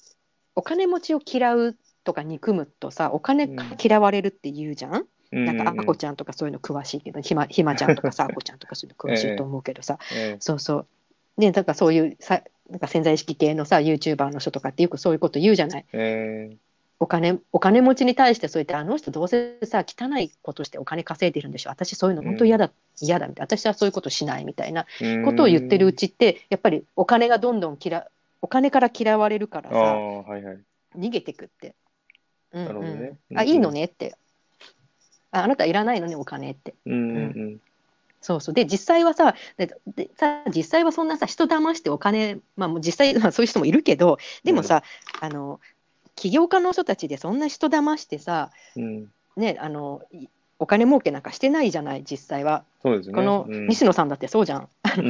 お金持ちを嫌うとか憎むとさ、お金うん。 嫌われるって言うじゃん。 うんなんかあこうんちゃんとかそういうの詳しいけど、ひまちゃんとかさ、あこちゃんとかそういうの詳しいとえ思うけどさ、 え、えそうそう。で、だからそういうさ、なんか潜在意識系のさ、YouTuber の人とかってよくそういうこと言うじゃない。 え、ええ、 お金持ちに対してそう言って、あの人どうせさ、汚いことしてお金稼いでるんでしょ。私そういうのうん。 本当嫌だみたいな。私はそういうことしないみたいなうことを言ってるうーん。 ちって、やっぱりお金から嫌われるからさ、 ああ、はいはい。 逃げてくって。うんなるほどね。 うん。あ、いいのうんねって。あなたいらないのね、お金って。 うん。うんうん。 うんそうそう。で、実際はそんなさ、人騙してお金、まあもう実際、まあそういう人もいるけど、 うん。 でもさ、あの、起業家の人たちでそんな人騙してさ、 うん。 ね、お金儲けなんかしてないじゃない、実際は。 そうですね。 このうん。 西野さんだってそうじゃん。 うん。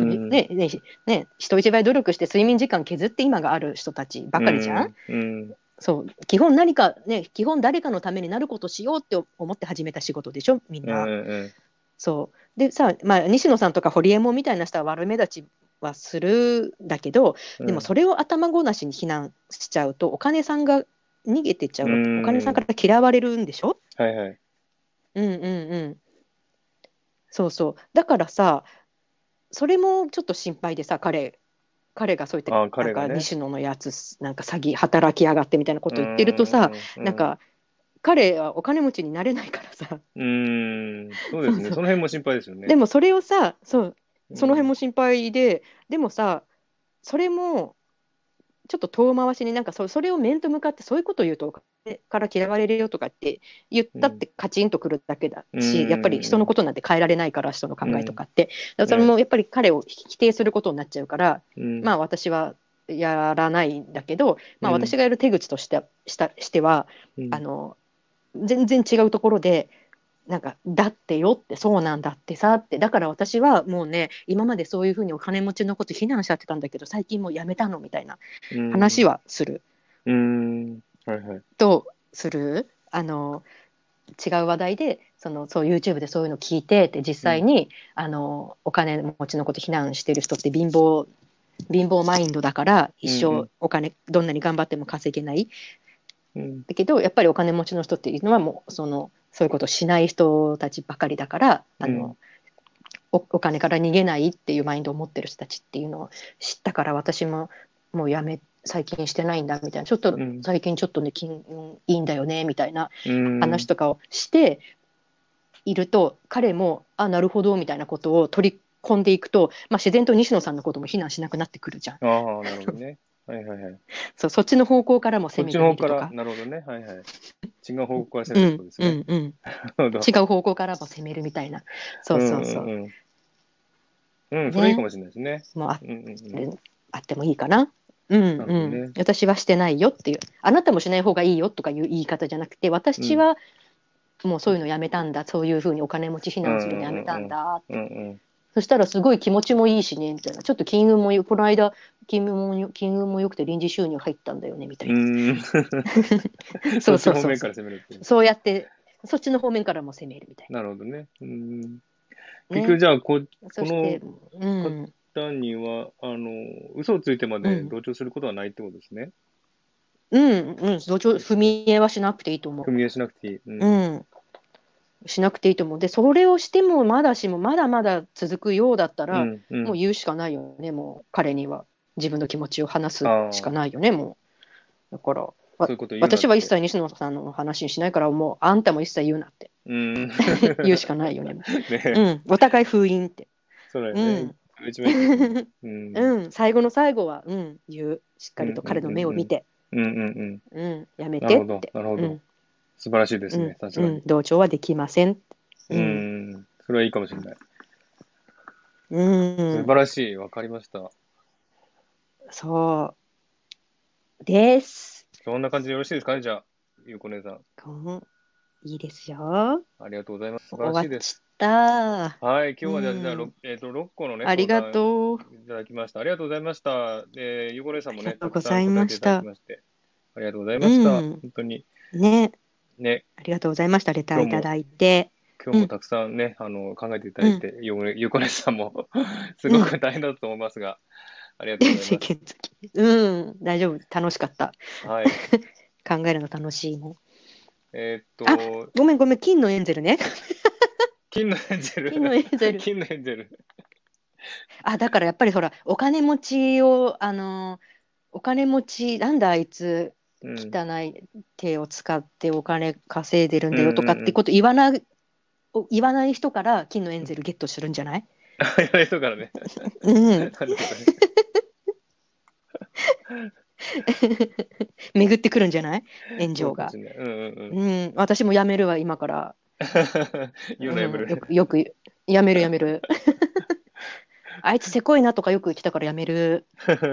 人一倍努力して睡眠時間削って今がある人たちばうかりじゃん。 ん。うん。 そう、基本誰かのためになることしようって思って始めた仕事でしょ、みんうん。 な。 うん。 そう。でさ、まあ、西野さんとか堀江門みたいな人は悪目立ちはするんだけど、でもうん。 それを頭ごなしに非難しちゃうと、お金さんが逃げてっちゃううわけ。お金さんかん。 ら嫌われるんでしょ。 はいはい。 うんうんうん。そうそう。だからさ、それもちょっと心配でさ、彼がそう言って、 ああ、 なん彼がね。 か西野のやつ、なんか働きやがってみたいなこうと言ってるとさ、 ん。うん。 なんか彼はお金持ちになれないからさ、 うん。そうですね。 そうそう。 その辺も心配ですよね。 でもそれをさ、そう、その辺うん。 も心配で、でもさ、それもちょっと遠回しになんかそれを面と向かってそういうことを言うとお金から嫌われるよとかって言っうん。 たってカチンとくるだけだうし、やっぱり人のん。 ことなんて変えられないから、人の考うん。 えとかって。だからそれね。 もやっぱり彼を否定することになっちゃうから、 うん。 まあ私はやらないんだけど、まあ私うん。 がやる手口としては、 うん。 あの、全然違うところで、なんか、だってよって、そうなんだってさって、だから私はもうね、今までそういうふうにお金持ちのこと非難しちゃってたんだけど、最近もうやめたのみたいなう話ん。 はする。 うん。はいはい。 とする違う話題でそう YouTube でそういうの聞いて実うん。 際にお金持ちのこと非難してる人って貧乏マインドだから一生うん。 お金どんなに頑張っても稼げない。 うん。 だけどやっぱりお金持ちの人っていうのはもうそういうことをしない人たちばかりだからうん。 お金から逃げないっていうマインドを持ってる人たちっていうのを知ったから私ももう最近してないんだみたいなうん。 最近ちょっとねいいんだよねみたいなうん。 話とかをしていると彼もなるほどみたいなことを取り込んでいくと、まあ、自然と西野さんのことも非難しなくなってくるじゃん。 ああ、なるほどね。はいはいはい。 そっちの方向からもそっ攻めてちの方から、 みるとか。 なるほどね。はいはい。違う方向から攻めるってこうんとですね。 うんうん。 なるほど。 違う方向からも攻めるみたいな。そうんうそうそうんうん。うん、 う。ね。 それいいかもしれないですね。 もううんうんうん。 あってもいいかな。うんなるうん。 ほどね。 私はしてないよっていう。あなたもしない方がいいよとかいう言い方じゃなくて、 うん。 私はもうそういうのやめたんだ。そういうふうにお金持ち非うん難するのやめたんうんうん。 だって。 うんうん。 そしたらすごい気持ちもいいしね、みたいな。ちょっとこの間、金運も良くて臨時収入入ったんだよね、みたういな。 ーん。 そうそっちそうそうそう。 方面から攻めるっていう。 そうやって、そっちの方面からも攻めるみたいなるほどね。うーん。 な。ね。 結局じゃあ、このそして、うん、 方には、嘘をついてまうん、 で同調することはないってことですね。 うん、うん、踏ですね。 み絵はしなくていいと思踏み絵しなくていい。うう。うん。 ん。しなくていいと思う。で、それをしてもまだまだ続くようだったら、 うん、うん。 もう言うしかないよね、もう彼には。自分の気持ちを話あすしかあ、 ないよね、もう。だから、 そういうこと言うなって。 私は一切西野さんの話にしないから、もうあんたも一切言うなってうーん。 言うしかないよね。うね、 ん、お互い封印って。 そうだよね。 うん。 それ一番いいかもしれない。うん。 うん、最後の最後は、うん、言う。しっかりうん、うん、 と彼の目をうん、 見て、 うん。うん、うん、うん。 うん、やめなるほど、 てって。 なるほど。 うん、 素晴らしいですね。 うん、うん、 さすがに。 同調はできません。 ううん、 ーん。それはいいかもしれない。 う素ん、 晴らしい。わかりました。 そうです。 そんな感じでよろしいですかね、じゃあ、ゆうこ姉さん。 うん、いいですよ。 ありがとうございます。素晴らしいです。 終わっちった。 はい。今日うはじゃあ、 ん、 6個のね、 ありが相談とう。 いただきました。ありがとうございました。ゆうこ姉さんもね、 ありがとうたくさんござい答えていただきました。 まして、ありがとうございうました。 ん、 本当に。 ね、 ね、 ありがとうございました。レター今日も、 いただいて。うん、 今日もたくさんね、考えていただうん、 いて、ゆうこ姉さんもすうん。 ごく大変だったと思いますが、 ありがとうござい世ます。 間好き。うん、大丈夫。楽しかった。 はい。 考えるの楽しいもん。 えーっあ、 と、 ごめんごめん、金のエンゼルね。 金のエンゼル。 金のエンゼル。 金のエンゼル。 あ、だからやっぱりほら、お金持ちを、お金持ち、なんだあいつ、 うん。 汚い手を使ってお金稼いでるんうんだよとかうんうん。 ってこと言わない人から金のエンゼルゲットするんじゃない？ 言わない人からね。 うん。 なるほどね。 巡ってくるんじゃない？炎上が。 そうかもしれない。うんうんうん。 うん、私もやめるわ、今から。 言うのやめうん、 る。 よく、やめるやめる。あいつせこいなとかよく来たからやめる。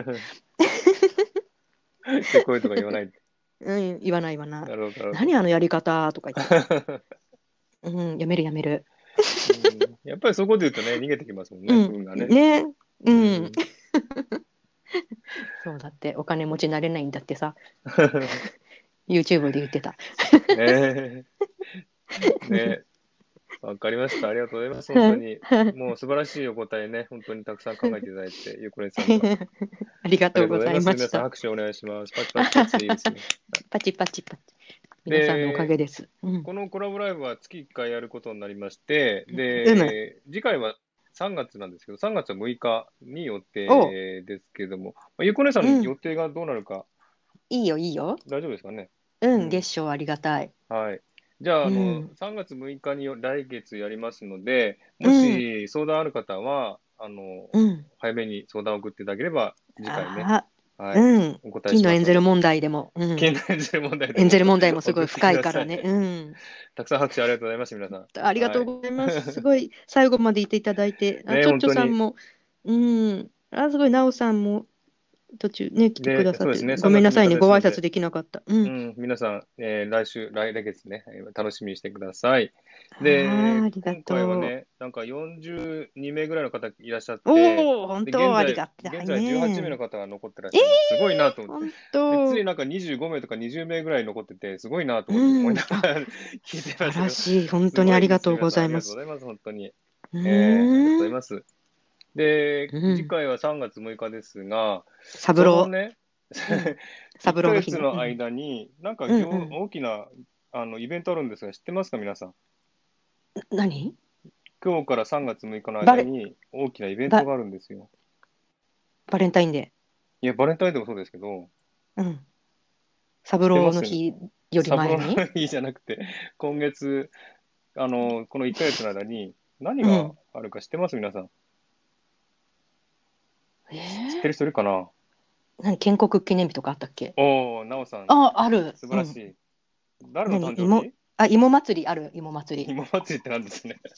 せこいとか言わない。 うん、言わない言わない。 なるほど、なるほど。 何あのやり方とか言って。うん、やめるやめる。 うん、やっぱりそこで言うとね、逃げてきますもんね、 うん、 運がね。 ね、うん。 うん。 そうだって、お金持ちになれないんだってさ、YouTube で言ってた。 ねえ、ねえ、わかりました。ありがとうございます。本当に。もう素晴らしいお答えね、本当にたくさん考えていただいて、ゆうこねさんには。 ありがありとうござがとうございます。皆さんいました。 拍手お願いします。パチパチパチでいいですね。 パチパチパチ。皆さんのおかで、 げです。うん。 このコラボライブは月1回やることになりまして、 うむ。 で、次回は3月なんですけど、3月は6日に予おう。 定ですけども、ゆうこねさうん。 ん予定がどうなるかいいよ、いいよ。 大丈夫ですかね。 うん、月うん。 賞ありがたい。 はい。じゃあ、 うん。 3月6日に来月やりますので、もうん。 し相談ある方は、 うん。 早めに相談を送っていただければ、次回ね、 ああ、 はい、 うん。 お答え金のエンゼルしますので、 問題でも。うん。 現代人問題でエンゼもル問題もすごい送ってく深いからね。 ださい。 うん。 たくさん拍手ありがとうございます、皆さん。 ありがとうはい。 ございます。すごい、最後までいていただいて。あ、 ね、 ちょっ本当に。 ちょさんも、うん。あ、すごい、なおさんも途中ね、来てくで、 ださって、 そうですね、3月6日ごめんなさいね、 ですので、 ご挨拶できなかった。うん。 うん、皆さん、来月ね、楽しみにしてください。 ああ、 で、 ありが今回はとね、なんか42名ぐらいの方いらっしゃっう。 て、 おお、本で、 当、ありがたい現在18名のね。 方が残ってらっええしゃるので、すごいなと思って。 本で、つ当。 いなんか25名とか20名ぐらい残ってて、すごいなと思いうん。あ、 ながら聞いて素晴ましたけど、 らしい。本す当にごいです。 ありがとうご皆さん、ありざいます。 がとうございます。本当に。 うありがとうございーん。 ます。で、 うん。 次回は3月6日ですが、 サブロそのね、 ー。うん。サ 1 ブローの日ね。 ヶ月のうん。 間に、なんかうんうん。 大きなイベントあるんですが、知ってますか、皆さん。 何？ 今日から3月6日のバレ、 間に大きなイベントバ、 があるんですよ。 バレンタインデいや、バレンタインでもそうですけど、 ー。うん。サ知っブてますローの日よりサブロ前に。 の日じゃなくて、今月、この1ヶ月の間に何がうん。 あるか知ってます皆さん。知ってるえ人いるかな？ 建国記念日とかあったっけ？ おー、なおさん、 あ、ある。うん。 素晴らしい。誰の誕生芋、 日？ あ、芋祭りある。芋祭り。 今祭りってなんですね。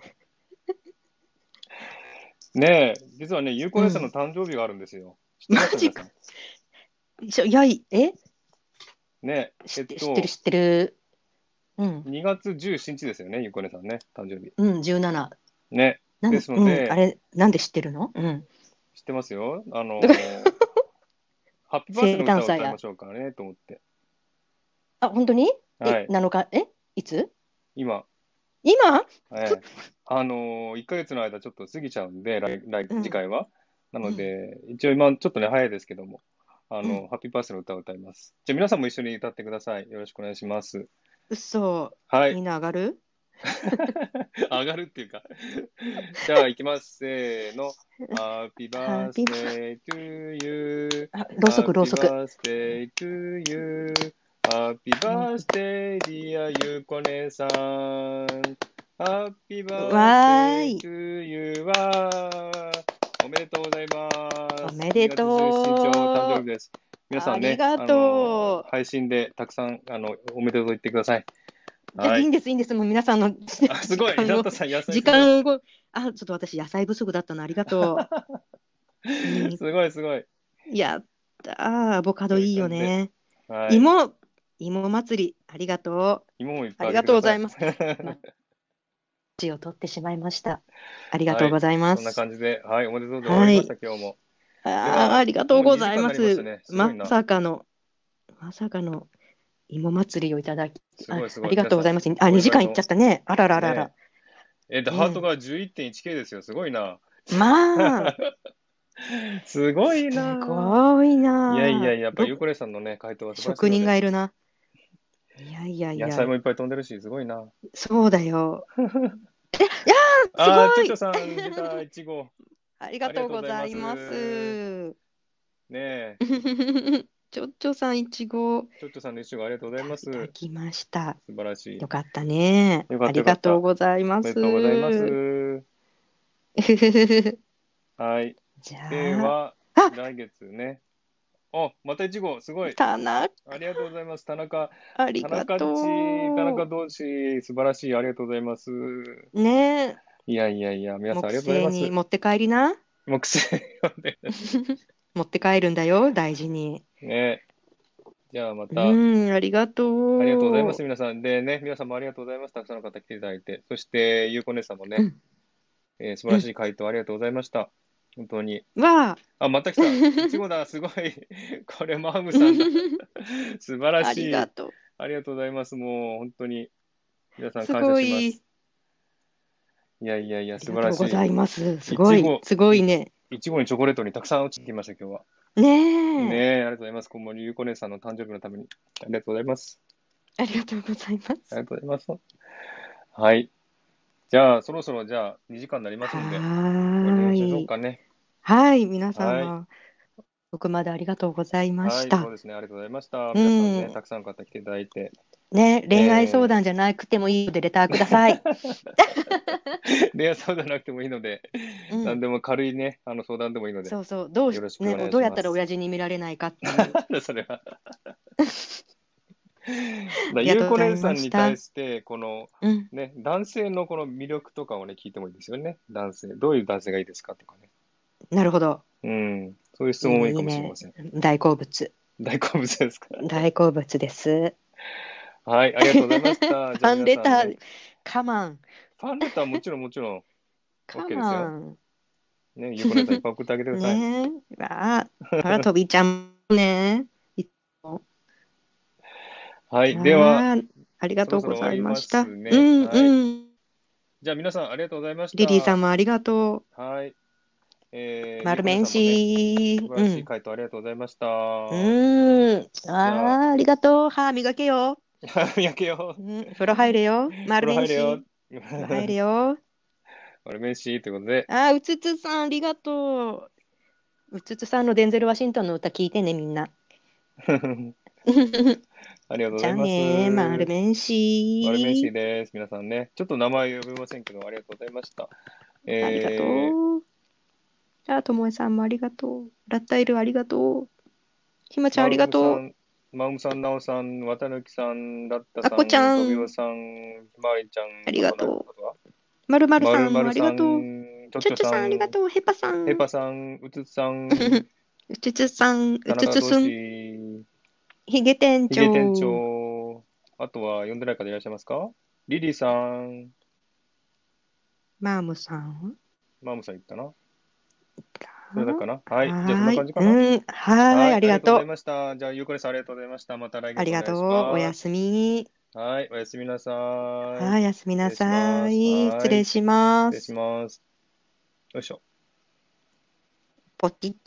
ねえ、実はね、ゆうこ姉さんのうん。 誕生日があるんですよ。知ってマますジか。 皆さん。ねえ、 知ってる知ってる。うん。 2月17日ですよね、ゆうこねさんね、誕生日。 うん、17。 ね。ですのうん、あで、 れ、なんで知ってるの？うん。 知ってますよ。 だからハッピーバースデー生の歌を誕祭や。 歌いましょうかね、と思って。 あ、本当に？ はい。 7日、いつ？ 今、 今？ 1ヶ月の間ちょっと過ぎちゃうんで、 うん、 次回は。なうん、 ので、一応今ちょっとね、早いですけども、 うん。 ハッピーバースデーの歌を歌います。じゃあ皆さんも一緒に歌ってください。よろしくお願いします。 嘘。 はい。 みんな上がる？ 上がるっていうかじゃあ、行きます。せーの。Happy ハッピーバー、 birthday to you. あ、ろうそく、ろう Happy そく。 birthday to you. Happy birthday, dear ゆうこ姉さん。Happy わー birthday い。 to you は、おめでとうございます。2 おめで月17日お誕生とう。 日です。皆さんね、 ありがと配信でたくさん、おめでとう言ってください。 う。いや、 はい。 いいんです、いいんです。もう皆さんのすごい。 時間を、 平田さん、野菜時すごい。 間を、あ、ちょっと私、野菜不足だったの、ありがとう。うん、 すごい、すごい。 やったー、アボカドといういいよ感じで。 ね。 はい。 芋、芋祭り、ありがとう。 芋もいっぱいあありがげてください。 とうございます。町を取ってしまいました。ありがとはい。 うございまそんなす。 感じで、はい。おめでとうで終わりました、 はい。 今日も。では、 ありがともううご 2時間にざいます。 なりましたね。すごいまな。 さかの、まさかの芋祭りをいただき、あすごいすごい。皆さん、 りがとうございます。あ、2時間いっちお祝いの。 ゃったね。あらららら。 ねえ。で、ハートねが 11.1K ですよ。すごいな。 え。まあ、 すごいすな。 ごいいやいや、 な。 やっぱゆうこねさんのね、回答は素晴らしい職人ので、 がいるな。いやいやいや、 野菜もいっぱい飛んでるし、すごいな。 そうだよ。いやー、すあー、ちょっちょごい。 さん出た、いちご。 ありがありがとうごとうございます。 ざいます。 ねえ、 ちょっちょさん、いちごちょっちょさんのいちごありがとうございまいただす。 きました。 素晴らしよかったね。 い。よかったありがとうよかった。 ございまおめでとうございます。 す。 はい。 じでゃあ、 は、 あ、 来月ね。あ、またいちご、すごい。 田中、 ありがとうございます。田中、 ありが田中っち、田中と同士、素晴らしい。ありがとうございます。 う。ねえ、 いやいやいや、皆さんあ木りがとうござい星ます。 に持って帰りな。 木星をね。 持って帰るんだよ、大事に。 ね。じゃあまた、 うん、ありがありがとうございます、 と皆さん。でね、皆さんもありがとうございます。たくさんの方来ていただいて。そして、ゆうこ姉さんもう。うね、 ん、 素晴うん。 らしい回答ありがとうございました。本当に。 わあ。 あ、また来た。いちごだ。すごい。これ、マームさんだ。素晴らあしい。 りがとう。 ありがとうございます。もう、本当に。皆さんす感謝ごい。 します。いやいやいや、 あり素がとうござ晴らしいます。すい。 ごい、すごいね。 いちごにチョコレートにたくさん落ちてきました、今日は。ねねえ。 え、ありがとうございます。今後にゆうこ姉さんの誕生日のために。ありがとうございます。 ありがとうございまありす。 がとうございます。はい。じゃあ、そろそろじゃあ、2時間になりますはんで、終わりにしましょうーい。 かね。 はい、皆はい。 様、僕までありがとうございまはい、そした。 うですね。ありがとうございました。 う皆さんね、 ん。 たくさんの方来ていただいて。 ね、恋愛相え談じゃなくてもいいので、レターください。 レア相談なくてもいいので、 うん。 何でも軽いね、相談でもいいので、 そうそう、ね、 よろしくお願いどうやっします。 たら親父に見られないかっていう。 それは。 ありがゆうことうござい姉さんに対ました。 して、この、 うん。 ね、男性のこの魅力とかをね、聞いてもいいですよね。男性。どういう男性がいいですかとかね。 なるほど。 うん。そういう質いいね、 問もいいかいいね。 もしれません。 大好物。 大好物ですか？ 大好物です。 はい、ありがとうございました。じゃあファンレター、 皆さんね、 カマン、 ファンレターもちろんもちろんカ OK ですよ。 マン。 ね、ゆうこ姉さんいっぱい送ってあげてください。 ねえ。とびちゃんね。いつもはい、では、 あありがそろとうございそろ終わりまました。 すね。 うんはい。 うん。 じゃあ皆さんありがとうございましリリーさた。 んもありがとはい。 う。 ゆうこ姉丸面さんもね、素し。 晴らしいうん。 回答ありがとうございました。 うーん。 じゃあ、 ありがとう。歯磨けよ。 三宅よ。 うん。風呂入れよ。 風丸呂入れよ。 面し。風呂入れよ。 俺、メッシーということで。 うつつさん、ありがとう。うつつさんのデンゼル・ワシントンの歌聞いてね、みんな。 ありがとうごじゃあざいます。 ね、丸面俺、メッシーし。 です。皆さんね。ちょっと名前呼べませんけど、ありがとうございました。 ありがえとう。じゃあ、ともえさんもありがとう。ラッタイルありがとう。ひまちゃんあマウりがとう。 ムさん、マウムさん、ナオさん、綿貫さん、ラッタあこちさん、トビオゃん、 さん、ひまわりちゃん、 ありがとあとはう。まるまるまさんもあるまるさりがとう。 ん、ちょっちょちょっちょさんありがさん、 とう。ヘパさん。 ヘパさん、うつつさん、 うつつさん、う田中同つつすん。 士、 ひげ店ひげ店長。 長、あとは呼んでない方いらっしゃいますか？リリーさん、 マームさん。 マムさん言ったな。それだかな。はい。じゃあそんはーい。 な感じかな。 はーい。 はい。 あありがとうございりがとう。 ました。じゃあ、ゆうこりさんありがとうございました。また来あり月お願いしがとう。おやすます。 み。 はい。おやすみなさい。 はい。おやすみな失礼します。 さい。失はい。 礼しま失礼しす。 ます。よいしょ。 ポチッ